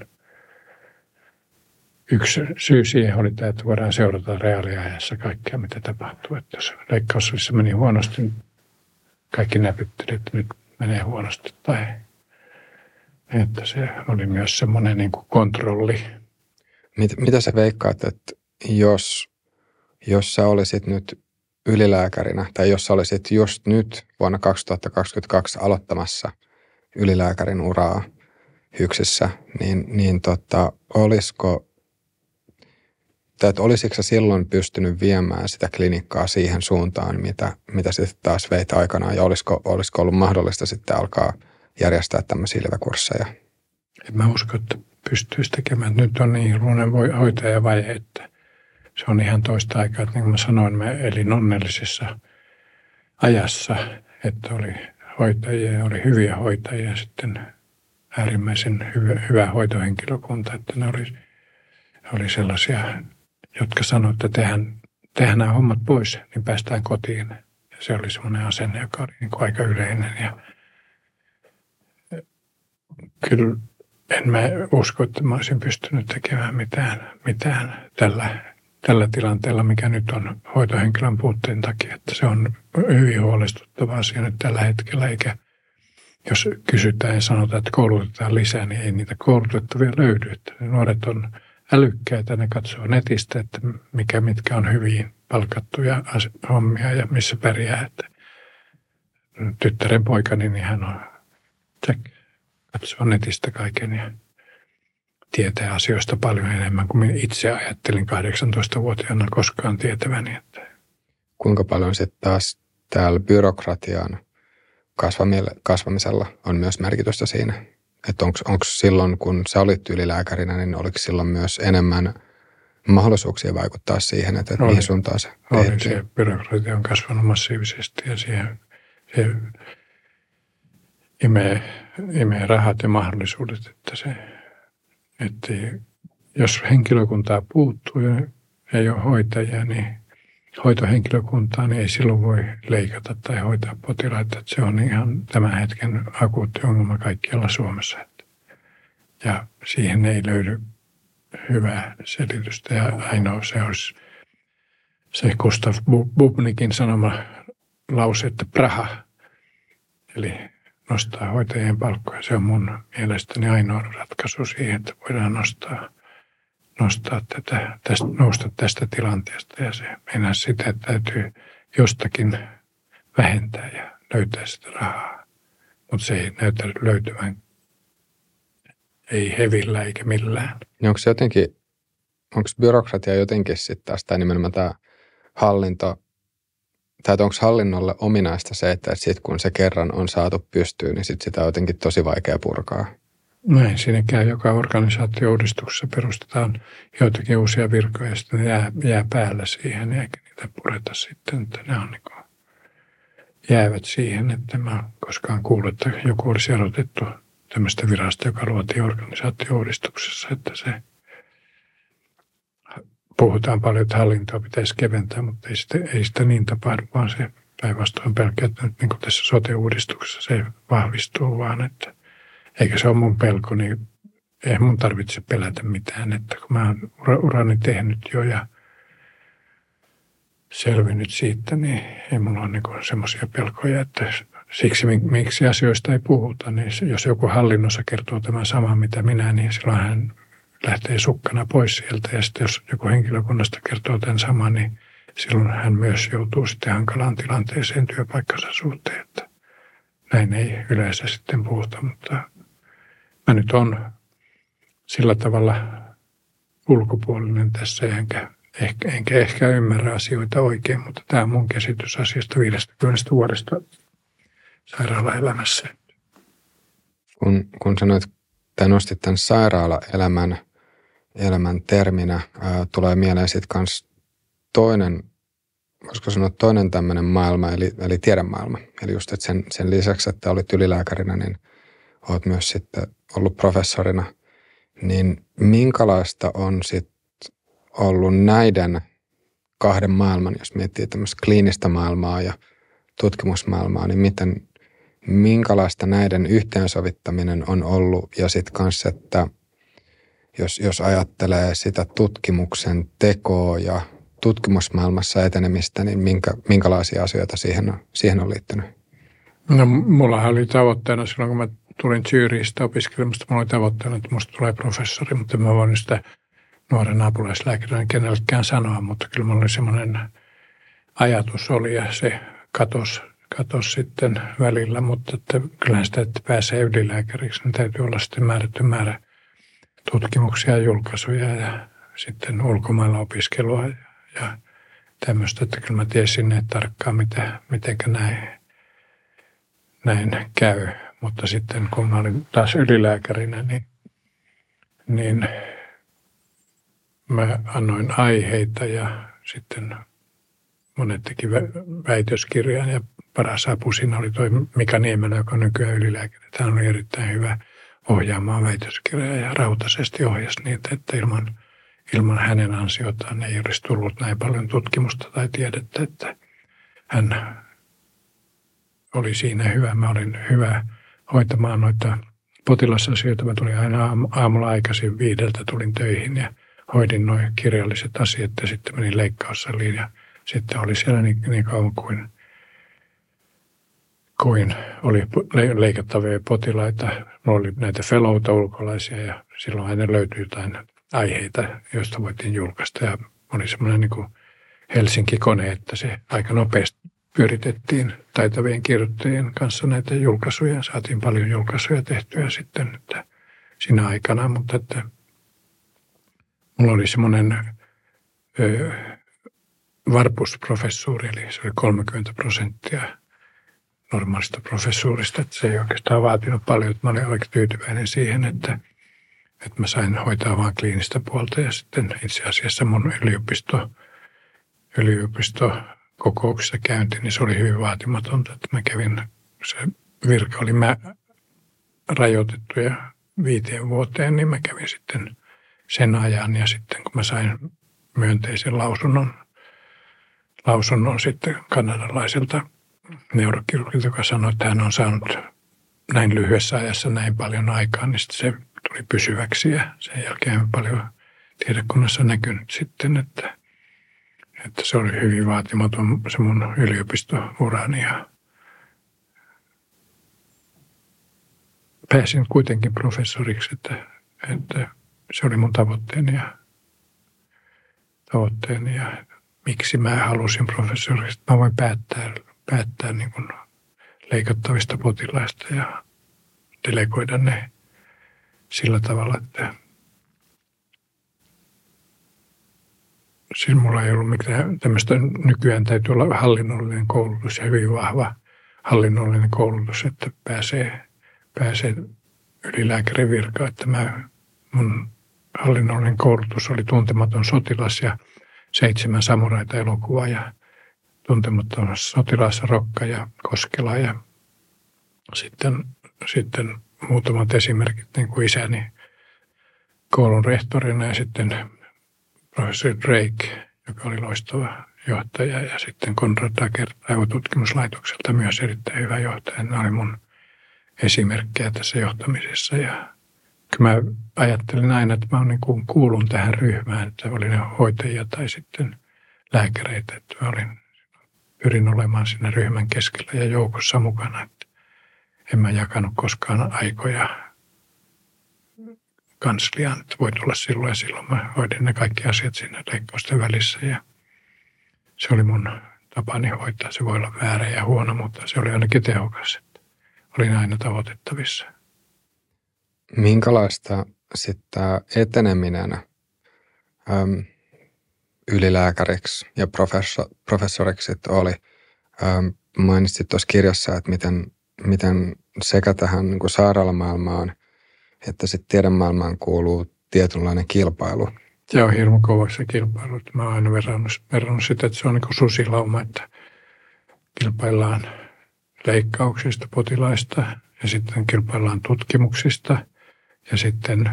B: Yksi syy siihen oli tämä, että voidaan seurata reaaliajassa kaikkea, mitä tapahtuu. Että jos leikkaussalissa meni huonosti, niin kaikki näpytteli, että nyt menee huonosti. Tai että se oli myös semmoinen niin kuin kontrolli.
A: Mit, mitä sä veikkaat, että jos, jos sä olisit nyt ylilääkärinä, tai jos sä olisit just nyt vuonna kaksituhattakaksikymmentäkaksi aloittamassa ylilääkärin uraa HYKSissä, niin, niin tota, olisiko, tai että olisitko sä silloin pystynyt viemään sitä klinikkaa siihen suuntaan, mitä, mitä sitten taas veit aikanaan, ja olisiko, olisiko ollut mahdollista sitten alkaa järjestää tämmöisiä leväkursseja?
B: En mä usko, että pystyisi tekemään. Nyt on niin hirveän hoitajavaje, että se on ihan toista aikaa. Että niin kuin mä sanoin, mä elin onnellisessa ajassa, että oli hoitajia, oli hyviä hoitajia ja sitten äärimmäisen hyvä, hyvä hoitohenkilökunta, että ne oli, oli sellaisia, jotka sanoivat, että tehdään, tehdään nämä hommat pois, niin päästään kotiin. Ja se oli semmoinen asenne, joka oli niin kuin aika yleinen. Ja kyllä en mä usko, että mä olisin pystynyt tekemään mitään, mitään tällä, tällä tilanteella, mikä nyt on hoitohenkilön puutteen takia. Että se on hyvin huolestuttava asia nyt tällä hetkellä, eikä jos kysytään ja sanotaan, että koulutetaan lisää, niin ei niitä koulutettavia löydy. Että ne nuoret on älykkäitä, ne katsoo netistä, että mikä, mitkä on hyvin palkattuja hommia ja missä pärjää. Että tyttären poikani, niin hän on, se katsoo netistä kaiken ja tietää asioista paljon enemmän kuin itse ajattelin kahdeksantoistavuotiaana koskaan tietäväni. Että.
A: Kuinka paljon sitten taas täällä byrokratian kasvamisella on myös merkitystä siinä? Että onko silloin, kun sä olit ylilääkärinä, niin oliko silloin myös enemmän mahdollisuuksia vaikuttaa siihen, että
B: oli,
A: mihin suuntaan se
B: oli, se byrokratia on kasvanut massiivisesti ja siihen, se imee, imee rahat ja mahdollisuudet, että se, että jos henkilökuntaa puuttuu ja ei ole hoitajia, niin hoitohenkilökuntaa, niin ei silloin voi leikata tai hoitaa potilaita. Että se on ihan tämän hetken akuutti ongelma kaikkialla Suomessa. Ja siihen ei löydy hyvää selitystä. Ja ainoa se olisi se Gustav Bubnikin sanoma lause, että Praha, eli nostaa hoitajien palkkoja. Se on mun mielestäni ainoa ratkaisu siihen, että voidaan nostaa nostaa tätä, tästä, nousta tästä tilanteesta ja se meinaa sitä, että täytyy jostakin vähentää ja löytää sitä rahaa. Mutta se ei näytä löytyvän, ei hevillä eikä millään.
A: Niin onko se jotenkin, onko byrokratia jotenkin sitten taas, tai nimenomaan tämä hallinto, tai onko hallinnolle ominaista se, että sitten kun se kerran on saatu pystyyn, niin sitten sitä on jotenkin tosi vaikea purkaa?
B: Näin siinä käy. Joka organisaatio-uudistuksessa perustetaan joitakin uusia virkoja ja sitten ne jää, jää päällä siihen, eikä niitä pureta sitten, että ne on niin kuin jäävät siihen, että mä en koskaan kuullut, että joku olisi erotettu tämmöistä virasta, joka luotiin organisaatio-uudistuksessa, että se puhutaan paljon, että hallintoa pitäisi keventää, mutta ei sitä, ei sitä niin tapahdu, vaan se päinvastoin pelkää, että nyt niin kuin tässä sote-uudistuksessa se vahvistuu vaan, että eikä se ole mun pelko, niin ei mun tarvitse pelätä mitään, että kun mä oon urani tehnyt jo ja selvinnyt siitä, niin ei mulla ole niin semmoisia pelkoja, että siksi miksi asioista ei puhuta, niin jos joku hallinnossa kertoo tämän saman mitä minä, niin silloin hän lähtee sukkana pois sieltä. Ja sitten jos joku henkilökunnasta kertoo tämän saman, niin silloin hän myös joutuu sitten hankalaan tilanteeseen työpaikkansa suhteen. Että näin ei yleensä sitten puhuta, mutta mä nyt on sillä tavalla ulkopuolinen tässä, enkä ehkä, enkä ehkä ymmärrä asioita oikein, mutta tämä on mun käsitys asiasta viidestäkymmenestä vuodesta sairaalaelämässä.
A: Kun, kun sanoit, tai nostit tämän sairaalaelämän elämän terminä, ää, tulee mieleen sitten kans toinen, voisiko sanoa toinen tämmöinen maailma, eli, eli tiedemaailma. Eli just, että sen, sen lisäksi, että olit ylilääkärinä, niin olet myös sitten ollut professorina. Niin minkälaista on sitten ollut näiden kahden maailman, jos miettii tämmöistä kliinistä maailmaa ja tutkimusmaailmaa, niin miten, minkälaista näiden yhteensovittaminen on ollut ja sitten kanssa, että jos, jos ajattelee sitä tutkimuksen tekoa ja tutkimusmaailmassa etenemistä, niin minkä, minkälaisia asioita siihen on, siihen on liittynyt?
B: No mullahan oli tavoitteena silloin, kun mä tulin Zürichistä opiskelemasta, mulla oli tavoitteena, että musta tulee professori, mutta mä voin sitä nuoren apulaislääkärinä kenellekään sanoa, mutta kyllä mulla oli semmoinen ajatus oli ja se katosi, katosi sitten välillä, mutta että kyllähän sitä, että pääsee ylilääkäriksi, niin täytyy olla sitten määrätty määrä tutkimuksia ja julkaisuja ja sitten ulkomailla opiskelua ja, ja tämmöistä, että kyllä mä tiesin että tarkkaan, mitä, mitenkä näin, näin käy. Mutta sitten kun mä olin taas ylilääkärinä, niin, niin mä annoin aiheita ja sitten monet teki väitöskirjan ja paras apu siinä oli toi Mika Niemelä, joka on nykyään ylilääkäri. Tämä oli erittäin hyvä ohjaamaan väitöskirjaa ja rautaisesti ohjasi niitä, että ilman, ilman hänen ansiotaan ei olisi tullut näin paljon tutkimusta tai tiedettä, että hän oli siinä hyvä. Mä olin hyvä hoitamaan noita potilasasioita. Mä tulin aina aamulla aikaisin viideltä tulin töihin ja hoidin nuo kirjalliset asiat ja sitten menin leikkaussaliin ja sitten oli siellä niin, niin kauan kuin, kuin oli leikattavia potilaita. Mulla oli näitä fellowta ulkolaisia ja silloin aina löytyi jotain aiheita, joista voitiin julkaista. Ja oli semmoinen niin kuin Helsinki-kone, että se aika nopeasti pyöritettiin taitavien kirjoittajien kanssa näitä julkaisuja. Saatiin paljon julkaisuja tehtyä sitten että siinä aikana, mutta että mulla oli semmoinen ö, varpusprofessuuri, eli se oli kolmekymmentä prosenttia normaalista professuurista, että se ei oikeastaan vaatinut paljon, että mä olin oikein tyytyväinen siihen, että, että mä sain hoitaa vain kliinistä puolta ja sitten itse asiassa mun yliopisto, yliopistokokouksessa käynti, niin se oli hyvin vaatimatonta, että mä kävin, se virka oli mä rajoitettu ja viiteen vuoteen, niin mä kävin sitten sen ajan ja sitten kun mä sain myönteisen lausunnon, lausunnon sitten kanadalaiselta neurokirurgilta, joka sanoi, että hän on saanut näin lyhyessä ajassa näin paljon aikaa, niin sitten se tuli pysyväksi ja sen jälkeen on paljon tiedekunnassa näkynyt sitten, että, että se oli hyvin vaatimaton se mun yliopistourani ja pääsin kuitenkin professoriksi, että, että se oli mun tavoitteeni ja, tavoitteeni ja miksi mä halusin professoriksi, että mä voin päättää, päättää niin kuin leikattavista potilaista ja delegoida ne sillä tavalla, että siis mulla ei ollut mitään tämmöistä, nykyään täytyy olla hallinnollinen koulutus ja hyvin vahva hallinnollinen koulutus, että pääsee, pääsee ylilääkärin virkaan. Että mä, mun hallinnollinen koulutus oli Tuntematon sotilas ja Seitsemän samuraita elokuva ja Tuntematon sotilas Rokka ja Koskela ja sitten, sitten muutamat esimerkit niin kuin isäni koulun rehtorina ja sitten professori Drake, joka oli loistava johtaja, ja sitten Konrad Dager aivotutkimuslaitokselta myös erittäin hyvä johtaja. Nämä oli mun esimerkkejä tässä johtamisessa. Ja mä ajattelin aina, että mä niin kuin kuulun tähän ryhmään, että oli ne hoitajia tai sitten lääkäreitä. Että mä olin, pyrin olemaan siinä ryhmän keskellä ja joukossa mukana. Että en mä jakanut koskaan aikoja kansliaan, että voi tulla silloin ja silloin. Mä hoidin ne kaikki asiat siinä leikkausten välissä ja se oli mun tapani hoitaa. Se voi olla väärä ja huono, mutta se oli ainakin tehokas. Että olin aina tavoitettavissa.
A: Minkälaista sitten eteneminen äm, ylilääkäriksi ja professor, professoriksi oli? Ähm, mainitsit tuossa kirjassa, että miten, miten sekä tähän niin kuin sairaalamaailmaan että sitten tiedemaailmaan kuuluu tietynlainen kilpailu.
B: Se on hirmu kova se kilpailu. Mä oon aina verrannut, verrannut sitä, että se on niin kuin susilauma, että kilpaillaan leikkauksista, potilaista ja sitten kilpaillaan tutkimuksista ja sitten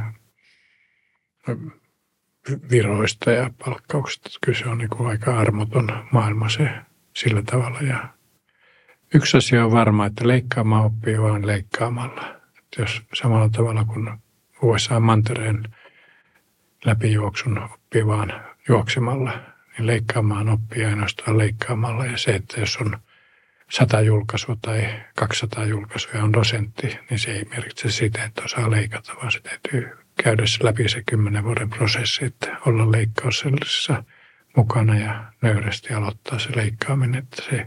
B: viroista ja palkkauksista. Kyllä se on niin kuin aika armoton maailma se sillä tavalla. Ja yksi asia on varma, että leikkaamaan oppii vain leikkaamalla. Jos samalla tavalla kuin U S A-mantereen läpijuoksun oppii vaan juoksemalla, niin leikkaamaan oppii ainoastaan leikkaamalla. Ja se, että jos on sata julkaisua tai kaksisataa julkaisua ja on dosentti, niin se ei merkitse sitä, että osaa leikata, vaan se täytyy käydä läpi se kymmenen vuoden prosessi, että olla leikkaussellisessa mukana ja nöyrästi aloittaa se leikkaaminen, että se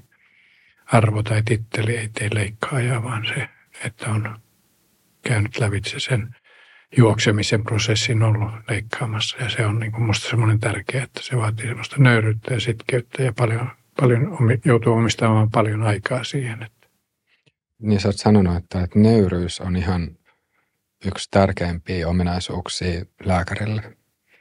B: arvo tai titteli ei tee leikkaajaa, vaan se, että on käynyt lävitse sen juoksemisen prosessin ollut leikkaamassa. Ja se on niin kuin musta semmoinen tärkeä, että se vaatii semmoista nöyryyttä ja sitkeyttä ja paljon, paljon joutuu omistamaan paljon aikaa siihen. Että.
A: Niin sä oot sanonut, että, että nöyryys on ihan yksi tärkeimpiä ominaisuuksia lääkärille.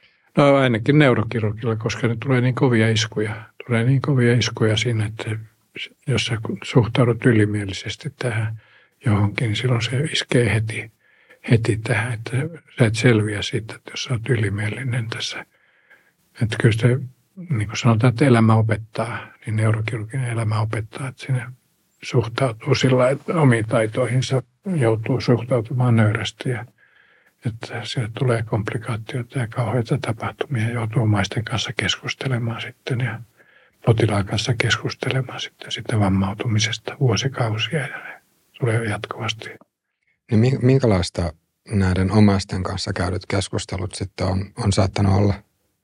B: No ainakin neurokirurgilla, koska ne tulee niin kovia iskuja. Tulee niin kovia iskuja siinä, että jos sä suhtaudut ylimielisesti tähän johonkin, niin silloin se iskee heti, heti tähän, että sä et selviä siitä, että jos sä oot ylimielinen tässä. Että kyllä se, niin kuin sanotaan, että elämä opettaa, niin neurokirurginen elämä opettaa, että sinne suhtautuu sillä, että omiin taitoihinsa joutuu suhtautumaan nöyrästi ja että siellä tulee komplikaatioita ja kauheita tapahtumia, joutuu omaisten kanssa keskustelemaan sitten ja potilaan kanssa keskustelemaan sitten, sitten vammautumisesta vuosikausia ja ne tulee jatkuvasti.
A: Niin minkälaista näiden omaisten kanssa käydyt keskustelut sitten on, on saattanut olla?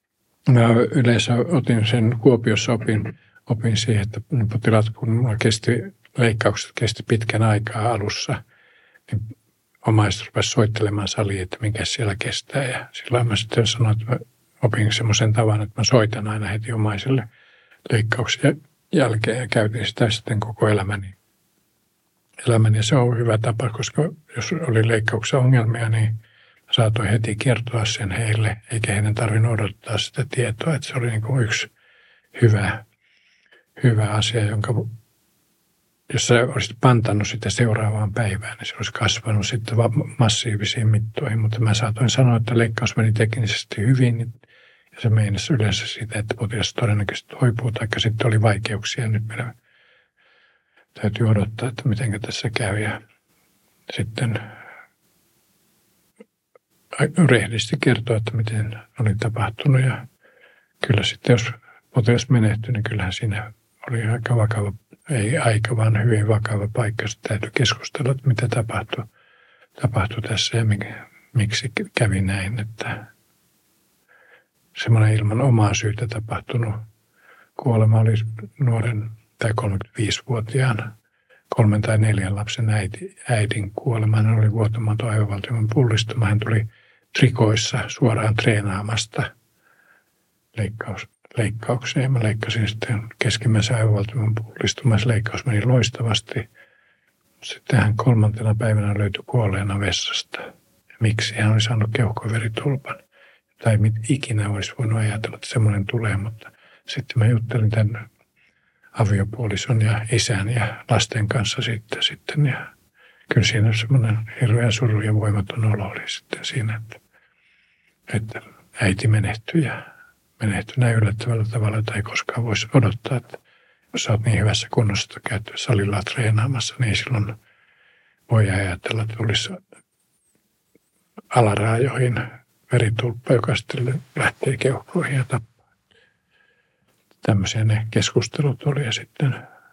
B: Mä yleensä otin sen, Kuopiossa opin, opin siihen, että potilaat, kun mulla kesti, leikkaukset kesti pitkän aikaa alussa, niin omaiset rupesivat soittelemaan saliin, että mikä siellä kestää. Ja silloin mä sitten sanoin, että mä opin semmoisen tavan, että mä soitan aina heti omaiselle leikkauksen jälkeen ja käytin sitä sitten koko elämäni. elämäni. Ja se on hyvä tapa, koska jos oli leikkauksessa ongelmia, niin saatoin heti kertoa sen heille, eikä heidän tarvinnut odottaa sitä tietoa. Että se oli niin kuin yksi hyvä, hyvä asia, jonka jos sä olisit pantannut sitä seuraavaan päivään, niin se olisi kasvanut sitten massiivisiin mittoihin. Mutta mä saatoin sanoa, että leikkaus meni teknisesti hyvin. Ja se meinasi yleensä sitä, että potilas todennäköisesti toipuu, tai sitten oli vaikeuksia. Nyt meidän täytyy odottaa, että miten tässä käy. Ja sitten rehellisesti kertoa, että miten oli tapahtunut. Ja kyllä sitten, jos potilas menehtyi, niin kyllähän siinä oli aika vakava, ei aika, vaan hyvin vakava paikka. Sitten täytyy keskustella, että mitä tapahtui, tapahtui tässä ja miksi kävi näin. Että semmoinen ilman omaa syytä tapahtunut kuolema oli nuoren tai kolmekymmentäviisivuotiaan kolmen tai neljän lapsen äiti, äidin kuolema. Hän oli vuotamaton aivovaltimon pullistuma. Hän tuli trikoissa suoraan treenaamasta leikkaus, leikkaukseen. Mä leikkasin sitten keskimmäisen aivovaltimon pullistumassa. Leikkaus meni loistavasti. Sitten hän kolmantena päivänä löytyi kuolleena vessasta. Ja miksi? Hän oli saanut keuhkoveritulpan. Tai mit ikinä olisi voinut ajatella, että semmoinen tulee. Mutta sitten mä juttelin tämän aviopuolison ja isän ja lasten kanssa sitten. sitten ja kyllä siinä semmoinen hirveä suru ja voimaton olo oli sitten siinä, että, että äiti menehtyi ja menehtyi näin yllättävällä tavalla, että ei koskaan voisi odottaa, että jos sä oot niin hyvässä kunnossa, että käyt salilla treenaamassa, niin silloin voi ajatella, että tulisi alaraajoihin veritulppa, joka sitten lähtee keuhkoihin ja tappaa. Tämmöisiä ne keskustelut oli ja sitten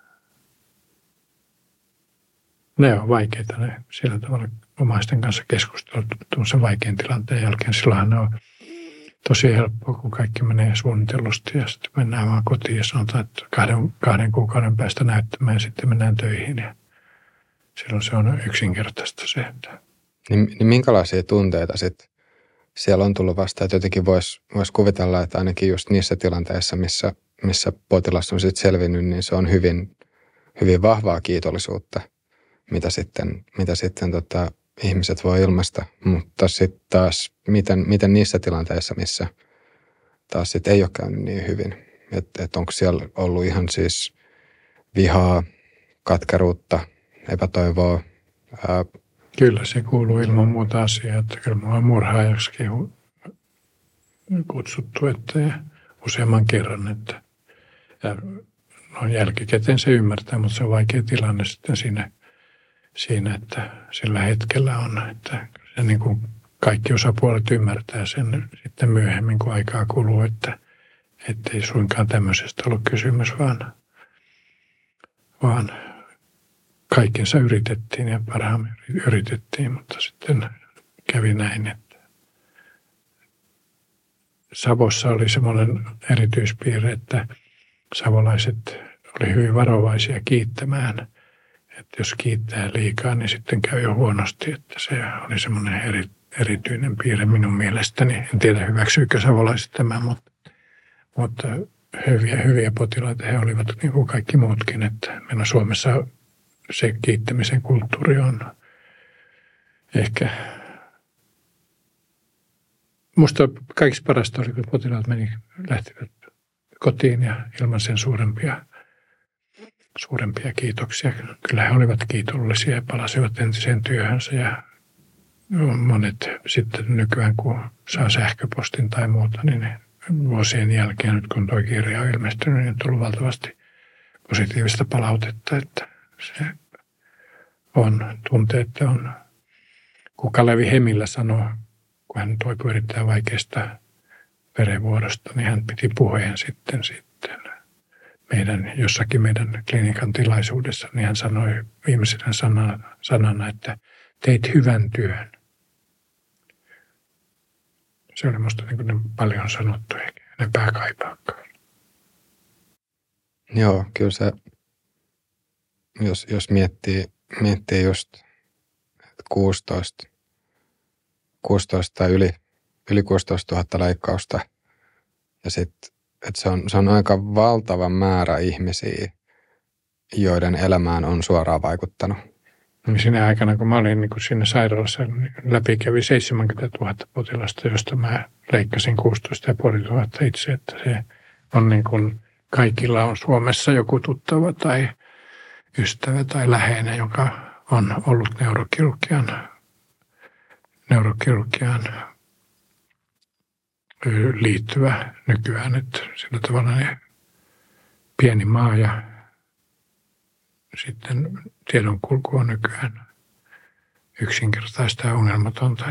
B: ne on vaikeita, ne sillä tavalla omaisten kanssa keskustelut tuollaisen vaikean tilanteen jälkeen. Silloinhan ne on tosi helppoa, kun kaikki menee suunnitellusti ja sitten mennään vaan kotiin ja sanotaan, että kahden, kahden kuukauden päästä näyttämään ja sitten mennään töihin. Ja silloin se on yksinkertaista se. Että
A: Niin, niin minkälaisia tunteita sitten siellä on tullut vastaan, että jotenkin voisi vois kuvitella, että ainakin just niissä tilanteissa, missä, missä potilas on sitten selvinnyt, niin se on hyvin, hyvin vahvaa kiitollisuutta, mitä sitten, mitä sitten tota, ihmiset voi ilmaista. Mutta sitten taas, miten, miten niissä tilanteissa, missä taas sitten ei ole käynyt niin hyvin. Että et onko siellä ollut ihan siis vihaa, katkeruutta, epätoivoa. Ää...
B: Kyllä se kuuluu ilman muuta asiaa, että kyllä minua on murhaajaksikin kutsuttu, että ja useamman kerran, että ja no jälkikäteen se ymmärtää, mutta se on vaikea tilanne sitten siinä, siinä että sillä hetkellä on, että se niin kuin kaikki osapuolet ymmärtää sen sitten myöhemmin, kun aikaa kuluu, että ei suinkaan tämmöisestä ollut kysymys, vaan, vaan kaikensa yritettiin ja parhaamme yritettiin, mutta sitten kävi näin, että Savossa oli semmoinen erityispiirre, että savolaiset oli hyvin varovaisia kiittämään. Että jos kiittää liikaa, niin sitten käy jo huonosti, että se oli semmoinen eri, erityinen piirre minun mielestäni. En tiedä, hyväksyykö savolaiset tämän, mutta, mutta hyviä, hyviä potilaita he olivat niin kuin kaikki muutkin. Että meillä Suomessa se kiittämisen kulttuuri on ehkä, musta kaikista parasta oli, kun potilaat meni, lähtivät kotiin ja ilman sen suurempia, suurempia kiitoksia. Kyllä he olivat kiitollisia ja palasivat entiseen työhönsä ja monet sitten nykyään, kun saa sähköpostin tai muuta, niin vuosien jälkeen, nyt kun tuo kirja on ilmestynyt, niin on tullut valtavasti positiivista palautetta, että se on, tuntee, että on, kun Kalevi Hemillä sanoi, kun hän toipui erittäin vaikeasta verenvuodosta, niin hän piti puheen sitten, sitten meidän, jossakin meidän klinikan tilaisuudessa, niin hän sanoi viimeisenä sanana, sanana, että teit hyvän työn. Se oli musta niin kuin paljon sanottu, eikä enempää kaipaakaan.
A: Joo, kyllä se, jos, jos miettii, miettii just kuusitoista, kuusitoista tai yli, yli kuusitoistatuhatta leikkausta, ja sitten, että se on, se on aika valtava määrä ihmisiä, joiden elämään on suoraan vaikuttanut.
B: Siinä aikana, kun mä olin niin kun siinä sairaalassa, niin läpi kävi seitsemänkymmentätuhatta potilasta, josta mä leikkasin kuusitoista tuhatta itse, että se on niin kuin kaikilla on Suomessa joku tuttava tai ystävä tai läheinen, joka on ollut neurokirurgian, neurokirurgian liittyvä nykyään, että sillä tavalla ne pieni maa ja sitten tiedonkulku on nykyään yksinkertaista ja ongelmatonta.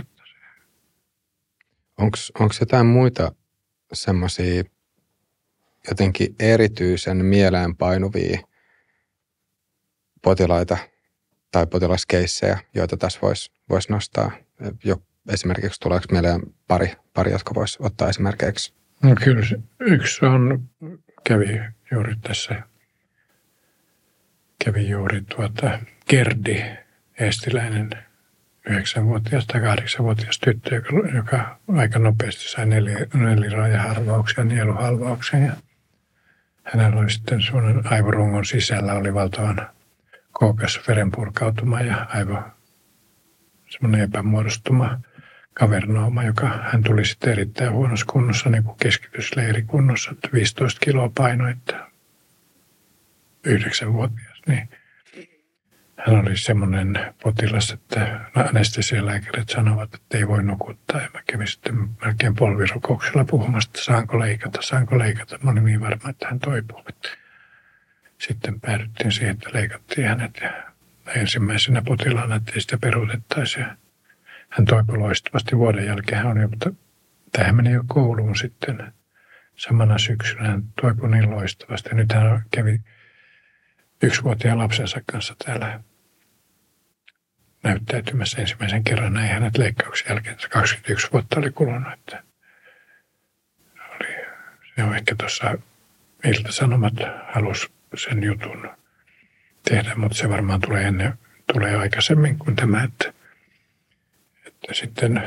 A: Onko jotain muita semmoisia jotenkin erityisen mieleenpainuvia potilaita tai potilaskeissejä, joita tässä voisi vois nostaa? Jo, esimerkiksi tuleeko mieleen pari, pari jotka voisi ottaa esimerkiksi?
B: No kyllä yksi on, kävi juuri tässä, kävi juuri tuota Gerdi, eestiläinen yhdeksänvuotias tai kahdeksanvuotias tyttö, joka, joka aika nopeasti sai neli, neliraajaharvauksia, nieluhalvauksen. Ja hänellä oli sitten sellainen aivorungon sisällä oli valtavan kookas verenpurkautuma ja aivo semmoinen epämuodostuma kavernooma, joka hän tuli sitten erittäin huonossa kunnossa, niin kuin keskitysleirikunnossa, että viisitoista kiloa painoi, että yhdeksänvuotias. Niin hän oli semmoinen potilas, että anestesialääkärit sanovat, että ei voi nukuttaa. Ja mä kävin sitten melkein polvirukouksella puhumassa, että saanko leikata, saanko leikata. Mä olin niin varma, että hän toipuu. Sitten päädyttiin siihen, että leikattiin hänet ja ensimmäisenä potilaana, että ei sitä peruutettaisi. Hän toipui loistavasti vuoden jälkeen. Hän oli, mutta tähän meni jo kouluun sitten. Samana syksynä hän toipui niin loistavasti. Ja nyt hän kävi yksivuotiaan lapsensa kanssa täällä näyttäytymässä ensimmäisen kerran. Näin hänet leikkauksen jälkeen. kaksikymmentäyksi vuotta oli kulunut. Että oli, se on ehkä tuossa Ilta-Sanomat halusi sen jutun tehdä, mutta se varmaan tulee ennen, tulee aikaisemmin kuin tämä, että, että sitten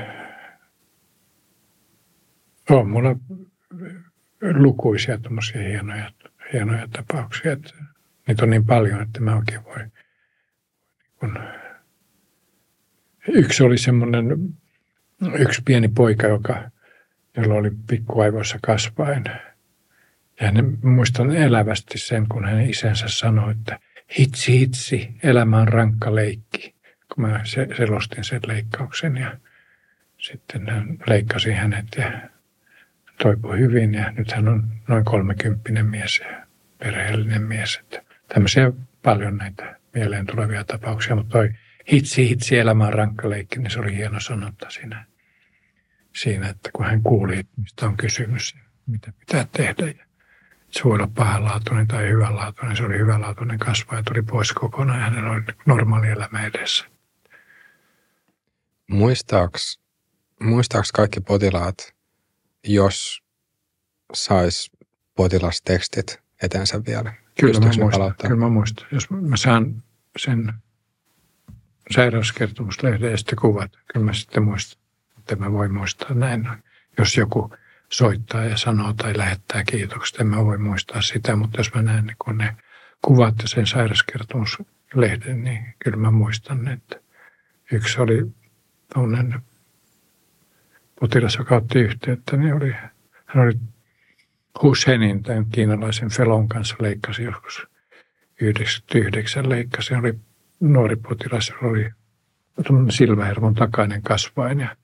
B: on mulla lukuisia tämmöisiä hienoja, hienoja tapauksia, että niitä on niin paljon, että mä oikein voi. Kun yksi oli semmoinen, yksi pieni poika, joka, jolla oli pikkuaivoissa kasvain. Ja hän, muistan elävästi sen, kun hänen isänsä sanoi, että hitsi, hitsi, elämä on rankka leikki. Kun mä selostin sen leikkauksen ja sitten hän leikkasi hänet ja toipui hyvin. Ja nyt hän on noin kolmekymppinen mies ja perheellinen mies. Että tämmöisiä paljon näitä mieleen tulevia tapauksia, mutta toi hitsi, hitsi, elämä on rankka leikki, niin se oli hieno sanonta siinä, siinä että kun hän kuuli, mistä on kysymys ja mitä pitää tehdä. Ja se voi olla pahanlaatuinen tai hyvänlaatuinen. Se oli hyvänlaatuinen kasvaja, tuli pois kokonaan ja hänellä oli normaali elämä edessä.
A: Muistaaks, muistaaks kaikki potilaat, jos sais potilastekstit etensä vielä?
B: Kyllä mä, muistan, kyllä mä muistan. Jos mä saan sen sairauskertomuslehden ja sitten kuvat, kyllä mä sitten muistan. Että mä voin muistaa näin. Jos joku soittaa ja sanoo tai lähettää kiitokset, en mä voi muistaa sitä, mutta jos mä näen niin kun ne kuvat ja sen sairauskertomuslehden, niin kyllä mä muistan, että yksi oli tuollainen potilas, joka otti yhteyttä, niin oli, hän oli Husseinin, tämän kiinalaisen felon kanssa leikkasi joskus yhdeksänkymmentäyhdeksän leikkasi. Hän oli nuori potilas, jolla oli silmähermon takainen kasvain ja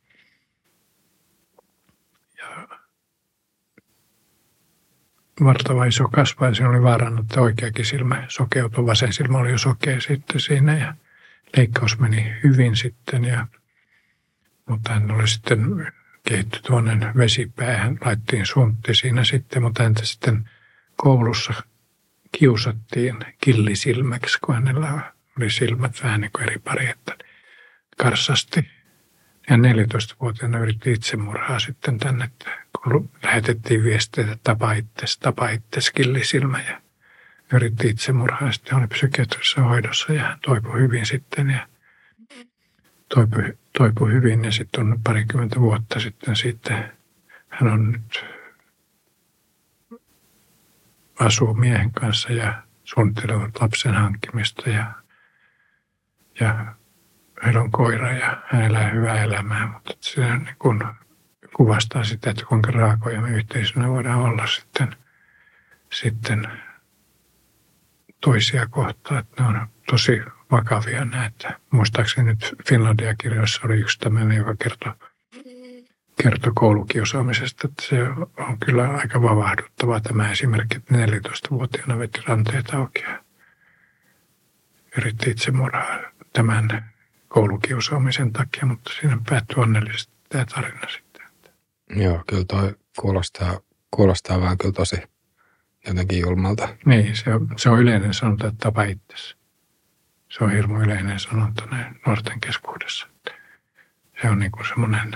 B: valtava iso kasva ja siinä oli vaarana, että oikeakin silmä sokeutui. Vasen silmä oli jo sokea sitten siinä ja leikkaus meni hyvin sitten. Ja, mutta hän oli sitten kehittyi tuonnen vesipäähän, laittiin suntti siinä sitten, mutta häntä sitten koulussa kiusattiin killisilmäksi, kun hänellä oli silmät vähän niin kuin eri pari, että karsasti. Ja neljätoistavuotiaana yritti itsemurhaa sitten tänne, kun lähetettiin viestiä, että tapa itses, tapa itses, killisilmä. Ja yritti itsemurhaa. Sitten oli psykiatrisessa hoidossa ja hän toipui hyvin sitten. Ja toipui, toipui hyvin ja sitten on parikymmentä vuotta sitten sitten hän on nyt asuu miehen kanssa ja suunnittelevat lapsen hankkimista ja, ja heillä on koira ja hän elää hyvää elämää, mutta se niin kuin kuvastaa sitä, että kuinka raakoja me yhteisönä voidaan olla sitten, sitten toisia kohtaan. Että ne on tosi vakavia näitä. Muistaakseni nyt Finlandia-kirjoissa oli yksi tämmöinen, joka kertoi, kertoi koulukiusaamisesta, että se on kyllä aika vavahduttavaa tämä esimerkki, että neljätoistavuotiaana veti ranteet auki ja yritti itsemurhaa tämän koulukiusaamisen takia, mutta siinä päättyi onnellisesti tämä tarina sitten.
A: Joo, kyllä toi kuulostaa, kuulostaa vaan kyllä tosi jotenkin julmalta.
B: Niin, se on, se on yleinen sanonta, että tapa itsesi. Se on hirmu yleinen sanonta näin nuorten keskuudessa. Se on niin kuin semmoinen,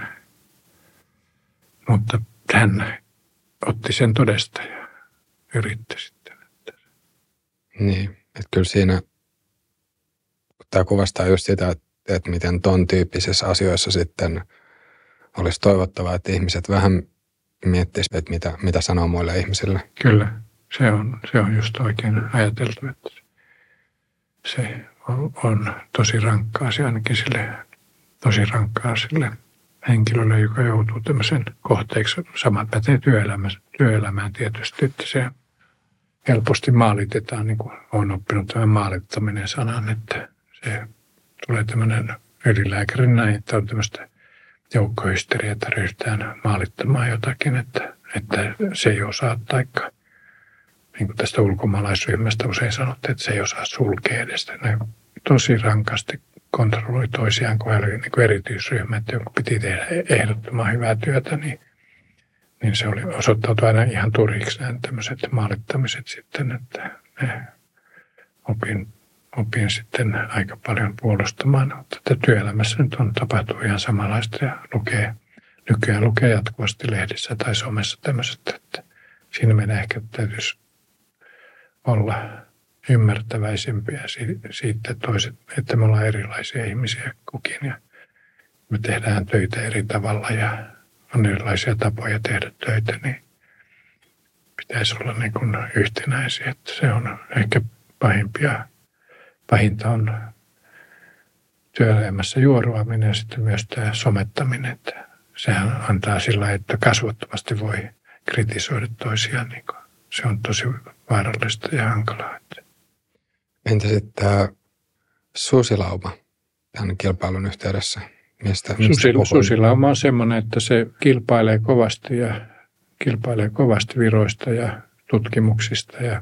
B: mutta hän otti sen todesta ja yritti sitten.
A: Niin, että kyllä siinä, tämä kuvastaa just sitä, että, että miten ton tyyppisissä asioissa sitten olisi toivottavaa, että ihmiset vähän miettisivät, että mitä, mitä sanoo muille ihmisille.
B: Kyllä, se on, se on just oikein ajateltu, että se on, on tosi rankkaa se ainakin sille, tosi rankkaa sille henkilölle, joka joutuu tämmöisen kohteeksi. Sama pätee työelämään, työelämään tietysti, että se helposti maalitetaan, niin kuin olen oppinut tämän maalittaminen sanan, että se tulee tämmöinen ylilääkärin näin, että on tämmöistä joukkohysteriaa, että ryhdytään maalittamaan jotakin, että, että se ei osaa, taikka niin kuin tästä ulkomaalaisryhmästä usein sanottiin, että se ei osaa sulkea edes. Ne tosi rankasti kontrolloi toisiaan, kun oli niin kuin erityisryhmä, että jonkun piti tehdä ehdottoman hyvää työtä, niin, niin se oli osoittautui aina ihan turhiksi nämä tämmöiset maalittamiset sitten, että ne opin, opin sitten aika paljon puolustamaan. Mutta työelämässä nyt on tapahtunut ihan samanlaista ja lukee, nykyään lukee jatkuvasti lehdissä tai somessa tämmöiset, että siinä meidän ehkä täytyisi olla ymmärtäväisempiä siitä, toiset, että me ollaan erilaisia ihmisiä kukin ja me tehdään töitä eri tavalla ja on erilaisia tapoja tehdä töitä, niin pitäisi olla niin kuin yhtenäisiä. Että se on ehkä pahimpia. Pahinta on työelämässä juoruaminen ja sitten myös tämä somettaminen. Että sehän antaa sillä, että kasvottomasti voi kritisoida toisiaan. Niin se on tosi vaarallista ja hankalaa.
A: Entä sitten tämä susilauma tämän kilpailun yhteydessä? Mistä, mistä
B: Susi, susilauma on semmoinen, että se kilpailee kovasti ja kilpailee kovasti viroista ja tutkimuksista. Ja,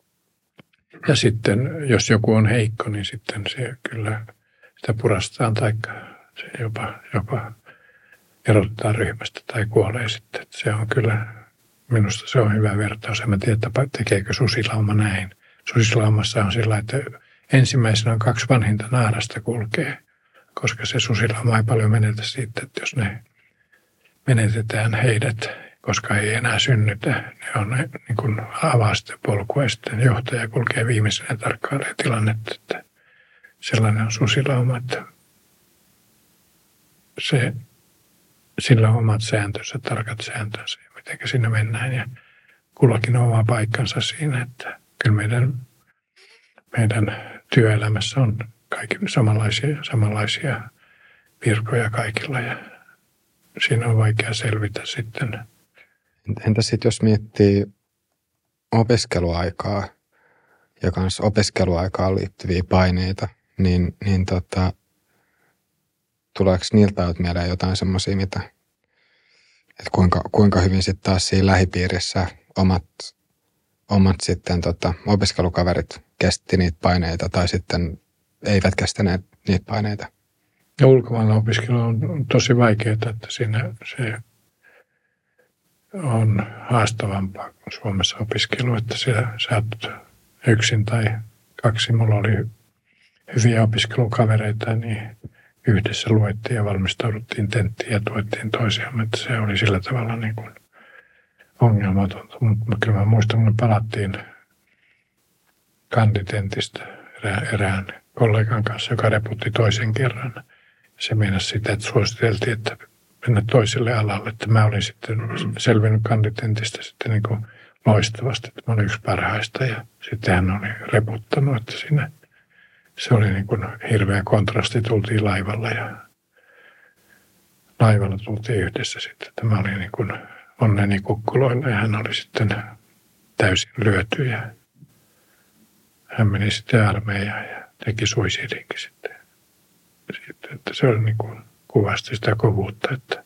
B: ja sitten jos joku on heikko, niin sitten se kyllä sitä purastaan tai se jopa, jopa erottaa ryhmästä tai kuolee sitten. Että se on kyllä, minusta se on hyvä vertaus. En mä tiedä, tekeekö susilauma näin. Susilaumassa on sillä, että ensimmäisenä on kaksi vanhinta naarasta kulkee, koska se susilauma ei paljon menetä siitä, että jos ne menetetään heidät, koska ei enää synnytä, ne on niin kuin avaa sitä polkua ja sitten johtaja kulkee viimeisenä ja tarkkailee tilannetta, että sellainen on susilauma, että se, sillä on omat sääntönsä, tarkat sääntönsä ja miten siinä mennään ja kullakin on oma paikkansa siinä, että kyllä meidän, meidän työelämässä on kaikki samanlaisia, samanlaisia virkoja kaikilla ja siinä on vaikea selvitä sitten.
A: Entä sitten jos miettii opiskeluaikaa ja myös opiskeluaikaan liittyviä paineita, niin, niin tota, tuleeko niiltä ajoilta mieleen jotain semmoisia, mitä, että kuinka, kuinka hyvin sitten taas siinä lähipiirissä omat omat sitten tota, opiskelukaverit kesti niitä paineita tai sitten eivät kestäneet niitä paineita.
B: Ja ulkomailla opiskelu on tosi vaikeaa, että siinä se on haastavampaa kuin Suomessa opiskelu, että siellä sä oot yksin tai kaksi. Mulla oli hyviä opiskelukavereita, niin yhdessä luettiin ja valmistauduttiin tenttiin ja tuettiin toisiaan, että se oli sillä tavalla niin kuin ongelmatonta, mutta kyllä mä muistan, kun me palattiin kanditentistä erään, erään kollegan kanssa, joka reputti toisen kerran. Se meinasi sitä, että suositeltiin, että mennä toiselle alalle. Että mä olin sitten selvinnyt kanditentistä sitten niin kuin loistavasti, että mä olin yksi parhaista. Ja sitten hän oli reputtanut, että siinä se oli niin kuin hirveä kontrasti. Tultiin laivalla ja laivalla tultiin yhdessä sitten. Että mä olin niin kuin onneni kukkuloilla ja hän oli sitten täysin lyöty ja hän meni sitten armeijaan ja teki suisidinkin sitten. sitten. Että se oli niin kuin kuvasti sitä kovuutta, että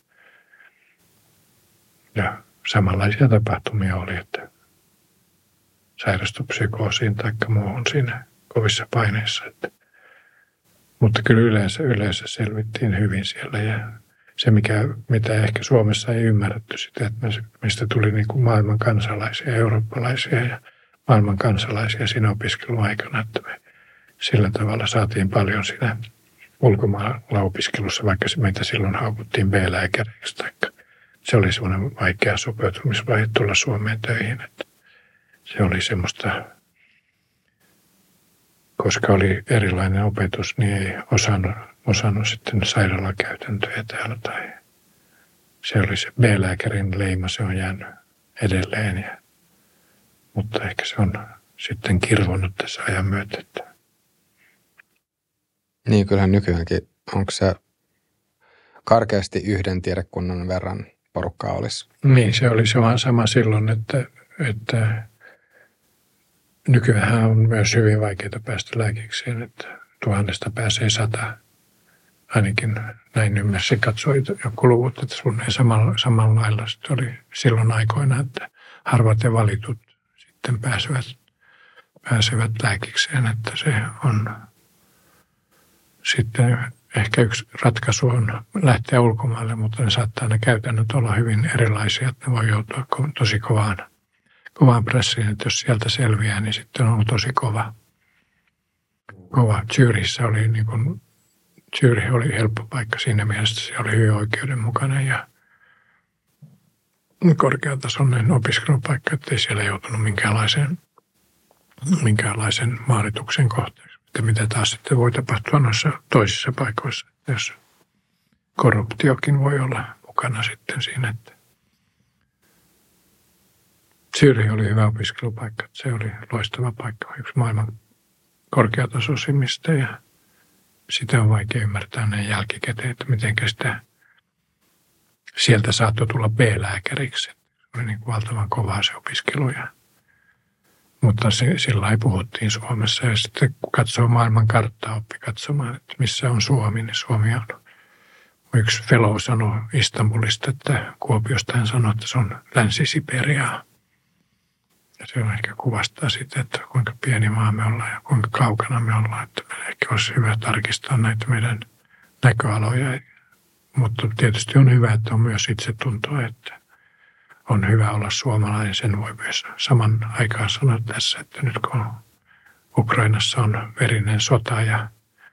B: ja samanlaisia tapahtumia oli, että sairastui psykoosiin tai muuhun siinä kovissa paineissa. Että, mutta kyllä yleensä, yleensä selvittiin hyvin siellä ja se, mikä, mitä ehkä Suomessa ei ymmärretty sitä, että mistä tuli niin kuin maailman kansalaisia, eurooppalaisia ja maailman kansalaisia siinä opiskeluaikana, että me sillä tavalla saatiin paljon siinä ulkomailla opiskelussa, vaikka meitä silloin haukuttiin B-lääkäreiksi. Se oli semmoinen vaikea sopeutumisvaihe tulla Suomeen töihin. Että se oli semmoista, koska oli erilainen opetus, niin ei osannut osannut sitten sairaalakäytäntöjä täällä. Tai se oli se B-lääkärin leima, se on jäänyt edelleen. Ja, mutta ehkä se on sitten kirvonnut tässä ajan myötä.
A: Niin, kyllähän nykyäänkin, onko se karkeasti yhden tiedekunnan verran porukkaa olisi?
B: Niin, se oli se vaan sama silloin, että, että nykyään on myös hyvin vaikeaa päästä lääkikseen, että tuhannesta pääsee sata. Ainakin näin ymmärsin, katsoi joku luvut, että sun ei samalla, samalla lailla sitten oli silloin aikoina, että harvat ja valitut sitten pääsevät, pääsevät lääkikseen, että se on sitten ehkä yksi ratkaisu on lähteä ulkomaille, mutta ne saattaa ne käytännöt olla hyvin erilaisia, että ne voi joutua tosi kovaan, kovaan pressiin, että jos sieltä selviää, niin sitten on tosi kova. kova. Zürichissä oli niin kuin, Zürich oli helppo paikka siinä mielessä, se oli hyvin oikeudenmukainen ja korkeatasoinen opiskelupaikka, ettei siellä joutunut minkäänlaisen, minkäänlaisen maarituksen kohteeksi. Että mitä taas sitten voi tapahtua noissa toisissa paikoissa, jos korruptiokin voi olla mukana sitten siinä. Että Zürich oli hyvä opiskelupaikka, se oli loistava paikka, yksi maailman korkeatasoisimmista ja sitä on vaikea ymmärtää näin jälkikäteen, että miten sitä sieltä saattoi tulla B-lääkäriksi. Se oli niin kuin valtavan kovaa se opiskelu. Ja, mutta se, sillä ei puhuttiin Suomessa. Ja sitten kun katsoo maailman karttaa, oppi katsomaan, että missä on Suomi, niin Suomi on. Yksi fellow sanoi Istanbulista, että Kuopiosta hän sanoi, että se on Länsi-Siperiaa. Ja se on ehkä kuvastaa sitä, että kuinka pieni maa me ollaan ja kuinka kaukana me ollaan. Että meidän ehkä olisi hyvä tarkistaa näitä meidän näköaloja. Mutta tietysti on hyvä, että on myös itsetuntoa, että on hyvä olla suomalainen. Sen voi myös saman aikaan sanoa tässä, että nyt kun Ukrainassa on verinen sota ja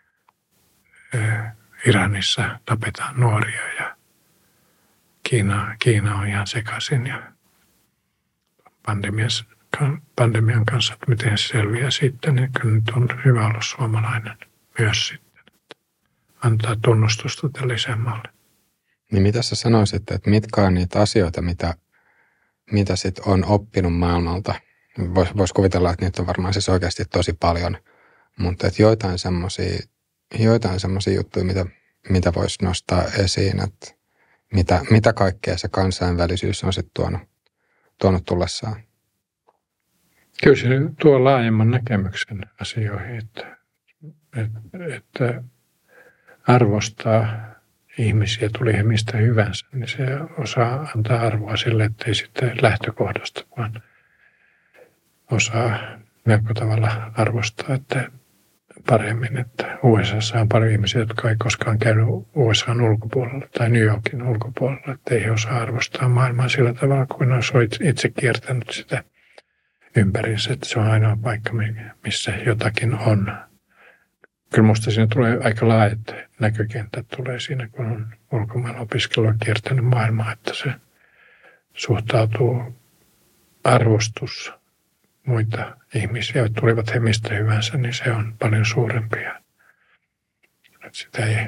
B: Iranissa tapetaan nuoria ja Kiina, Kiina on ihan sekaisin ja pandemiassa pandemian kanssa, että miten se selviää sitten, niin kyllä nyt on hyvä olla suomalainen myös sitten. Antaa tunnustusta tälle isänmaalle.
A: Niin mitä sä sanoisit, että mitkä on niitä asioita, mitä, mitä sit on oppinut maailmalta? Voisi vois kuvitella, että niitä on varmaan siis oikeasti tosi paljon, mutta että joitain semmoisia joitain semmoisia juttuja, mitä, mitä voisi nostaa esiin, että mitä, mitä kaikkea se kansainvälisyys on sitten tuonut, tuonut tullessaan.
B: Kyllä se tuo laajemman näkemyksen asioihin, että, että, että arvostaa ihmisiä, tuli he mistä hyvänsä, niin se osaa antaa arvoa sille, ettei sitten lähtökohdasta, vaan osaa melko tavalla arvostaa, että paremmin, että U S A:ssa on paljon ihmisiä, jotka ei koskaan käynyt U S A:n ulkopuolella tai New Yorkin ulkopuolella, että ei he osaa arvostaa maailmaa sillä tavalla, kuin olisi itse kiertänyt sitä ympäriinsä, että se on ainoa paikka, missä jotakin on. Kyllä minusta siinä tulee aika laajat näkökentät tulee siinä, kun on ulkomailla opiskelua kiertänyt maailmaa, että se suhtautuu arvostus muita ihmisiä, tulivat he mistä hyvänsä, niin se on paljon suurempia. Sitä ei,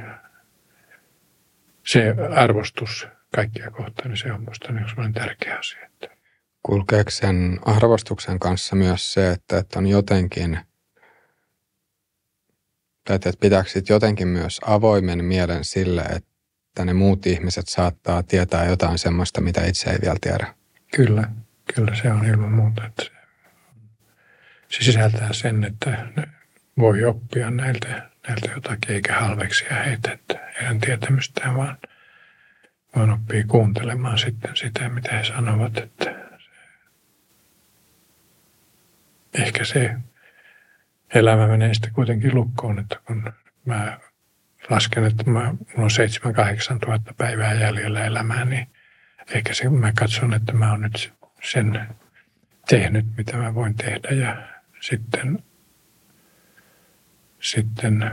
B: se arvostus kaikkia kohtaan, niin se on minusta niin tärkeä asia.
A: Kulkeeko sen arvostuksen kanssa myös se, että, että on jotenkin, että pitääkö sitten jotenkin myös avoimen mielen sille, että ne muut ihmiset saattaa tietää jotain semmoista, mitä itse ei vielä tiedä?
B: Kyllä, kyllä se on ilman muuta. Että se, se sisältää sen, että voi oppia näiltä, näiltä jotakin eikä halveksia heitä, että heidän tietämystään, vaan, vaan oppii kuuntelemaan sitten sitä, mitä he sanovat, että ehkä se elämä menee sitten kuitenkin lukkoon, että kun mä lasken, että mä, mulla on seitsemän kahdeksan tuhatta päivää jäljellä elämää, niin ehkä se, mä katson, että mä oon nyt sen tehnyt, mitä mä voin tehdä ja sitten, sitten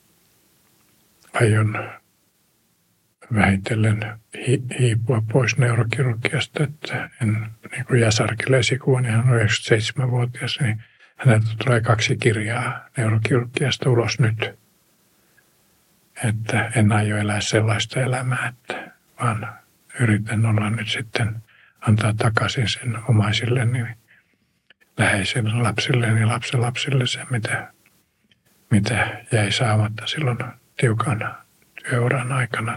B: aion vähitellen hiipua pois neurokirurgiasta, että en, niin kuin Jasarkille esikuva, niin hän on yhdeksänkymmentäseitsemänvuotias, niin häneltä tulee kaksi kirjaa neurokirurgiasta ulos nyt. että en aio elää sellaista elämää, että vaan yritän olla nyt sitten antaa takaisin sen omaisilleni, läheisille lapsilleni ja lapsenlapsille se, mitä, mitä jäi saamatta silloin tiukan työuran aikana.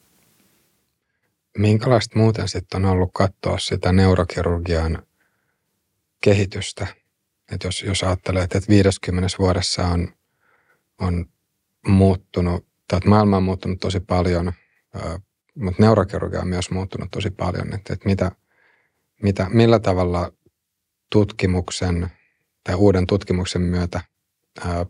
A: Minkälaista muuten sitten on ollut katsoa sitä neurokirurgian kehitystä? Että jos, jos ajattelee, että viidessäkymmenessä vuodessa on, on muuttunut, tai että maailma on muuttunut tosi paljon, mutta neurokirurgia on myös muuttunut tosi paljon. Että, että mitä, mitä, millä tavalla tutkimuksen tai uuden tutkimuksen myötä ää,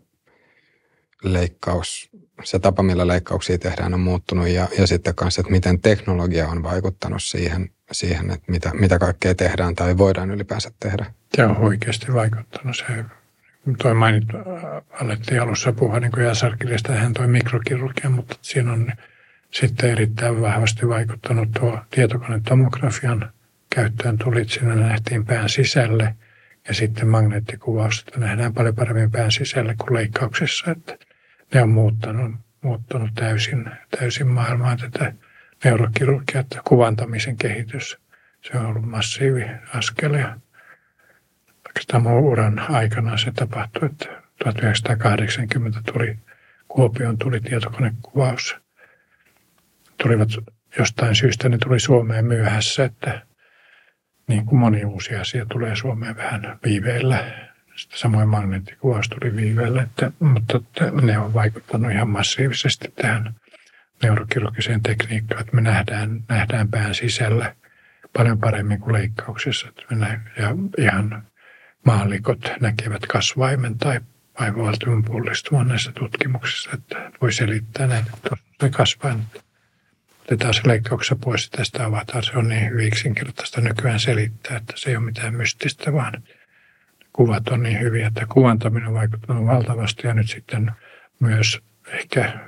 A: leikkaus, se tapa, millä leikkauksia tehdään, on muuttunut ja, ja sitten kanssa, että miten teknologia on vaikuttanut siihen, siihen että mitä, mitä kaikkea tehdään tai voidaan ylipäänsä tehdä.
B: Se on oikeasti vaikuttanut. Se, toi mainittu, alettiin alussa puhua niin kuin Jasarkirjasta, hän toi mikrokirurgia, mutta siinä on sitten erittäin vahvasti vaikuttanut tuo tietokonetomografian käyttöön tuli, että siinä nähtiin pään sisälle ja sitten magneettikuvaus, että nähdään paljon paremmin pään sisälle kuin leikkauksessa, että ne on muuttanut, muuttanut täysin, täysin maailmaa tätä neurokirurgiaa, että kuvantamisen kehitys, se on ollut massiivi askel ja oikeastaan mun uran aikana se tapahtui, että tuhatyhdeksänsataakahdeksankymmentä tuli, Kuopioon tuli tietokonekuvaus. Tulivat jostain syystä, ne tuli Suomeen myöhässä, että niin kuin moni uusi asia tulee Suomeen vähän viiveellä. Sitten samoin magneettikuvaus tuli viiveellä, että, mutta ne on vaikuttanut ihan massiivisesti tähän neurokirurgiseen tekniikkaan, että me nähdään, nähdään pään sisällä paljon paremmin kuin leikkauksessa. Että me nä- ja ihan maallikot näkevät kasvaimen tai aivovaltimon pullistuman näissä tutkimuksissa, että voi selittää näitä, että se kasvain. Otetaan se leikkauksessa pois ja tästä avataan. Se on niin hyvin yksinkertaista nykyään selittää, että se ei ole mitään mystistä, vaan kuvat on niin hyviä, että kuvantaminen on vaikuttanut valtavasti ja nyt sitten myös ehkä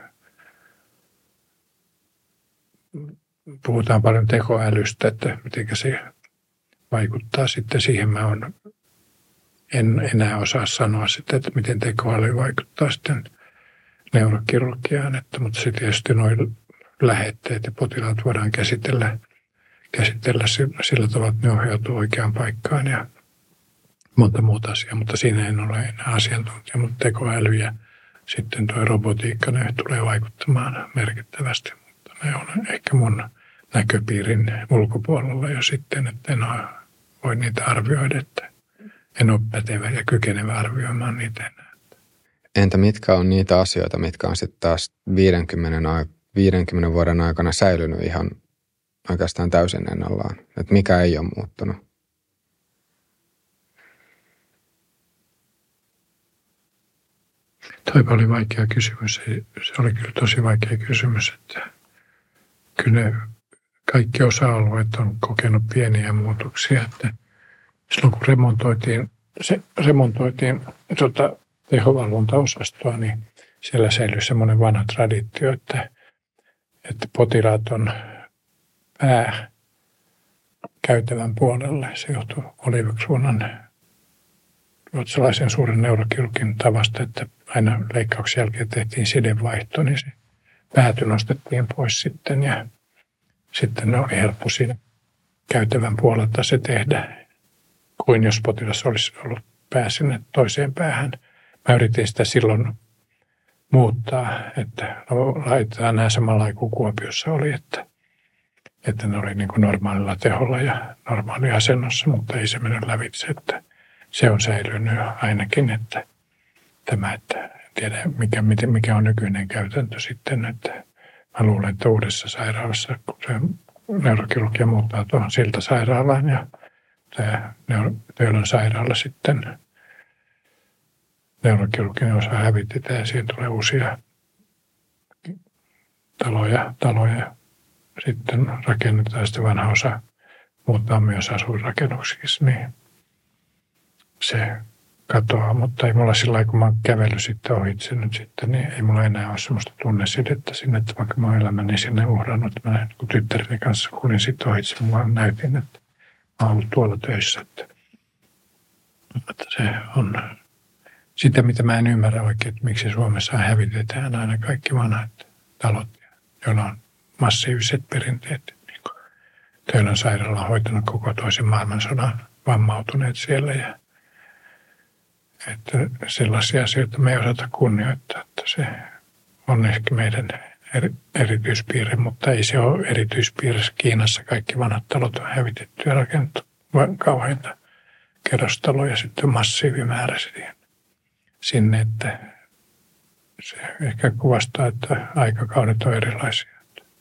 B: puhutaan paljon tekoälystä, että miten se vaikuttaa sitten siihen. Mä on, en enää osaa sanoa sitten, että miten tekoäly vaikuttaa sitten neurokirurgiaan, että, mutta sitten tietysti noin lähetteet ja potilaat voidaan käsitellä, käsitellä sillä tavalla, että ne ohjautuu oikeaan paikkaan ja monta muuta asiaa, mutta siinä en ole enää asiantuntija, mutta tekoäly ja sitten tuo robotiikka, ne tulee vaikuttamaan merkittävästi, mutta ne on ehkä mun näköpiirin ulkopuolella jo sitten, että en voi niitä arvioida, että en ole pätevä ja kykenevä arvioimaan niitä enää.
A: Entä mitkä on niitä asioita, mitkä on sitten taas viidenkymmenen vuoden aikana säilynyt ihan oikeastaan täysin ennallaan? Että mikä ei ole muuttunut?
B: Toipa oli vaikea kysymys. Se oli kyllä tosi vaikea kysymys, että kyllä ne kaikki osa-alueet on kokenut pieniä muutoksia. Että silloin kun remontoitiin, se, remontoitiin tuota, tehovalvontaosastoa, niin siellä säilyi semmoinen vanha traditio, että, että potilaat on pää käytävän puolelle. Se johtui Oliver Kruunan ruotsalaisen suuren neurokirurgin tavasta, että aina leikkauksen jälkeen tehtiin sidevaihto, niin se pääty nostettiin pois sitten ja sitten on helppo siinä käytävän puolelta se tehdä, kuin jos potilas olisi ollut pää sinne toiseen päähän. Mä yritin sitä silloin muuttaa, että no, laitetaan nämä samalla lailla kuin Kuopiossa oli, että, että ne oli niin kuin normaalilla teholla ja normaali asennossa, mutta ei se mennyt lävitse, että se on säilynyt ainakin, että tämä, että en tiedä mikä, mikä on nykyinen käytäntö sitten, että mä luulen, että uudessa sairaalassa, kun se neurokirurgia muuttaa tuohon Siltasairaalaan ja tämä Töölön sairaala sitten neurokirurginen osa hävitetään ja siihen tulee uusia taloja, taloja. Sitten rakennetaan sitten vanha osa, muuttaa myös asuinrakennuksiksi, niin se katoaa. Mutta ei mulla sillä lailla, kun mä oon kävellyt sitten ohitse nyt sitten, niin ei mulla enää ole semmoista tunnesidettä sinne, että vaikka mä oon elämäni sinne uhrannut. Mä kun tyttäreni kanssa kulin sitten ohitse, mä näytin, että mä oon ollut tuolla töissä. Että, että se on sitä, mitä mä en ymmärrä oikein, että miksi Suomessa hävitetään aina kaikki vanhat. talot, joilla on massiiviset perinteet. Niin kuin Töölön sairaala on hoitanut koko toisen maailmansodan vammautuneet siellä. Ja, että sellaisia asioita me ei osata kunnioittaa, että se on ehkä meidän eri, erityispiirre, mutta ei se ole erityispiirre. Kiinassa kaikki vanhat talot on hävitetty ja rakennettu kauheita kerrostaloja sitten massiivimäärä sinne, että se ehkä kuvastaa, että aikakaudet on erilaisia.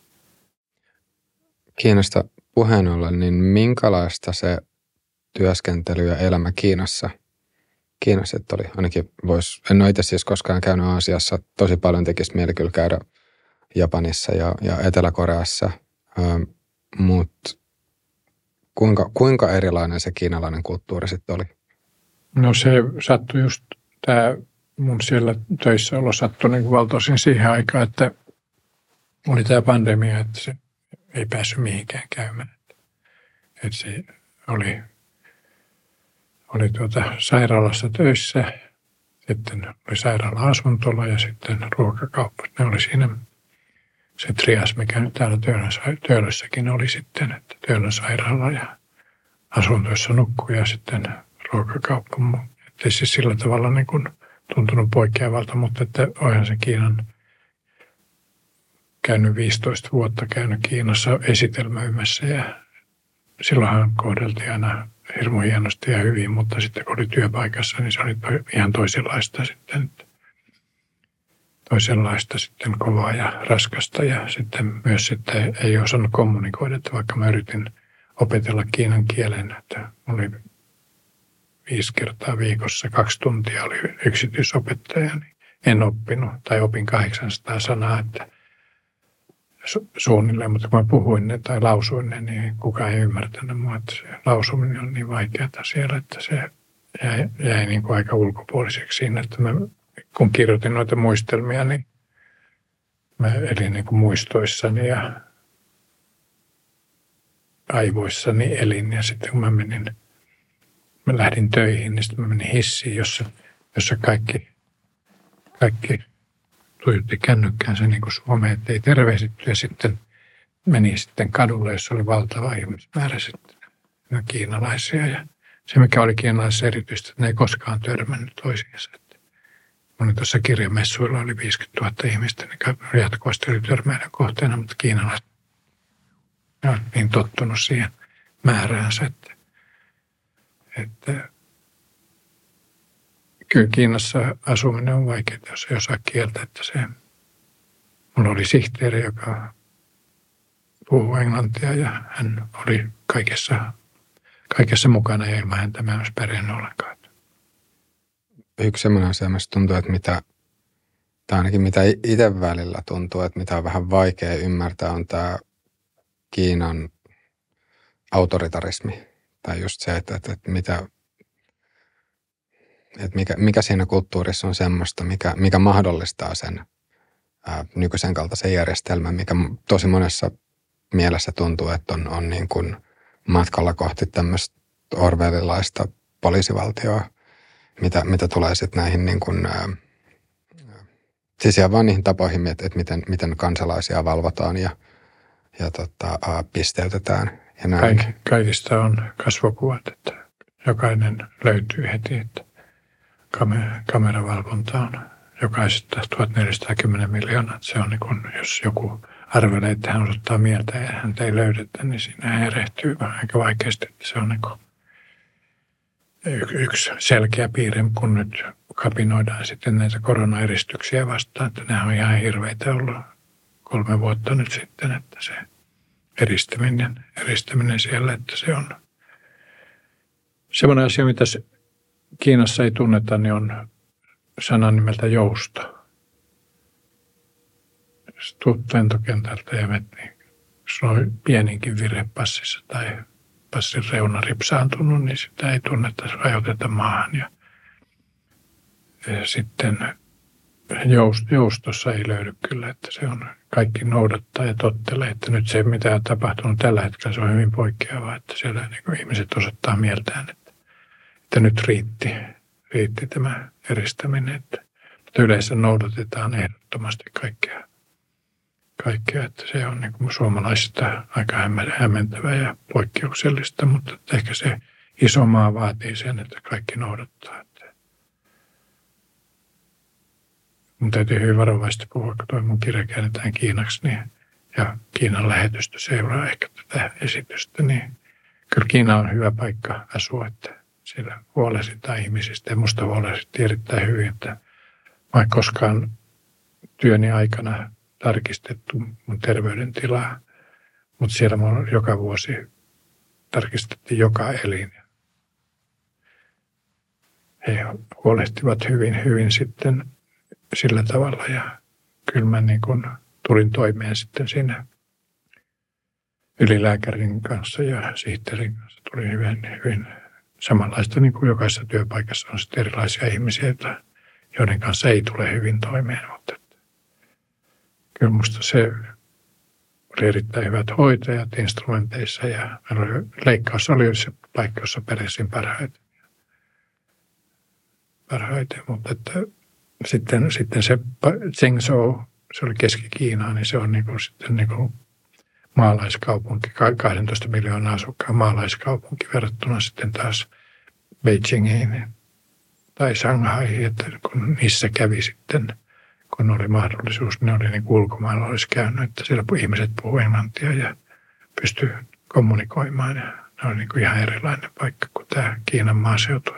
A: Kiinasta puheen ollen, niin minkälaista se työskentely ja elämä Kiinassa, Kiinassa että oli? Ainakin vois, en ole itse siis koskaan käynyt Aasiassa, tosi paljon tekisi mieli kyllä käydä Japanissa ja, ja Etelä-Koreassa, ähm, mutta kuinka, kuinka erilainen se kiinalainen kulttuuri sitten oli?
B: No se sattui just, tämä mun siellä töissä olo sattui niin valtoisin siihen aikaan, että oli tämä pandemia, että se ei päässyt mihinkään käymään. Että se oli, oli tuota sairaalassa töissä, sitten oli sairaala-asuntola ja sitten ruokakauppa. Ne oli siinä se trias, mikä nyt täällä Töölössäkin oli sitten, että Töölön sairaala ja asuntoissa nukkui ja sitten ruokakauppa. Että ei se sillä tavalla niin kuin tuntunut poikkeavalta, mutta että onhan se Kiinan käynyt viisitoista vuotta käynyt Kiinassa esitelmöimässä ja silloinhan kohdeltiin aina hirmu hienosti ja hyvin, mutta sitten kun oli työpaikassa, niin se oli ihan toisenlaista sitten. Toisenlaista sitten kovaa ja raskasta ja sitten myös sitten ei osannut kommunikoida, että vaikka mä yritin opetella kiinan kielen, että oli viisi kertaa viikossa, kaksi tuntia oli yksityisopettaja, niin en oppinut tai opin kahdeksansataa sanaa, että su- suunnilleen, mutta kun mä puhuin ne tai lausuin ne, niin kukaan ei ymmärtänyt mua, että se lausuminen on niin vaikeaa siellä, että se jäi, jäi niin kuin aika ulkopuoliseksi siinä, että mä, kun kirjoitin noita muistelmia, niin mä elin niin kuin muistoissani ja aivoissani elin ja sitten kun mä menin, mä lähdin töihin, niin sitten mä menin hissiin, jossa, jossa kaikki, kaikki tuijotti kännykkäänsä niin kuin Suomeen, ettei tervehditty. Ja sitten meni sitten kadulle, jossa oli valtava ihmismäärä sitten kiinalaisia. Ja se, mikä oli kiinalaisissa erityisesti, että ne ei koskaan törmännyt toisiinsa. Mun tuossa kirjamessuilla oli viisikymmentätuhatta ihmistä, niin jatkuvasti oli törmäinen kohteena, mutta kiinalaiset ovat niin tottunut siihen määräänsä, että, että kyllä Kiinassa asuminen on vaikeaa, jos ei osaa kieltä, että se, mulla oli sihteeri, joka puhui englantia ja hän oli kaikessa, kaikessa mukana ja ilman häntä mä en olisi pärjännyt ollenkaan.
A: Yksi sellainen asia, missä tuntuu, että mitä, tai ainakin mitä itse välillä tuntuu, että mitä on vähän vaikea ymmärtää, on tämä Kiinan autoritarismi. Tai just se, että, että, että, mitä, että mikä, mikä siinä kulttuurissa on semmoista, mikä, mikä mahdollistaa sen ää, nykyisen kaltaisen järjestelmän, mikä tosi monessa mielessä tuntuu, että on, on niin kuin matkalla kohti tämmöistä orwellilaista poliisivaltioa, mitä, mitä tulee sitten näihin niin kuin, ää, siis ihan vaan niihin tapoihin, että, että miten, miten kansalaisia valvotaan ja, ja tota, ää, pisteytetään. Ja näin.
B: Kaik, kaikista on kasvokuvat, että jokainen löytyy heti, että kamer, kameravalvonta on jokaisesta tuhatneljäsataakymmenen miljoonaa. Se on niin kuin, jos joku arvelee, että hän osoittaa mieltä ja häntä ei löydetä, niin siinä erehtyy vähän aika vaikeasti. Että se on niin kuin yksi selkeä piirre, kun nyt kapinoidaan sitten näitä koronaeristyksiä vastaan, että nämä on ihan hirveitä ollut kolme vuotta nyt sitten, että se eristäminen, eristäminen siellä, että se on semmoinen asia, mitä Kiinassa ei tunneta, niin on sanan nimeltä jousto. Jos tuut lentokentältä ja vet, niin jos on pieninkin virhe passissa tai passin reuna ripsaantunut, niin sitä ei tunneta, rajoiteta maahan. Ja, ja sitten joustossa ei löydy kyllä, että se on kaikki noudattaa ja tottelee, että nyt se, mitä on tapahtunut tällä hetkellä, se on hyvin poikkeavaa, että siellä niin kuin ihmiset osoittaa mieltään, että, että nyt riitti, riitti tämä eristäminen, että, että yleensä noudatetaan ehdottomasti kaikkea kaikkea. Että se on niin kuin suomalaisista aika hämmentävää ja poikkeuksellista, mutta ehkä se iso maa vaatii sen, että kaikki noudattaa. Mun täytyy hyvin varovaisesti puhua, kun toi mun kirja käännetään kiinaksi, niin, ja Kiinan lähetystö seuraa ehkä tätä esitystä, niin kyllä Kiina on hyvä paikka asua, että siellä huolehditaan ihmisistä ja musta huolehdittiin erittäin hyvin, että mä en koskaan työni aikana tarkistettu mun terveydentilaa, mutta siellä mun joka vuosi tarkistettiin joka elin. He huolehtivat hyvin, hyvin sitten sillä tavalla ja kyllä mä niin kuin tulin toimeen sitten siinä ylilääkärin kanssa ja sihteerin kanssa tuli hyvin, hyvin samanlaista niin kuin jokaisessa työpaikassa on sitten erilaisia ihmisiä, joiden kanssa ei tule hyvin toimeen, mutta kyllä musta se oli erittäin hyvät hoitajat instrumenteissa ja leikkaus oli se paikka, jossa pärjäsin parhaiten. parhaiten mutta että Sitten, sitten se Zhengzhou, se oli Keski-Kiinaa, niin se on niin kuin sitten niin kuin maalaiskaupunki, kaksitoista miljoonaa asukkaan maalaiskaupunki verrattuna sitten taas Beijingiin tai Shanghaihin, että kun niissä kävi sitten, kun oli mahdollisuus, ne oli niin kuin ulkomailla olisi käynyt, että siellä ihmiset puhuivat englantia ja pystyi kommunikoimaan ja ne oli niin kuin ihan erilainen paikka kuin tämä Kiinan maaseutu.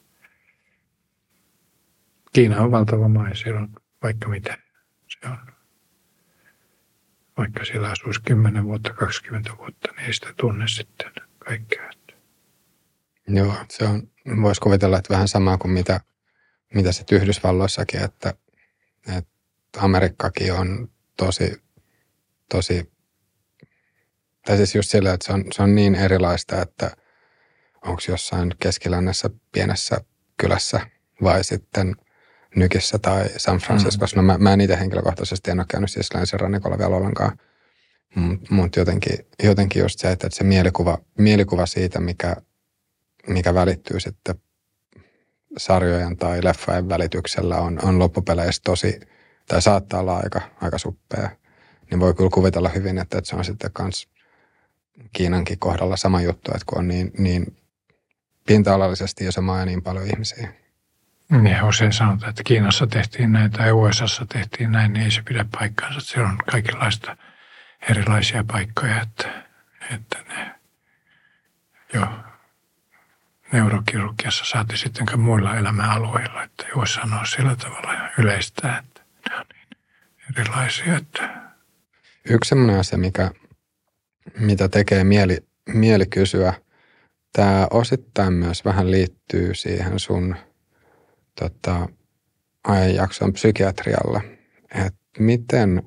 B: Kiina on valtava maa ja siellä on vaikka mitä. Se on, vaikka siellä asuisi kymmenen vuotta, kaksikymmentä vuotta, niin ei sitä tunne sitten kaikkea.
A: Joo, se on, voisi kuvitella, että vähän samaa kuin mitä, mitä sitten Yhdysvalloissakin, että, että Amerikkakin on tosi, tosi, tai siis just sillä, että se on, se on niin erilaista, että onko jossain keskilännessä pienessä kylässä vai sitten Nykissä tai San Franciscossa. No mä, mä en itse henkilökohtaisesti en ole käynyt siis länsirannikolla vielä ollenkaan. Mutta jotenkin, jotenkin just se, että se mielikuva, mielikuva siitä, mikä, mikä välittyy sitten sarjojen tai leffojen välityksellä on, on loppupeleissä tosi, tai saattaa olla aika, aika suppea. Niin voi kyllä kuvitella hyvin, että, että se on sitten kans Kiinankin kohdalla sama juttu, että kun on niin, niin pinta-alallisesti iso maa ja niin paljon ihmisiä.
B: Niin usein sanotaan, että Kiinassa tehtiin näin tai U S A:ssa tehtiin näin, niin ei se pidä paikkaansa. Siellä on kaikenlaista erilaisia paikkoja, että, että ne jo neurokirurgiassa saati sitten muilla elämäalueilla, että ei voi sanoa sillä tavalla yleistä, että ne on niin erilaisia. Että.
A: Yksi sellainen asia, mikä, mitä tekee mieli, mieli kysyä, tämä osittain myös vähän liittyy siihen sun Tota, ajanjakson psykiatrialla, että miten,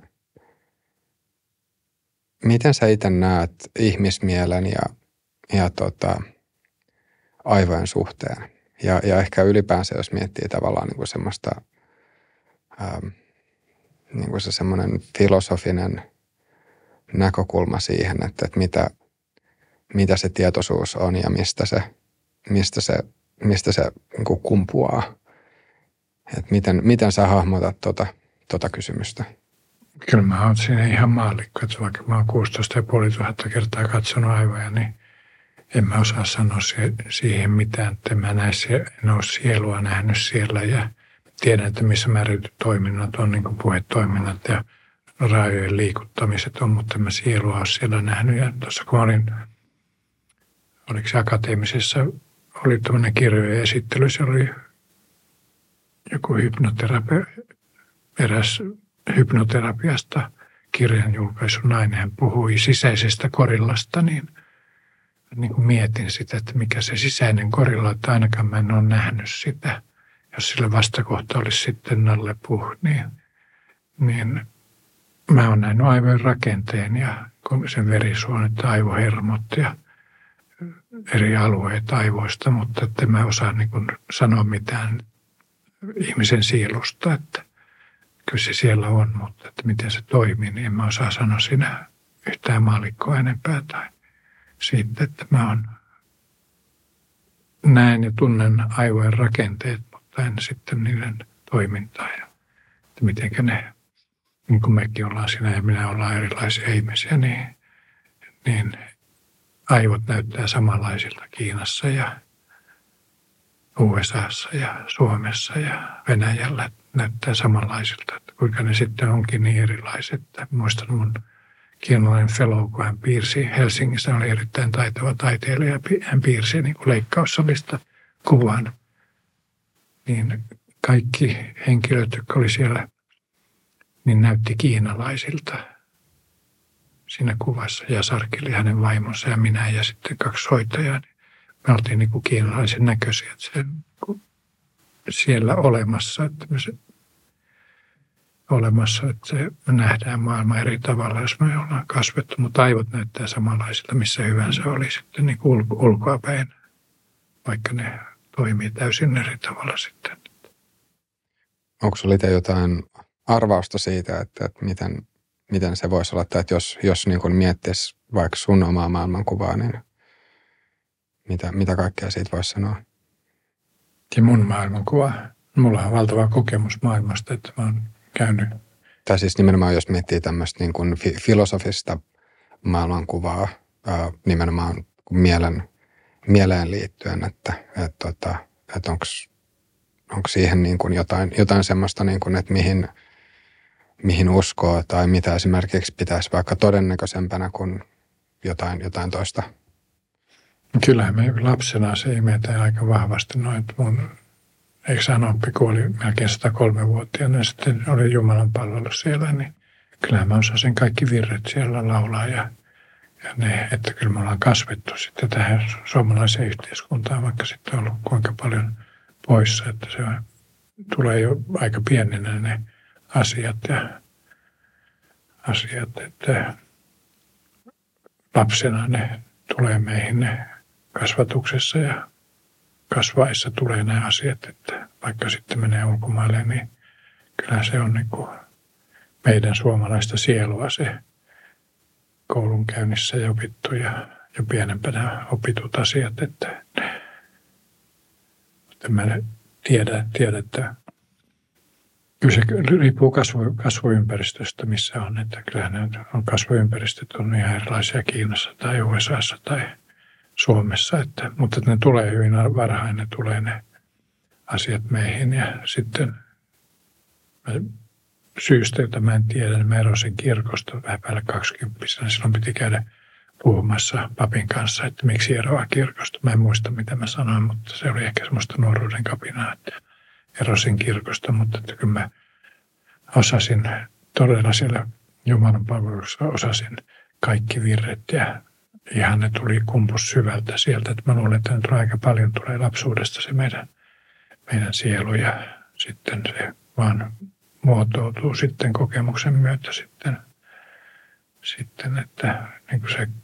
A: miten sä itse näet ihmismielen ja, ja tota, aivojen suhteen? Ja, ja ehkä ylipäänsä, jos miettii tavallaan niin kuin semmoista, ähm, niin kuin se semmoinen filosofinen näkökulma siihen, että, että mitä, mitä se tietoisuus on ja mistä se, mistä se, mistä se niin kuin kumpuaa. Että miten, miten sä hahmotat tota, tota kysymystä?
B: Kyllä mä oon siinä ihan maallikko, että vaikka mä oon kuusitoista tuhatta kertaa katsonut aivoja, niin en mä osaa sanoa siihen mitään, että mä näe, en ole sielua nähnyt siellä ja tiedän, että missä määrätyt toiminnat on, niin kuin puhetoiminnat ja raajojen liikuttamiset on, mutta en mä sielua ole siellä nähnyt. Ja tuossa kun olin, oliko se akateemisessa, oli tämmöinen kirjojen esittely, se oli joku hypnoterapia, eräs hypnoterapiasta kirjan julkaisu nainen, hän puhui sisäisestä korillasta, niin, niin kuin mietin sitä, että mikä se sisäinen korilla, että ainakaan mä en ole nähnyt sitä. Jos sillä vastakohta olisi sitten Nalle Puh, niin, niin mä oon nähnyt aivojen rakenteen ja sen verisuonet, aivohermot ja eri alueet aivoista, mutta että mä osaan niin kuin sanoa mitään ihmisen sielusta, että kyllä se siellä on, mutta että miten se toimii, niin en mä osaa sanoa siinä yhtään maallikkoa enempää tai siitä, että mä on, näen ja tunnen aivojen rakenteet, mutta en sitten niiden toimintaa ja että mitenkä ne niin kuin mekin ollaan sinä ja minä ollaan erilaisia ihmisiä, niin, niin aivot näyttää samanlaisilta Kiinassa ja U S A:ssa ja Suomessa ja Venäjällä näyttää samanlaisilta. Että kuinka ne sitten onkin niin erilaiset. Muistan mun kiinalainen fellow, kun hän piirsi Helsingissä, hän oli erittäin taitava taiteilija. Hän piirsi niin kuin leikkaussalista kuvan. Niin kaikki henkilöt, jotka oli siellä, niin näytti kiinalaisilta siinä kuvassa. Ja Sarkeli, hänen vaimonsa ja minä ja sitten kaksi hoitajaa. Me oltiin niin kuin kiinalaisen näköisiä, että se siellä olemassa, että me se, olemassa, että se, me nähdään maailma eri tavalla, jos me ollaan kasvettu, mutta aivot näyttää samanlaisilta, missä hyvänsä oli sitten niin kuin ulko, ulkoapäin, vaikka ne toimii täysin eri tavalla sitten.
A: Onko sinulla itse jotain arvausta siitä, että, että miten, miten se voisi olla, tai että jos, jos niin kuin miettisi vaikka sun omaa maailmankuvaa, niin Mitä, mitä kaikkea siitä voisi sanoa?
B: Ja mun maailmankuva. Mulla on valtava kokemus maailmasta, että mä oon käynyt.
A: Tai siis nimenomaan, jos miettii tämmöistä niin kuin fi- filosofista maailmankuvaa ää, nimenomaan mielen, mieleen liittyen, että et, tota, et onko siihen niin kuin jotain, jotain semmoista, niin kuin, että mihin, mihin uskoo tai mitä esimerkiksi pitäisi vaikka todennäköisempänä kuin jotain, jotain toista.
B: Kyllähän me lapsena se imetään aika vahvasti noin, että mun ex-anoppi kuoli melkein sata kolme vuotiaana ja sitten oli Jumalan palvelus siellä, niin kyllähän mä osasin kaikki virret siellä laulaa ja, ja ne, että kyllä me ollaan kasvettu sitten tähän suomalaiseen yhteiskuntaan, vaikka sitten on ollut kuinka paljon poissa, että se on, tulee jo aika pienenä ne asiat ja asiat, että lapsena ne tulee meihin ne kasvatuksessa ja kasvaessa tulee nämä asiat, että vaikka sitten menee ulkomaille, niin kyllä se on niin kuin meidän suomalaista sielua se koulunkäynnissä ja opittu ja jo pienempänä opitut asiat, että, että mä tiedän, tiedän, että kyllä se riippuu kasvu, kasvuympäristöstä, missä on, että kyllähän on kasvuympäristöt on ihan erilaisia Kiinassa tai U S A:ssa tai Suomessa, että, mutta ne tulee hyvin varhain, ne tulee ne asiat meihin ja sitten mä, syystä, jota mä en tiedä, niin mä erosin kirkosta vähän päälle kaksikymppisenä. Silloin piti käydä puhumassa papin kanssa, että miksi eroaa kirkosta. Mä en muista, mitä mä sanoin, mutta se oli ehkä semmoista nuoruuden kapinaa, että erosin kirkosta, mutta että kyllä mä osasin todella siellä Jumalan palveluksessa osasin kaikki virret ja ihan ne tuli kumpus syvältä sieltä, että mä luulen, että nyt aika paljon tulee lapsuudesta se meidän, meidän sielu ja sitten se vaan muotoutuu sitten kokemuksen myötä sitten, sitten että niin kuin se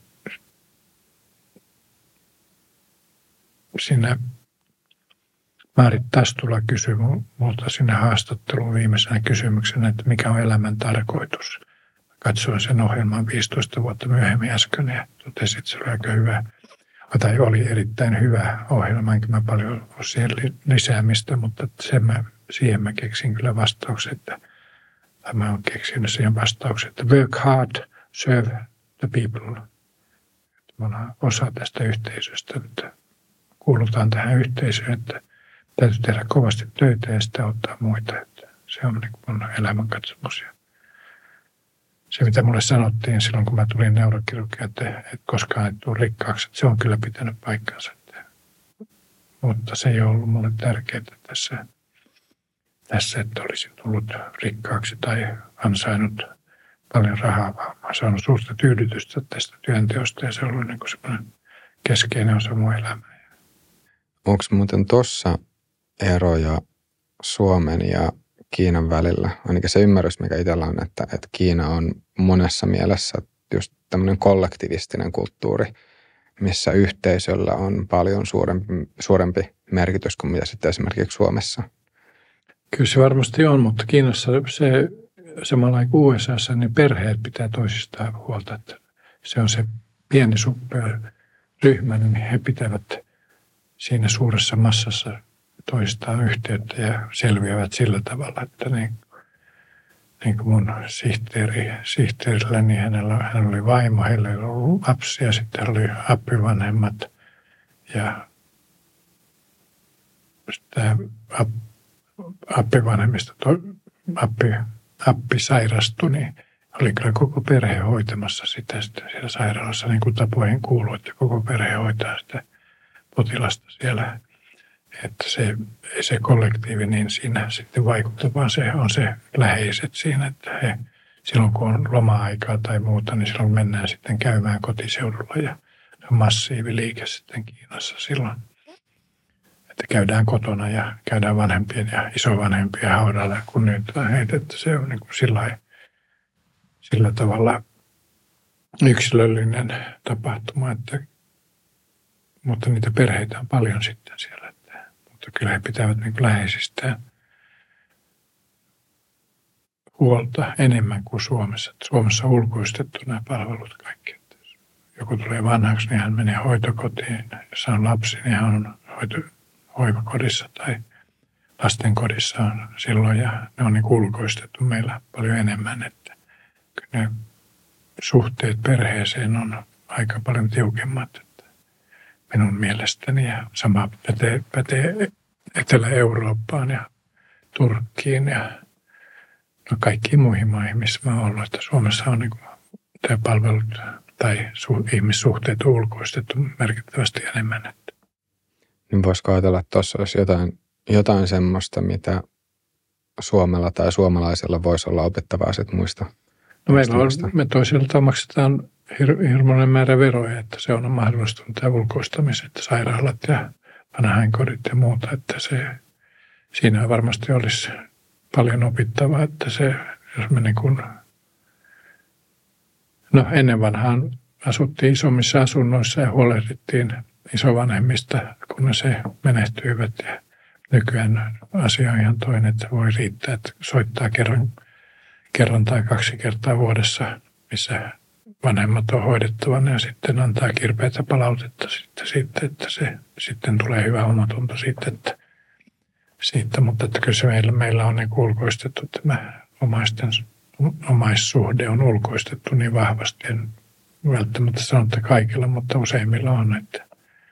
B: siinä Maarit Tastula kysyi multa siinä haastattelun viimeisenä kysymyksenä, että mikä on elämän tarkoitus. Katsoin sen ohjelman viisitoista vuotta myöhemmin äsken ja totesin, että se oli aika hyvä, tai oli erittäin hyvä ohjelma, enkä mä paljon ole siihen lisäämistä, mutta sen mä, siihen mä keksin kyllä vastauksen, että tai mä oon keksinyt siihen vastauksen, että work hard, serve the people. Että me ollaan osa tästä yhteisöstä, että kuulutaan tähän yhteisöön, että täytyy tehdä kovasti töitä ja sitten auttaa muita. Että se on niin kuin mun elämänkatsomus. Se, mitä mulle sanottiin silloin, kun mä tulin neurokirurgiaan, että, että koskaan et tule rikkaaksi, että se on kyllä pitänyt paikkansa. Että, mutta se ei ollut mulle tärkeää tässä, tässä, että olisin tullut rikkaaksi tai ansainnut paljon rahaa, vaan mä oon saanut suurta tyydytystä tästä työnteosta ja se on ollut niin kuin semmoinen keskeinen osa mun elämää.
A: Onko muuten tuossa eroja Suomen ja Kiinan välillä? Ainakin se ymmärrys, mikä itsellä on, että, että Kiina on monessa mielessä just tämmöinen kollektivistinen kulttuuri, missä yhteisöllä on paljon suurempi, suurempi merkitys kuin mitä sitten esimerkiksi Suomessa.
B: Kyllä se varmasti on, mutta Kiinassa se samalla kuin U S A:ssa, niin perheet pitää toisistaan huolta. Että se on se pieni suppea ryhmä, niin he pitävät siinä suuressa massassa toistaan yhteyttä ja selviävät sillä tavalla, että, niin, niin kuin mun sihteeri, sihteerillä, niin hänellä, hänellä oli vaimo, heillä oli ollut lapsia, sitten oli appivanhemmat ja sitä appivanhemmista, appi, appi sairastui, niin oli kyllä koko perhe hoitamassa sitä sitten siellä sairaalassa, niin kuin tapoihin kuuluu, että koko perhe hoitaa sitä potilasta siellä. Että se, se kollektiivi niin siinä sitten vaikuttaa, vaan se on se läheiset siinä, että he, silloin kun on loma-aikaa tai muuta, niin silloin mennään sitten käymään kotiseudulla ja se on massiiviliike sitten Kiinassa silloin. Että käydään kotona ja käydään vanhempien ja isovanhempien haudalla ja kunnioitetaan heitä, että se on niin kuin sillä, sillä tavalla yksilöllinen tapahtuma, että, mutta niitä perheitä on paljon sitten siellä. Mutta kyllä he pitävät niin kuin läheisistään huolta enemmän kuin Suomessa. Että Suomessa on ulkoistettu nämä palvelut kaikki. Että jos joku tulee vanhaksi, niin hän menee hoitokotiin. Jos on lapsi, niin hän on hoito, hoivakodissa tai lastenkodissa on silloin. Ja ne on niin kuin ulkoistettu meillä paljon enemmän. Että kyllä ne suhteet perheeseen on aika paljon tiukemmat. Minun mielestäni, ja sama pätee, pätee Etelä-Eurooppaan ja Turkkiin ja no kaikkiin muihin maihin, missä mä oon ollut. Että Suomessa on niin kuin, tämä palvelut tai su, ihmissuhteet on ulkoistettu merkittävästi enemmän. Että.
A: Niin voisiko ajatella, että tuossa olisi jotain, jotain semmoista, mitä Suomella tai suomalaisilla voisi olla opittavaa sit muista?
B: No meillä on, me toisilta maksetaan hir- hirmoinen määrä veroja, että se on mahdollistunut tämä ulkoistaminen, että sairaalat ja vanhainkodit ja muuta, että se, siinä varmasti olisi paljon opittavaa, että se, jos me niin kuin, no ennen vanhaan asuttiin isommissa asunnoissa ja huolehdittiin isovanhemmista, kun ne se menehtyivät ja nykyään asia on ihan toinen, että voi riittää, että soittaa kerran, kerran tai kaksi kertaa vuodessa, missä vanhemmat on hoidettavana ja sitten antaa kirpeätä palautetta sitten, siitä, että se sitten tulee hyvä omatunto siitä, että siitä, mutta että kyllä se meillä, meillä on niin ulkoistettu tämä omaisten, omaissuhde on ulkoistettu niin vahvasti. En välttämättä sano, että kaikilla, mutta useimmilla on, että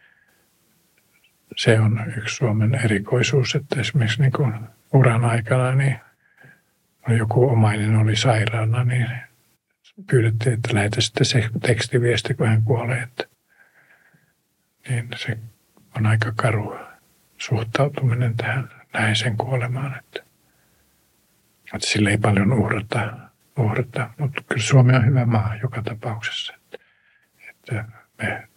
B: se on yksi Suomen erikoisuus, että esimerkiksi niin kuin uran aikana niin joku omainen oli sairaana, niin pyydettiin, että lähetä sitten se tekstiviesti, kun hän kuolee. Että, niin se on aika karu suhtautuminen tähän läheisen kuolemaan. Että, että sille ei paljon uhrata, uhrata, mutta kyllä Suomi on hyvä maa joka tapauksessa. Että, että me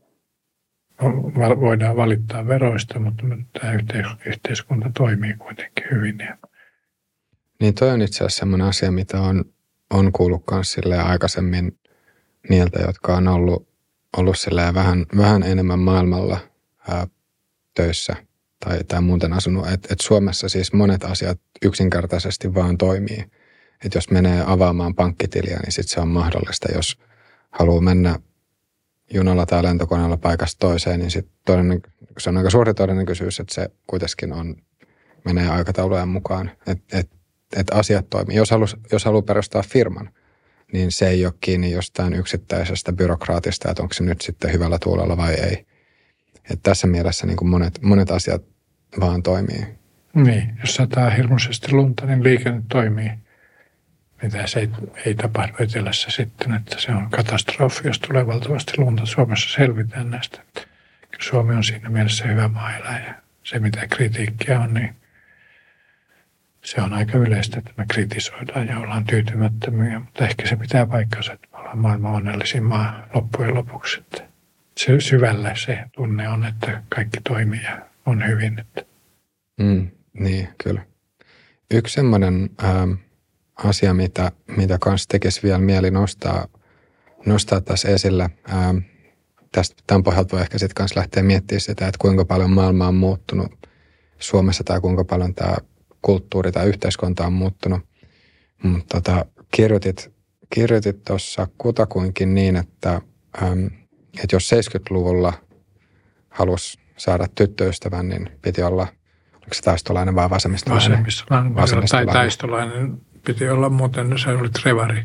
B: voidaan valittaa veroista, mutta tämä yhteiskunta toimii kuitenkin hyvin.
A: Niin toi on itse asiassa semmoinen asia, mitä on, on kuullut myös aikaisemmin niiltä, jotka on ollut, ollut vähän, vähän enemmän maailmalla ää, töissä tai, tai muuten asunut. Että et Suomessa siis monet asiat yksinkertaisesti vaan toimii. Että jos menee avaamaan pankkitiliä, niin sitten se on mahdollista. Jos haluaa mennä junalla tai lentokoneella paikasta toiseen, niin sitten se on aika suuri todennäköisyys, että se kuitenkin on, menee aikataulujen mukaan. Että et, et asiat toimii. Jos haluaa jos haluaa perustaa firman, niin se ei ole kiinni jostain yksittäisestä byrokraatista, että onko se nyt sitten hyvällä tuulella vai ei. Että tässä mielessä niin kuin monet, monet asiat vaan toimii.
B: Niin, jos sataa hirmuisesti lunta, niin liikenne toimii. Mitä se ei, ei tapahdu etelässä sitten, että se on katastrofi, jos tulee valtavasti lunta. Suomessa selvitään näistä. Suomi on siinä mielessä hyvä maa elää ja se mitä kritiikkiä on, niin se on aika yleistä, että me kritisoidaan ja ollaan tyytymättömiä, mutta ehkä se pitää paikkansa, että me ollaan maailman onnellisin maa loppujen lopuksi. Että se syvällä se tunne on, että kaikki toimii ja on hyvin. Että.
A: Mm, niin, kyllä. Yksi semmoinen ähm, asia, mitä, mitä kanssa tekisi vielä mieli nostaa, nostaa tässä esillä. Ähm, tästä, tämän pohjalta voi ehkä sitten kanssa lähteä miettimään sitä, että kuinka paljon maailma on muuttunut Suomessa tai kuinka paljon tämä kulttuuri tai yhteiskunta on muuttunut. Mutta tota, kirjoitit kirjoitit tuossa kutakuinkin niin, että, äm, että jos seitsemänkymmentäluvulla halusi saada tyttöystävän, niin piti olla, oliko se taistolainen vai vasemmistolainen?
B: Vasemmistolainen, vasemmistolainen. Tai taistolainen piti olla muuten, sä olit revari.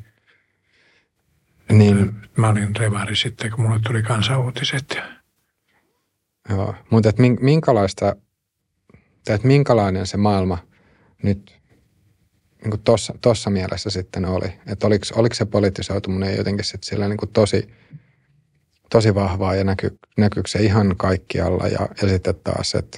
A: Niin,
B: Mä olin revari sitten, kun mulle tuli Kansan-Uutiset.
A: joo. Mutta et minkälaista, tai et minkälainen se maailma nyt niin tuossa tossa mielessä sitten oli? Että oliko, oliko se poliittisoituminen jotenkin sitten siellä niin tosi, tosi vahvaa ja näky, näkyykö se ihan kaikkialla ja, ja sitten taas, että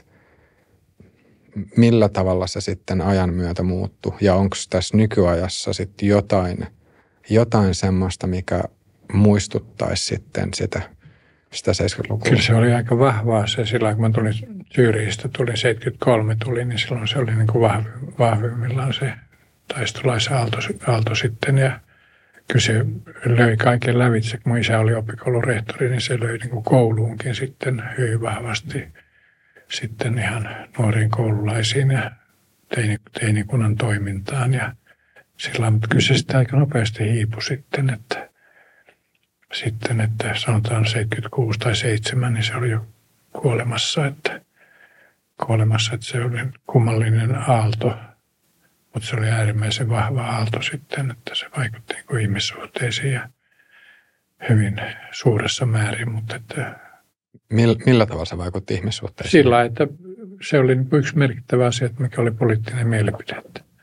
A: millä tavalla se sitten ajan myötä muuttui ja onko tässä nykyajassa sitten jotain, jotain semmoista, mikä muistuttaisi sitten sitä, sitä seitsemänkymmentälukua?
B: Kyllä se oli aika vahvaa se silloin, kun mä tulin Syyriistä, tulin seitsemänkymmentäkolme tuli, niin silloin se oli niin kuin vahvi, vahvimmillaan se taistolaisaalto aalto sitten ja kyllä se löi kaiken lävitse. Kun mun isä oli oppikoulurehtori, niin se löi niin kuin kouluunkin sitten hyvin vahvasti sitten ihan nuoriin koululaisiin ja teini, teinikunnan toimintaan. Ja sillä, mutta kyllä se sitten aika nopeasti hiipui sitten, että, sitten, että sanotaan seitsemänkymmentäkuusi tai seitsemän, niin se oli jo kuolemassa, että, kuolemassa, että se oli kummallinen aalto. Mutta se oli äärimmäisen vahva aalto sitten, että se vaikutti niin kuin ihmissuhteisiin ja hyvin suuressa määrin. Mutta että
A: Millä tavalla se vaikutti ihmissuhteisiin?
B: sillä, että se oli niin kuin yksi merkittävä asia, että mikä oli poliittinen mielipide.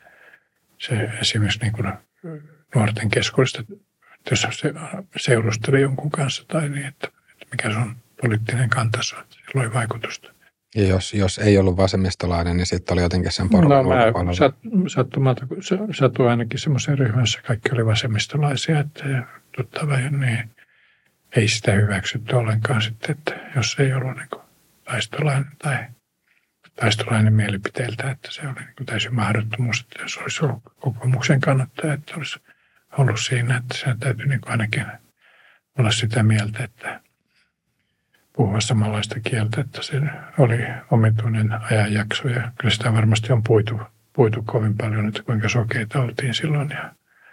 B: Se esimerkiksi niin kuin nuorten keskuudesta, että jos se seurusteli jonkun kanssa tai niin, että, että mikä sun poliittinen kantansa on, sillä oli vaikutusta.
A: Ja jos, jos ei ollut vasemmistolainen, niin sitten oli jotenkin sen porukan
B: No mä
A: ulkopuolella.
B: sat, sattumalta, kun satuin ainakin semmoisen ryhmässä, kaikki oli vasemmistolaisia, että tuttava, niin ei sitä hyväksytty ollenkaan sitten, että jos ei ollut niin kuin taistolainen tai taistolainen mielipiteeltä, että se oli niin kuin täysin mahdottomuus, että jos olisi ollut kokoomuksen kannattaja, että olisi ollut siinä, että sen täytyy niin kuin ainakin olla sitä mieltä, että puhua samanlaista kieltä, että se oli omituinen ajanjakso ja kyllä sitä varmasti on puitu, puitu kovin paljon, että kuinka sokeita oltiin silloin ja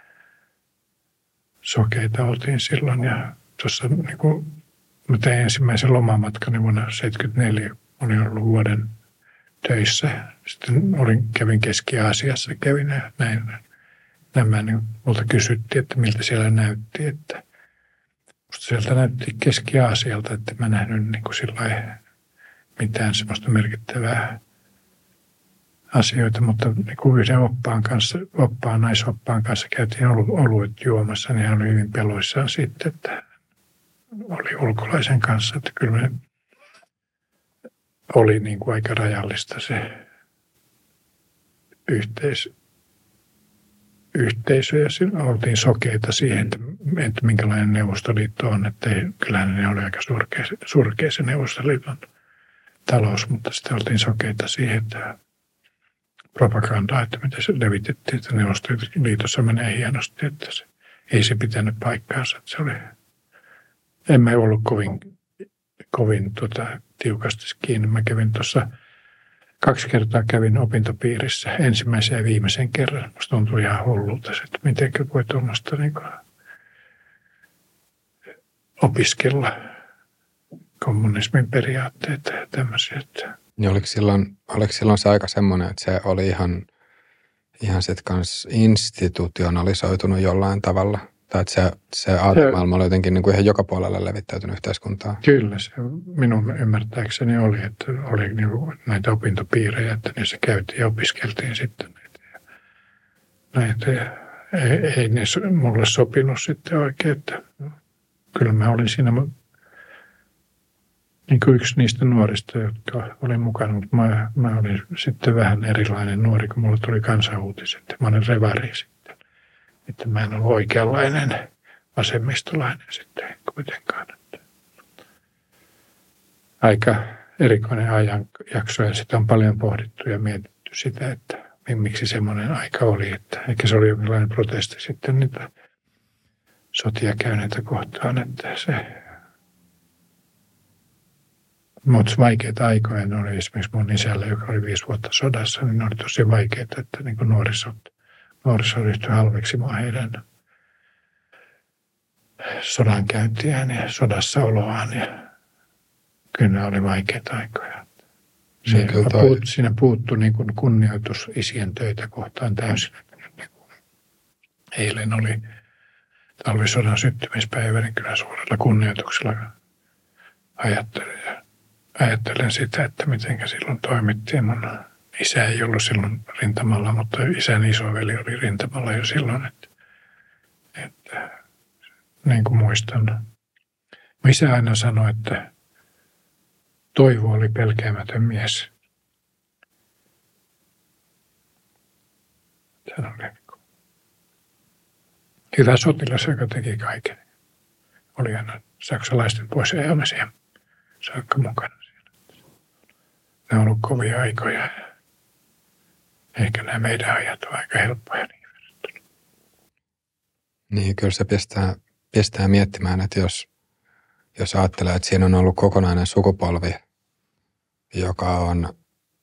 B: sokeita oltiin silloin ja tuossa niin kuin mä tein ensimmäisen lomamatkani vuonna seitsemänkymmentäneljä, olin ollut vuoden töissä, sitten olin, kävin Keski-Aasiassa, kävin ja näin nämä, niin multa kysyttiin, että miltä siellä näytti, että musta sieltä näytti Keski-Aasialta, että mä nähnyt niin kuin sillä mitään semmoista merkittävää asioita, mutta niin kuin yhden oppaan kanssa, oppaan, naisoppaan kanssa käytiin oluet juomassa, niin hän oli hyvin peloissaan sitten, että oli ulkolaisen kanssa, että kyllä me oli niin kuin aika rajallista se yhteis, yhteisö ja oltiin sokeita siihen, että, että minkälainen Neuvostoliitto on, että ei, kyllähän ne oli aika surkea, surkea se Neuvostoliiton talous, mutta sitten oltiin sokeita siihen, että propagandaa, että miten se levitettiin, että Neuvostoliitossa menee hienosti, että se, ei se pitänyt paikkaansa, että se oli, emme ollut kovin, kovin tota, tiukasti kiinni. Mä kävin tuossa, kaksi kertaa kävin opintopiirissä, ensimmäisen ja viimeisen kerran. Musta tuntui ihan hullulta, että miten voi tuommoista niin opiskella kommunismin periaatteita ja tämmöisiä.
A: Niin oliko silloin, oliko silloin se aika semmoinen, että se oli ihan, ihan sitten kans institutionalisoitunut jollain tavalla? Tai että se, se aatemaailma oli jotenkin niin kuin ihan joka puolella levittäytynyt yhteiskuntaa?
B: Kyllä, se minun ymmärtääkseni oli, että oli niin kuin näitä opintopiirejä, että niissä käytiin ja opiskeltiin sitten näitä. näitä ja ei, ei ne mulle sopinut sitten oikein, että kyllä mä olin siinä niin kuin yksi niistä nuorista, jotka oli mukana, mutta mä, mä olin sitten vähän erilainen nuori, kun mulle tuli Kansan-Uutiset. Mä olin revari sitten. Että mä en ollut oikeanlainen vasemmistolainen sitten kuitenkaan. Aika erikoinen ajanjakso ja sitä on paljon pohdittu ja mietitty sitä, että miksi semmoinen aika oli. Että eikä se oli jonkinlainen protesti sitten niitä sotia käyneitä kohtaan, että se mutta vaikeita aikoja ne oli esimerkiksi mun isällä, joka oli viisi vuotta sodassa, niin ne oli tosi vaikeita, että niin kuin nuoriso, nuoriso ryhtyi halveksimaan heidän sodankäyntiään ja sodassa oloaan. Ja kyllä ne oli vaikeita aikoja. Se, niin puut, siinä puuttui niin kuin kunnioitus isien töitä kohtaan täysin. Niin kuin eilen oli talvisodan syttymispäivä, niin kyllä suurella kunnioituksella ajattelen, ajattelen sitä, että miten silloin toimittiin. Mun isä ei ollut silloin rintamalla, mutta isän isoveli oli rintamalla jo silloin. Että, että, niin kuin muistan. Isä aina sanoi, että Toivo oli pelkäämätön mies. Hän oli hyvä sotilas, joka teki kaiken. Oli aina saksalaisten pois ajamisia saakka mukana siellä. Ne on ollut kovia aikoja. Ehkä nämä meidän ajat on aika helppoja niin verrattuna.
A: Niin, kyllä se pistää, pistää miettimään, että jos, jos ajattelee, että siinä on ollut kokonainen sukupolvi, joka on,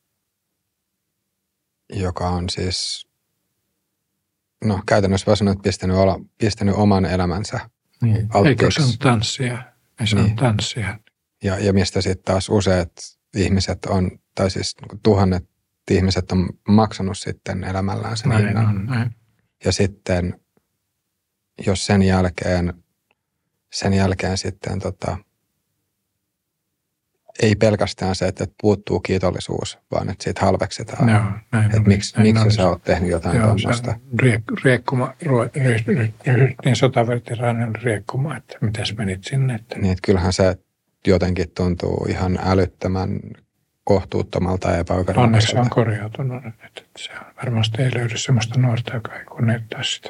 A: joka on siis, no käytännössä voi sanoa, että pistänyt, olla, pistänyt oman elämänsä
B: niin. Eikö se on tanssia? Ei se niin. on tanssia.
A: Ja, ja mistä sitten taas useat ihmiset on, tai siis tuhannet ihmiset on maksanut sitten elämällään sen
B: näin
A: hinnan.
B: On, näin.
A: Ja sitten, jos sen jälkeen, sen jälkeen sitten tota, ei pelkästään se, että puuttuu kiitollisuus, vaan että siitä halveksitaan.
B: Joo, näin
A: että
B: oli,
A: miksi,
B: näin
A: miksi
B: oli.
A: sä oot tehnyt jotain
B: Joo,
A: tuommoista.
B: Riek- riekkuma, niin sotaveteraani oli riekkuma, että mitäs menit sinne. Että...
A: Niin, että kyllähän se jotenkin tuntuu ihan älyttömän kohtuuttomalta ja epäoikeudenmukaiselta.
B: Onneksi on korjautunut, että se on, varmasti ei löydy sellaista nuorta, joka ei kunnioittaa sitä.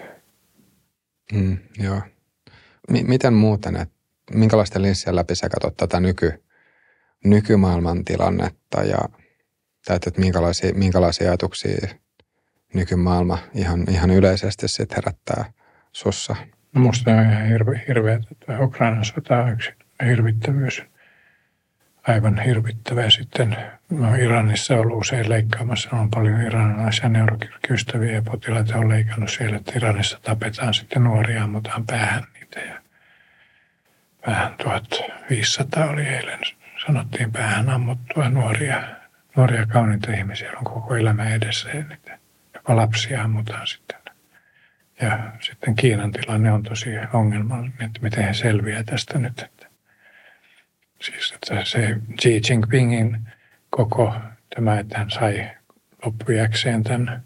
A: Mm, joo. M- miten muuten, että minkälaisten linssien läpi sä katsot tätä nyky, nykymaailman tilannetta ja että minkälaisia, minkälaisia ajatuksia nykymaailma ihan, ihan yleisesti sit herättää sussa?
B: No musta on ihan hirve, hirveä, että Ukrainan sota on yksi hirvittävyys. Aivan hirvittävä. Ja sitten mä Iranissa ollut usein leikkaamassa. On paljon iranilaisia neurokirurgiystäviä ja potilaita on leikannut siellä, että Iranissa tapetaan sitten nuoria, ammutaan päähän niitä. Ja päähän tuhatviisisataa oli eilen, sanottiin päähän ammuttua nuoria, nuoria kauniita ihmisiä on koko elämä edessä ja niitä, jopa lapsia ammutaan sitten. Ja sitten Kiinan tilanne on tosi ongelmallinen, että miten he selviää tästä nyt. Että siis että se Xi Jinpingin koko tämä, että hän sai loppujäkseen tämän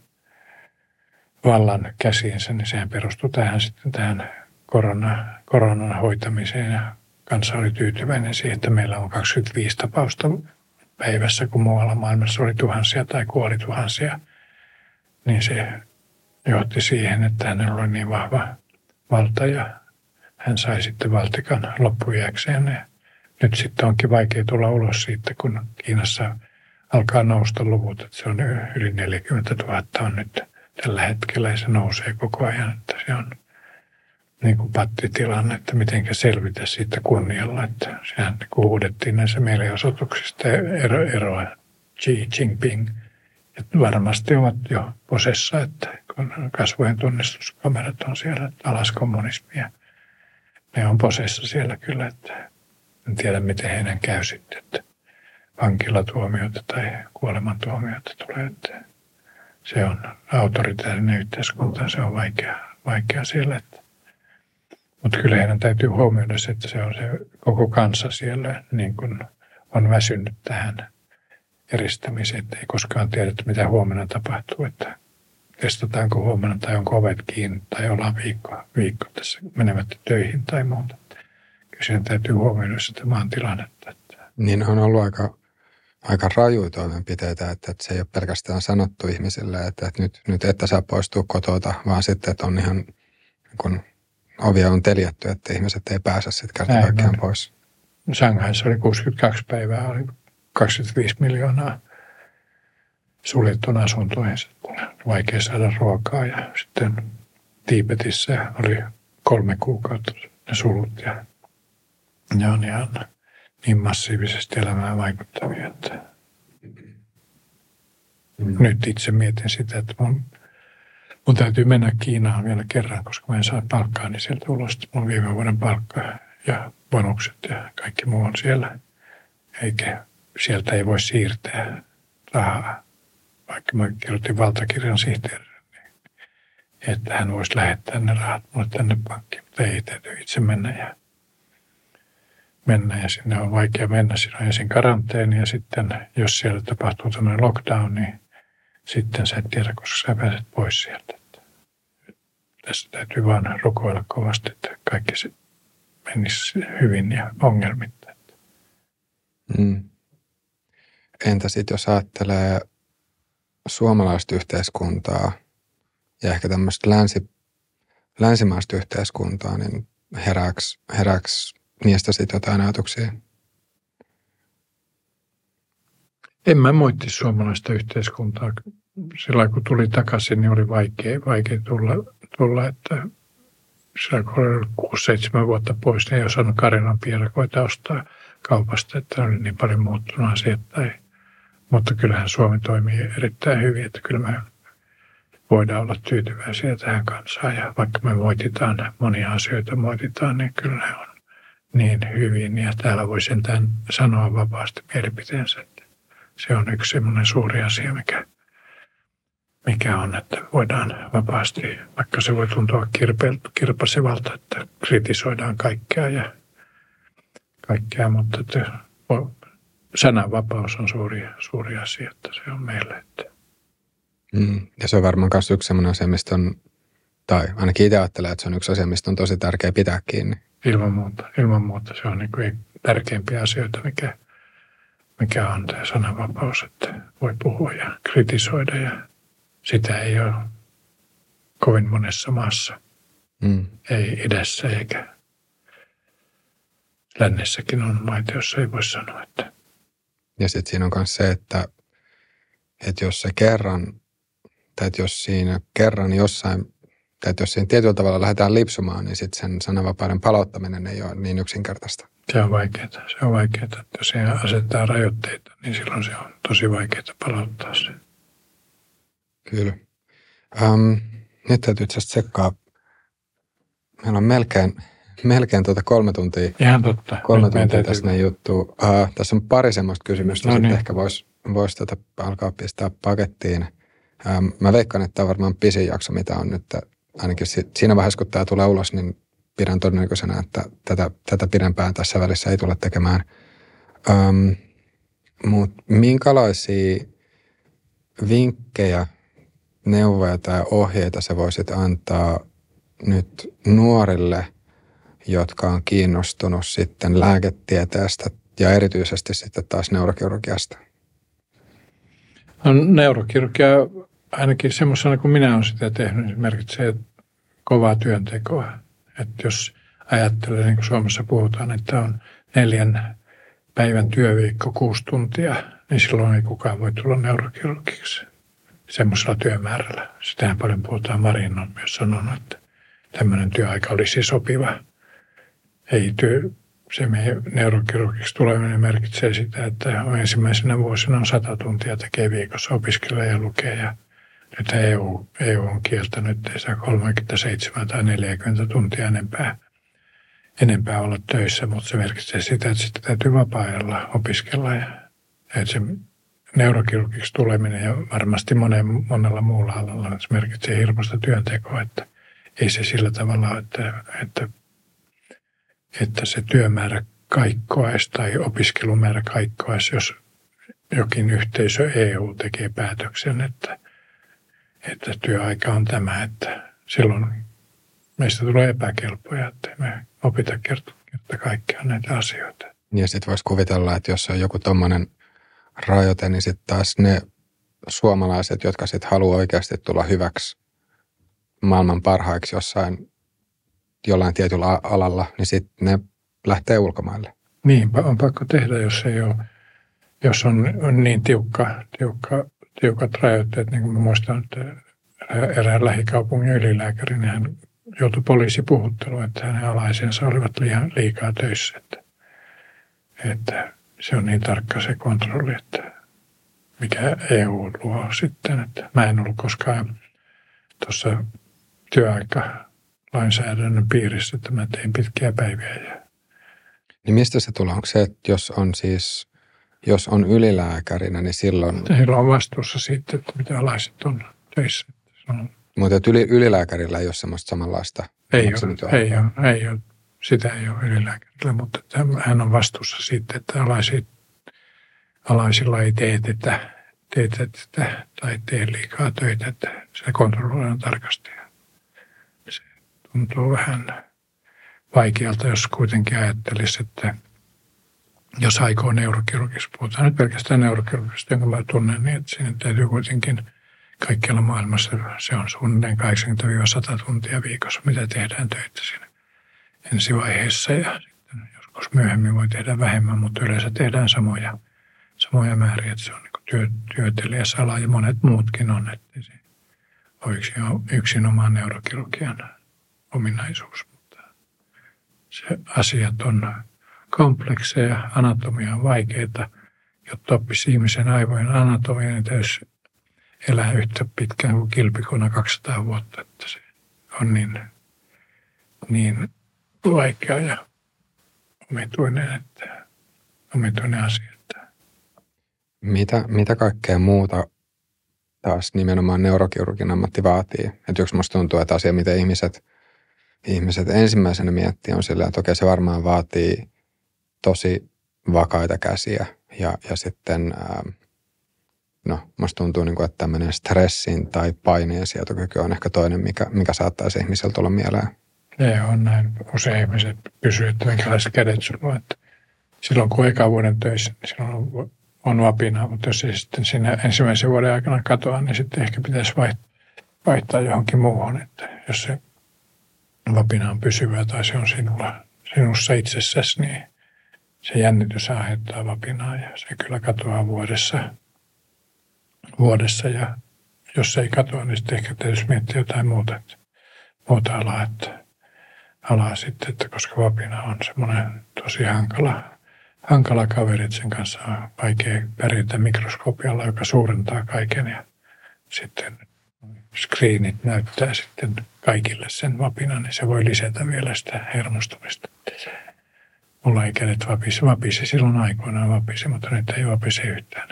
B: vallan käsiinsä, niin sehän perustui tähän sitten tähän korona, koronan hoitamiseen. Ja kansa oli tyytyväinen siihen, että meillä on kaksikymmentäviisi tapausta päivässä, kun muualla maailmassa oli tuhansia tai kuoli tuhansia. Niin se johti siihen, että hänellä oli niin vahva valta ja hän sai sitten valtikan loppujäkseen. Ja nyt sitten onkin vaikea tulla ulos siitä, kun Kiinassa alkaa nousta luvut, että se on yli neljäkymmentätuhatta on nyt tällä hetkellä ja se nousee koko ajan, että se on niin kuin pattitilanne, että miten selvitä siitä kunnialla, että sehän niin huudettiin näissä mielenosoituksista ero, eroa Xi Jinping. Ja varmasti ovat jo posessa, että kun kasvojen tunnistuskamerat on siellä, alas kommunismia. Ne on posessa siellä kyllä, että en tiedä miten heidän käy sitten, että vankilatuomioita tai kuolemantuomioita tulee. Että se on autoritäärinen yhteiskunta, se on vaikea, vaikea siellä. Että. Mutta kyllä heidän täytyy huomioida se, että se on se koko kansa siellä niin kuin on väsynyt tähän eristämiseen, että ei koskaan tiedä, mitä huomenna tapahtuu, että testataanko huomenna tai onko ovet kiinni tai ollaan viikko, viikko tässä menemättä töihin tai muuta. Kyllä siinä täytyy huomioida sitä maan tilannetta. Että.
A: Niin on ollut aika, aika rajuja toimenpiteitä, että, että se ei ole pelkästään sanottu ihmisille, että, että nyt, nyt että saa poistua kotota, vaan sitten, että on ihan, kun ovia on teljätty, että ihmiset ei pääse sitten kerta kaikkiaan pois.
B: Shanghaissa oli kuusikymmentäkaksi päivää, oli kaksikymmentäviisi miljoonaa suljettuna asuntoihin. Vaikea saada ruokaa ja sitten Tiibetissä oli kolme kuukautta ne sulut ja ne on ihan niin massiivisesti elämään vaikuttavia, että mm. nyt itse mietin sitä, että mun, mun täytyy mennä Kiinaan vielä kerran, koska mä en saa palkkaa niin sieltä ulos. Mun viime vuoden palkka ja bonukset ja kaikki muu on siellä, eikä sieltä ei voi siirtää rahaa. Vaikka mä kirjoitin valtakirjan sihteerille, niin että hän voisi lähettää ne rahat mulle tänne pankkiin, mutta ei täytyy itse mennä ja mennä ja sinne on vaikea mennä. Siinä on ensin karanteeni ja sitten jos siellä tapahtuu tämmöinen lockdown, niin sitten sä et tiedä, koska sä pääset pois sieltä. Tässä täytyy vaan rukoilla kovasti, että kaikki se menisi hyvin ja ongelmitta.
A: Mm. Entä sitten jos ajattelee suomalaista yhteiskuntaa ja ehkä tämmöistä länsi, länsimaista yhteiskuntaa, niin herääks, herääks niistä sitten jotain ajatuksia?
B: En mä moitti suomalaista yhteiskuntaa. Silloin kun tuli takaisin, niin oli vaikea, vaikea tulla, tulla, että silloin kun oli kuusi seitsemän vuotta pois, niin ei osannut Karinan piirakoita ostaa kaupasta, että oli niin paljon muuttunut asiat. Tai, mutta kyllähän Suomi toimii erittäin hyvin, että kyllä me voidaan olla tyytyväisiä tähän kansaan. Ja vaikka me moititaan, monia asioita moititaan, niin kyllä ne on niin hyvin. Ja täällä voi sentään sanoa vapaasti mielipiteensä. Se on yksi semmoinen suuri asia, mikä, mikä on, että voidaan vapaasti, vaikka se voi tuntua kirpasevalta, että kritisoidaan kaikkea ja kaikkea, mutta että sananvapaus on suuri, suuri asia, että se on meille. Että.
A: Mm, ja se on varmaan myös yksi semmoinen asia, mistä on, tai ainakin itse ajattelen, että se on yksi asia, mistä on tosi tärkeä pitää kiinni.
B: Ilman muuta, ilman muuta se on niin kuin tärkeimpiä asioita, mikä mikä on tämä sananvapaus, että voi puhua ja kritisoida ja sitä ei ole kovin monessa maassa. Mm. Ei idässä eikä lännessäkin on maita, joissa ei voi sanoa. Että.
A: Ja sitten siinä on myös se, että, että jos se kerran, tai että jos siinä kerran jossain, tai että jos siinä tietyllä tavalla lähdetään lipsumaan, niin sitten sen sananvapauden palauttaminen ei ole niin yksinkertaista.
B: Se on vaikeaa. Se on vaikeaa, että jos siihen asettaa rajoitteita, niin silloin se on tosi vaikeaa palauttaa se.
A: Kyllä. Um, nyt täytyy itse asiassa tsekkaa. Meillä on melkein, melkein tuota kolme tuntia.
B: Ihan totta.
A: Kolme tuntia täytyy. Tässä näin juttu. Uh, tässä on pari semmoista kysymystä, no niin. Sitten ehkä voisi vois tätä alkaa pistää pakettiin. Um, mä veikkaan, että tämä on varmaan pisin jakso, mitä on nyt. Ainakin siinä vaiheessa, kun tämä tulee ulos, niin pidän todennäköisenä, että tätä, tätä pidempään tässä välissä ei tule tekemään. Um, Mutta minkälaisia vinkkejä, neuvoja tai ohjeita sä voisit antaa nyt nuorille, jotka on kiinnostunut sitten lääketieteestä ja erityisesti sitten taas neurokirurgiasta?
B: No, neurokirurgia ainakin semmoisena kuin minä olen sitä tehnyt, niin merkitsee kovaa työntekoa. Että jos ajattelee, niin kuin Suomessa puhutaan, että on neljän päivän työviikko kuusi tuntia, niin silloin ei kukaan voi tulla neurokirurgiksi semmoisella työmäärällä. Sitähän paljon puhutaan. Marin on myös sanonut, että tämmöinen työaika olisi sopiva. Ei työ, se meidän neurokirurgiksi tuleminen merkitsee sitä, että ensimmäisenä vuosina on sata tuntia tekee viikossa, opiskelee ja lukee. Ja nyt E U, E U on kieltänyt, että ei saa kolmekymmentäseitsemän tai neljäkymmentä tuntia enempää, enempää olla töissä, mutta se merkitsee sitä, että sitten täytyy vapaa-ajalla opiskella. Ja, että se neurokirurgiksi tuleminen ja varmasti monen, monella muulla alalla se merkitsee hirmuista työntekoa, että ei se sillä tavalla, että, että, että se työmäärä kaikkoaisi tai opiskelumäärä kaikkoaisi, jos jokin yhteisö E U tekee päätöksen, että, että työaika on tämä, että silloin meistä tulee epäkelpoja, että me opita kerta, kerta kaikkiaan näitä asioita.
A: Ja sitten voisi kuvitella, että jos on joku tommoinen rajoite, niin sitten taas ne suomalaiset, jotka sitten haluaa oikeasti tulla hyväksi maailman parhaiksi jossain, jollain tietyllä alalla, niin sitten ne lähtee ulkomaille.
B: Niin, on pakko tehdä, jos ei ole, jos on, on niin tiukka, tiukka, tiukat rajoitteet, niin kuin mä muistan, että erään lähikaupungin ylilääkäri, niin hän joutui poliisipuhutteluun, että hänen alaisensa olivat liian, liikaa töissä, että, että se on niin tarkka se kontrolli, että mikä E U luo sitten. Että mä en ollut koskaan tuossa työaikalainsäädännön piirissä, että mä tein pitkiä päiviä. Ja...
A: Niin mistä se tulee? Onko se, että jos on siis, jos on ylilääkärinä, niin silloin...
B: Heillä on vastuussa siitä, että mitä alaiset on töissä. Se on
A: Mutta yli, ylilääkärillä ei ole semmoista samanlaista
B: Ei ole, ei ole, ei ole. Sitä ei ole ylilääkärillä, mutta hän on vastuussa siitä, että alaiset, alaisilla ei teetetä, teetetä tai tee liikaa töitä, että se kontrolloidaan tarkasti. Se tuntuu vähän vaikealta, jos kuitenkin ajattelisi, että jos aikoo neurokirurgista, puhutaan nyt pelkästään neurokirurgista, jonka mä tunnen, niin että siinä täytyy kuitenkin kaikkialla maailmassa, se on suunnilleen kahdeksankymmentä sata tuntia viikossa, mitä tehdään töitä siinä ensivaiheessa ja sitten joskus myöhemmin voi tehdä vähemmän, mutta yleensä tehdään samoja, samoja määriä, että se on niin työ, työtelijäs ala ja monet muutkin on, että se on yksinomaan neurokirurgian ominaisuus, mutta se asiat on komplekseja, anatomia on vaikeita, jotta oppisi ihmisen aivojen anatomia, niin täytyisi elää yhtä pitkään kuin kilpikona kaksisataa vuotta, että se on niin, niin vaikea ja omituinen, että, omituinen asia. Että.
A: Mitä, mitä kaikkea muuta taas nimenomaan neurokirurgin ammatti vaatii? Että yksi musta tuntuu, että asia, mitä ihmiset, ihmiset ensimmäisenä miettii, on sillä, että okei, se varmaan vaatii tosi vakaita käsiä ja, ja sitten... Ää, No, musta tuntuu, että tämmöinen stressin tai paineen sietokyky on ehkä toinen, mikä, mikä saattaisi ihmiseltä olla mieleen.
B: Ei on näin. Usein ihmiset kysyy, että minkälaiset kädet sulla on. Silloin kun eka vuoden töissä, niin silloin on, on vapinaa, mutta jos ei sitten siinä ensimmäisen vuoden aikana katoa, niin sitten ehkä pitäisi vaihtaa johonkin muuhun. Että jos se vapina on pysyvää tai se on sinulla, sinussa itsessäsi, niin se jännitys aiheuttaa vapinaa ja se kyllä katoaa vuodessa. vuodessa ja jos se ei katoa, niin sitten ehkä täytyisi miettiä jotain muuta, että, muuta alaa, että, alaa sitten, että koska vapina on semmoinen tosi hankala, hankala kaveri, että sen kanssa on vaikea pärjätä mikroskoopialla, joka suurentaa kaiken ja sitten screenit näyttää sitten kaikille sen vapinan, niin se voi lisätä vielä sitä hermostumista. Mulla ei kädet vapisi, vapisi silloin aikoinaan vapisi, mutta nyt ei vapise yhtään.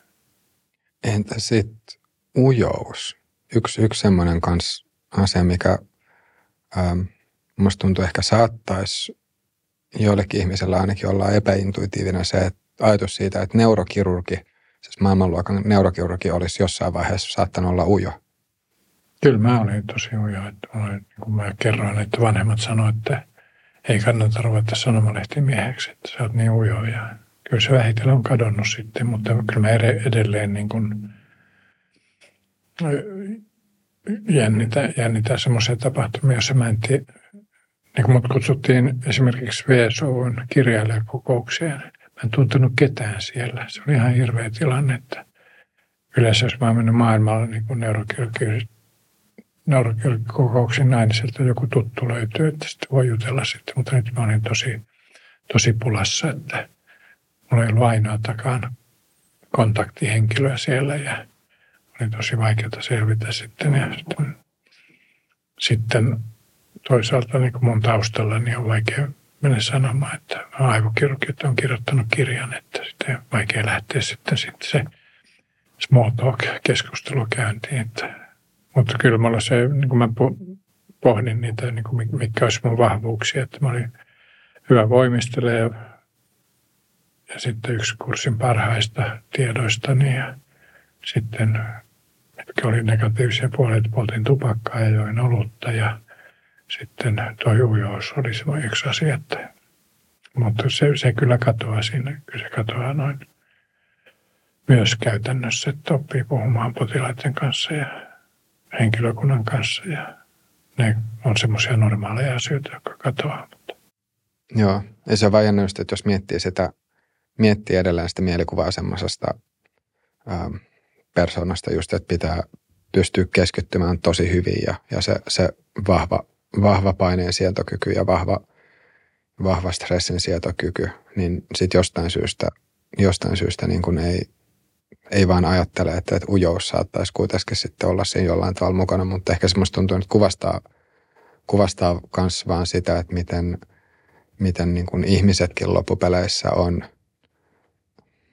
A: Entä sitten ujous? Yksi, yksi semmoinen kans asia, mikä ähm, musta tuntuu ehkä saattaisi joillekin ihmisellä ainakin olla epäintuitiivinen se, että ajatus siitä, että neurokirurgi, siis maailmanluokan neurokirurgi olisi jossain vaiheessa saattanut olla ujo.
B: Kyllä mä olin tosi ujo. Että olin, kun mä kerroin, että vanhemmat sanoivat, että ei kannata ruveta sanomalehtimieheksi, että sä oot niin ujo ja kyllä se vähitellen on kadonnut sitten, mutta kyllä mä edelleen niin kuin jännitän, jännitän semmoisia tapahtumia, joissa mä en tiedä. Niin kun mut kutsuttiin esimerkiksi V S O:n kirjailijakokoukseen, mä en tuntenut ketään siellä. Se oli ihan hirveä tilanne, että yleensä jos mä oon mennyt maailmalla niin kuin neurokirurgikokouksiin näin, niin sieltä joku tuttu löytyy, että sitten voi jutella sitten. Mutta nyt mä olin tosi, tosi pulassa, että mulla ei ollut ainoatakaan kontaktihenkilöä siellä ja oli tosi vaikeaa selvitä sitten. Ja sitten, sitten toisaalta niin kuin mun taustalla niin on vaikea mennä sanomaan, että aivokirurgit on kirjoittanut kirjan, että sitten on vaikea lähteä sitten, sitten se small talk-keskustelu käyntiin. Että, mutta kyllä mulla se, niin kuin mä pohdin niitä, niin kuin mitkä olisi mun vahvuuksia, että mä olin hyvä voimistelija ja sitten yksi kurssin parhaista tiedoistani ja sitten mitkä oli negatiivisia puolia, että poltin tupakkaa ja join olutta ja sitten toi ujous oli se yksi asia, että, mutta se, se kyllä katoaa siinä, kyllä se katoaa noin myös käytännössä, että oppii puhumaan potilaiden kanssa ja henkilökunnan kanssa ja ne on semmoisia normaaleja asioita, jotka katoaa.
A: Joo, ja se on vaan jännä just, että jos miettii sitä, miettii edelleen sitä mielikuvaa semmoisesta ähm, persoonasta just, että pitää pystyä keskittymään tosi hyvin ja, ja se, se vahva, vahva paineen sietokyky ja vahva, vahva stressin sietokyky, niin sitten jostain syystä, jostain syystä niin kuin ei, ei vaan ajattele, että, että ujous saattaisi kuitenkin sitten olla siinä jollain tavalla mukana, mutta ehkä semmoista tuntuu, että kuvastaa, kuvastaa myös vaan sitä, että miten, miten niin kuin ihmisetkin loppupeleissä on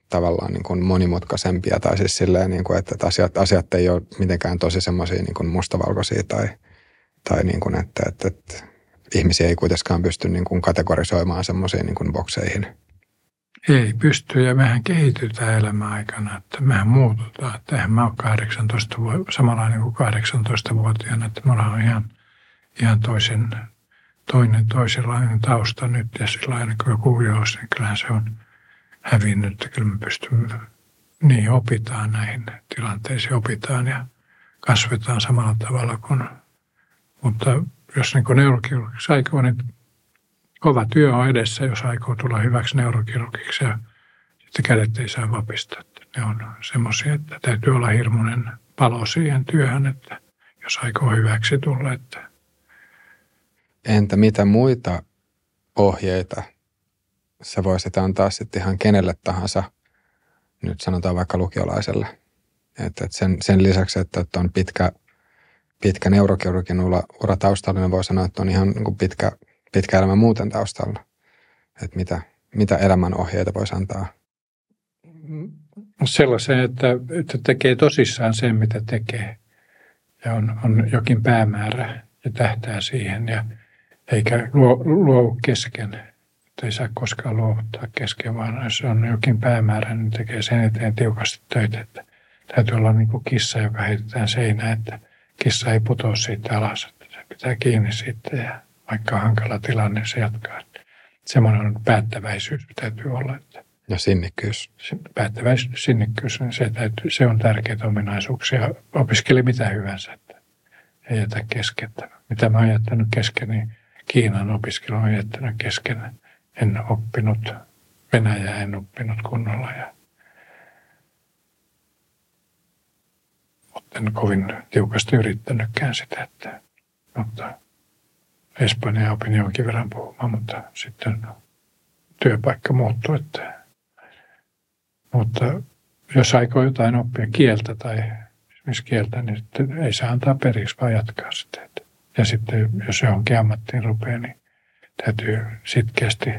A: tavallaan niin kuin monimutkaisempia tai siis silleen, niin kuin, että asiat, asiat ei ole mitenkään tosi semmoisia niin kuin mustavalkoisia tai, tai niin kuin, että, että, että ihmisiä ei kuitenkaan pysty niin kuin kategorisoimaan semmoisiin niin kuin bokseihin.
B: Ei pysty ja mehän kehitytään elämän aikana, että mehän muututaan. Että eihän mä ole kahdeksantoista vuotta, samanlainen kuin kahdeksantoistavuotiaana, että mulla on ihan, ihan toisen, toinen toisenlainen tausta nyt ja sellainen kuin joku ujous, niin kyllähän se on hävinnyt, että kyllä me pystymme, niin opitaan näihin tilanteisiin, opitaan ja kasvetaan samalla tavalla kuin, mutta jos niin kuin neurokirurgiksi aikoo, niin kova työ on edessä, jos aikoo tulla hyväksi neurokirurgiksi ja sitten kädet ei saa vapista. Ne on semmoisia, että täytyy olla hirmuinen palo siihen työhön, että jos aikoo hyväksi tulla. Että...
A: Entä mitä muita ohjeita sä voisit antaa sitten ihan kenelle tahansa, nyt sanotaan vaikka lukiolaiselle. Että sen, sen lisäksi, että on pitkä, pitkä neurokirurgin ura, ura taustalla, niin voi sanoa, että on ihan niin kuin pitkä, pitkä elämä muuten taustalla. Että mitä, mitä elämän ohjeita voisi antaa?
B: Sellaisen, että, että tekee tosissaan sen, mitä tekee. Ja on, on jokin päämäärä ja tähtää siihen, ja eikä luo, luovu kesken. Että ei saa koskaan luovuttaa kesken, vaan jos on jokin päämäärä, niin tekee sen eteen tiukasti töitä. Että täytyy olla niin kuin kissa, joka heitetään seinään, että kissa ei putoa siitä alas. Että se pitää kiinni siitä ja vaikka on hankala tilanne, se jatkaa. Semmoinen päättäväisyys täytyy olla. Että
A: ja sinnikkyys.
B: Päättäväisyys, sinnikkyys, niin se, täytyy, se on tärkeitä ominaisuuksia. Opiskeli mitä hyvänsä, että ei jätä kesken. Mitä mä oon jättänyt kesken, niin Kiinan opiskelu on jättänyt kesken. En oppinut Venäjää, en oppinut kunnolla. Ja, mutta en kovin tiukasti yrittänytkään sitä, että, mutta Espanjaa opin jonkin verran puhumaan, mutta sitten työpaikka muuttui. Että, mutta jos aikoo jotain oppia kieltä tai esimerkiksi kieltä, niin ei saa antaa periksi, vaan jatkaa sitä. Että, ja sitten jos johonkin ammattiin rupeaa, niin täytyy sitkeästi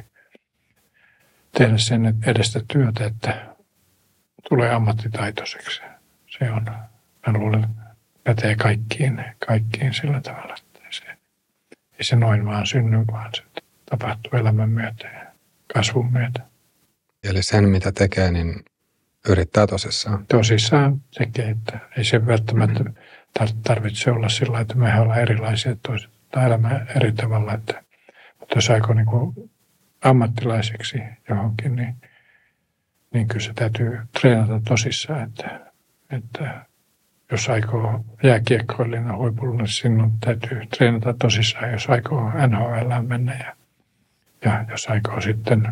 B: tehdä sen edestä työtä, että tulee ammattitaitoiseksi. Se on, mä luulen, pätee kaikkiin, kaikkiin sillä tavalla, että ei se, ei se noin vaan synny, vaan se tapahtuu elämän myötä ja kasvun myötä.
A: Eli sen, mitä tekee, niin yrittää tosissaan.
B: Tosissaan tekee, että ei se välttämättä tarvitse olla sillä lailla, että mehän ollaan erilaisia, toiset elämä eri tavalla, että mutta jos aikoo niin kuin ammattilaiseksi johonkin, niin, niin kyllä se täytyy treenata tosissaan. Että, että jos aikoo jääkiekkoilijana huipulla, niin sinun täytyy treenata tosissaan, jos aikoo N H L:ään mennä. Ja, ja jos aikoo sitten,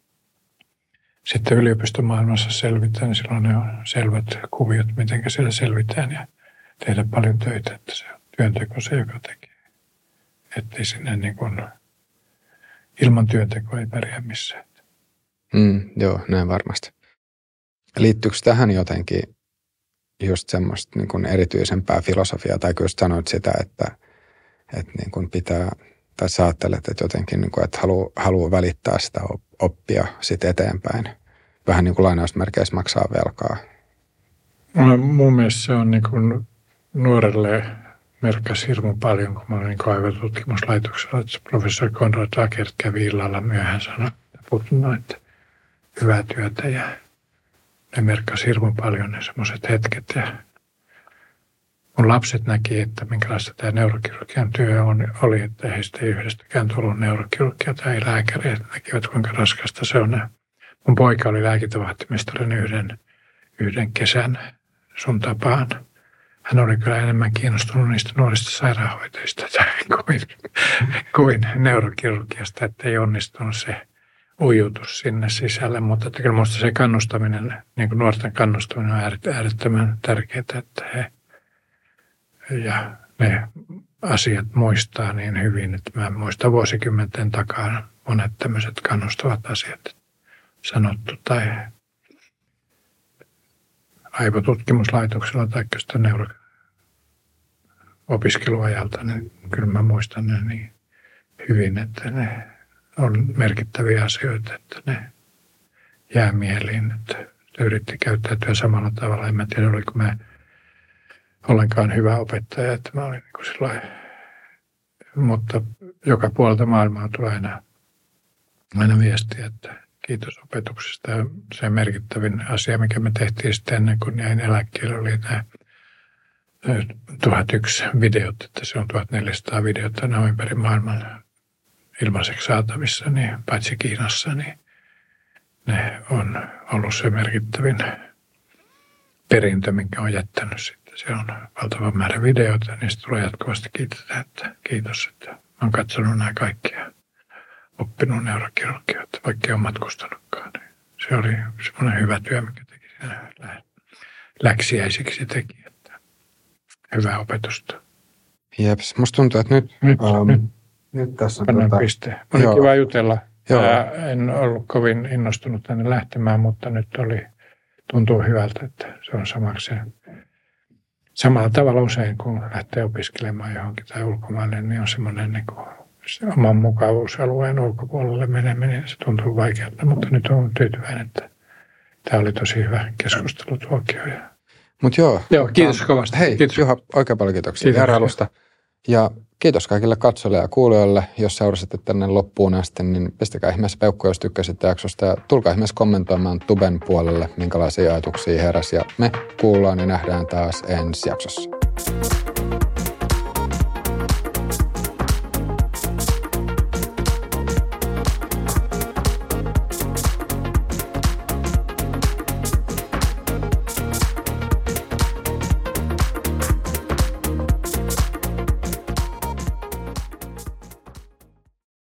B: sitten yliopistomaailmassa selvitä, niin silloin ne on selvät kuviot, miten siellä selvitään ja tehdä paljon töitä, että se on työnteko se, joka tekee. Ettei sinne niin kuin ilman työntekoa ei pärjää missään.
A: Mm, joo, näin varmasti. Liittyykö tähän jotenkin just semmoista niin kuin erityisempää filosofiaa, tai kun just sanoit sitä, että, että niin kuin pitää, tai sä ajattelet, että jotenkin, niin kuin, että haluaa, haluaa välittää sitä oppia sit eteenpäin. Vähän niin kuin lainausmerkeissä maksaa velkaa.
B: No, mun mielestä se on niin kuin nuorelle merkkasi hirmu paljon, kun mä olin kaivotutkimuslaitoksella, että professori Konrad Akert kävi illalla myöhään sanoi, että hyvää työtä ja ne merkkasi hirmu paljon ne semmoiset hetket. Ja mun lapset näki, että minkälaista tämä neurokirurgian työ on, oli, että heistä ei yhdestäkään tullut neurokirurgia tai lääkäriä, että näkivät kuinka raskasta se on. Mun poika oli lääkintävahtimestarin yhden, yhden kesän sun tapaan. Hän oli kyllä enemmän kiinnostunut niistä nuorista sairaanhoitajista kuin, kuin neurokirurgiasta, että ei onnistunut se ujutus sinne sisälle. Mutta että kyllä minusta se kannustaminen, niin kuin nuorten kannustaminen on äärettömän tärkeää, että he ja ne asiat muistaa niin hyvin, että mä muistan vuosikymmenten takaa monet tämmöiset kannustavat asiat sanottu tai aivotutkimuslaitoksella tai sitä neuro-opiskeluajalta, niin kyllä mä muistan ne niin hyvin, että ne on merkittäviä asioita, että ne jää mieliin. Että yritti käyttäytyä samalla tavalla. En mä tiedä, oliko mä ollenkaan hyvä opettaja, että mä olin niin kuin sillain, mutta joka puolelta maailmaa tulee aina, aina viestiä, että kiitos opetuksesta. Ja se merkittävin asia, mikä me tehtiin sitten ennen kuin jäin eläkkeelle, oli nämä tuhatyksi videot, että se on tuhatneljäsataa videota nämä ympäri maailman ilmaiseksi saatavissa, niin paitsi Kiinassa, niin ne on ollut se merkittävin perintö, minkä on jättänyt sitten. Se on valtava määrä videoita, ja niistä tulee jatkuvasti kiitetään, että kiitos, että olen katsonut nämä kaikki ja oppinut neurokirurgia, että vaikka ei ole matkustanutkaan. Niin se oli semmoinen hyvä työ, mikä teki siinä läksiäisiksi teki, että hyvää opetusta.
A: Jeps, musta tuntuu, että nyt,
B: nyt,
A: um,
B: nyt.
A: nyt tässä on
B: Pannaan
A: tota,
B: piste. Oli
A: joo.
B: kiva jutella.
A: Joo.
B: Ää, en ollut kovin innostunut tänne lähtemään, mutta nyt oli, tuntuu hyvältä, että se on samaksi. Samalla tavalla usein, kun lähtee opiskelemaan johonkin tai ulkomaille, niin on semmoinen niin kuin se oman mukavuusalueen ulkopuolelle meneminen. Se tuntuu vaikealta, mutta nyt on tyytyväinen, että tämä oli tosi hyvä keskustelutuokio.
A: Mut joo.
B: Joo, kiitos kovasti.
A: Hei,
B: kiitos.
A: Juha, oikein paljon kiitoksia
B: Kiitos.
A: vierailusta. Ja kiitos kaikille katsojille ja kuulijoille. Jos seurasitte tänne loppuun asti, niin pistäkää ihmeessä peukku, jos tykkäsitte jaksosta. Ja tulkaa ihmeessä kommentoimaan Tuben puolelle, minkälaisia ajatuksia heräsi. Ja me kuullaan ja nähdään taas ensi jaksossa.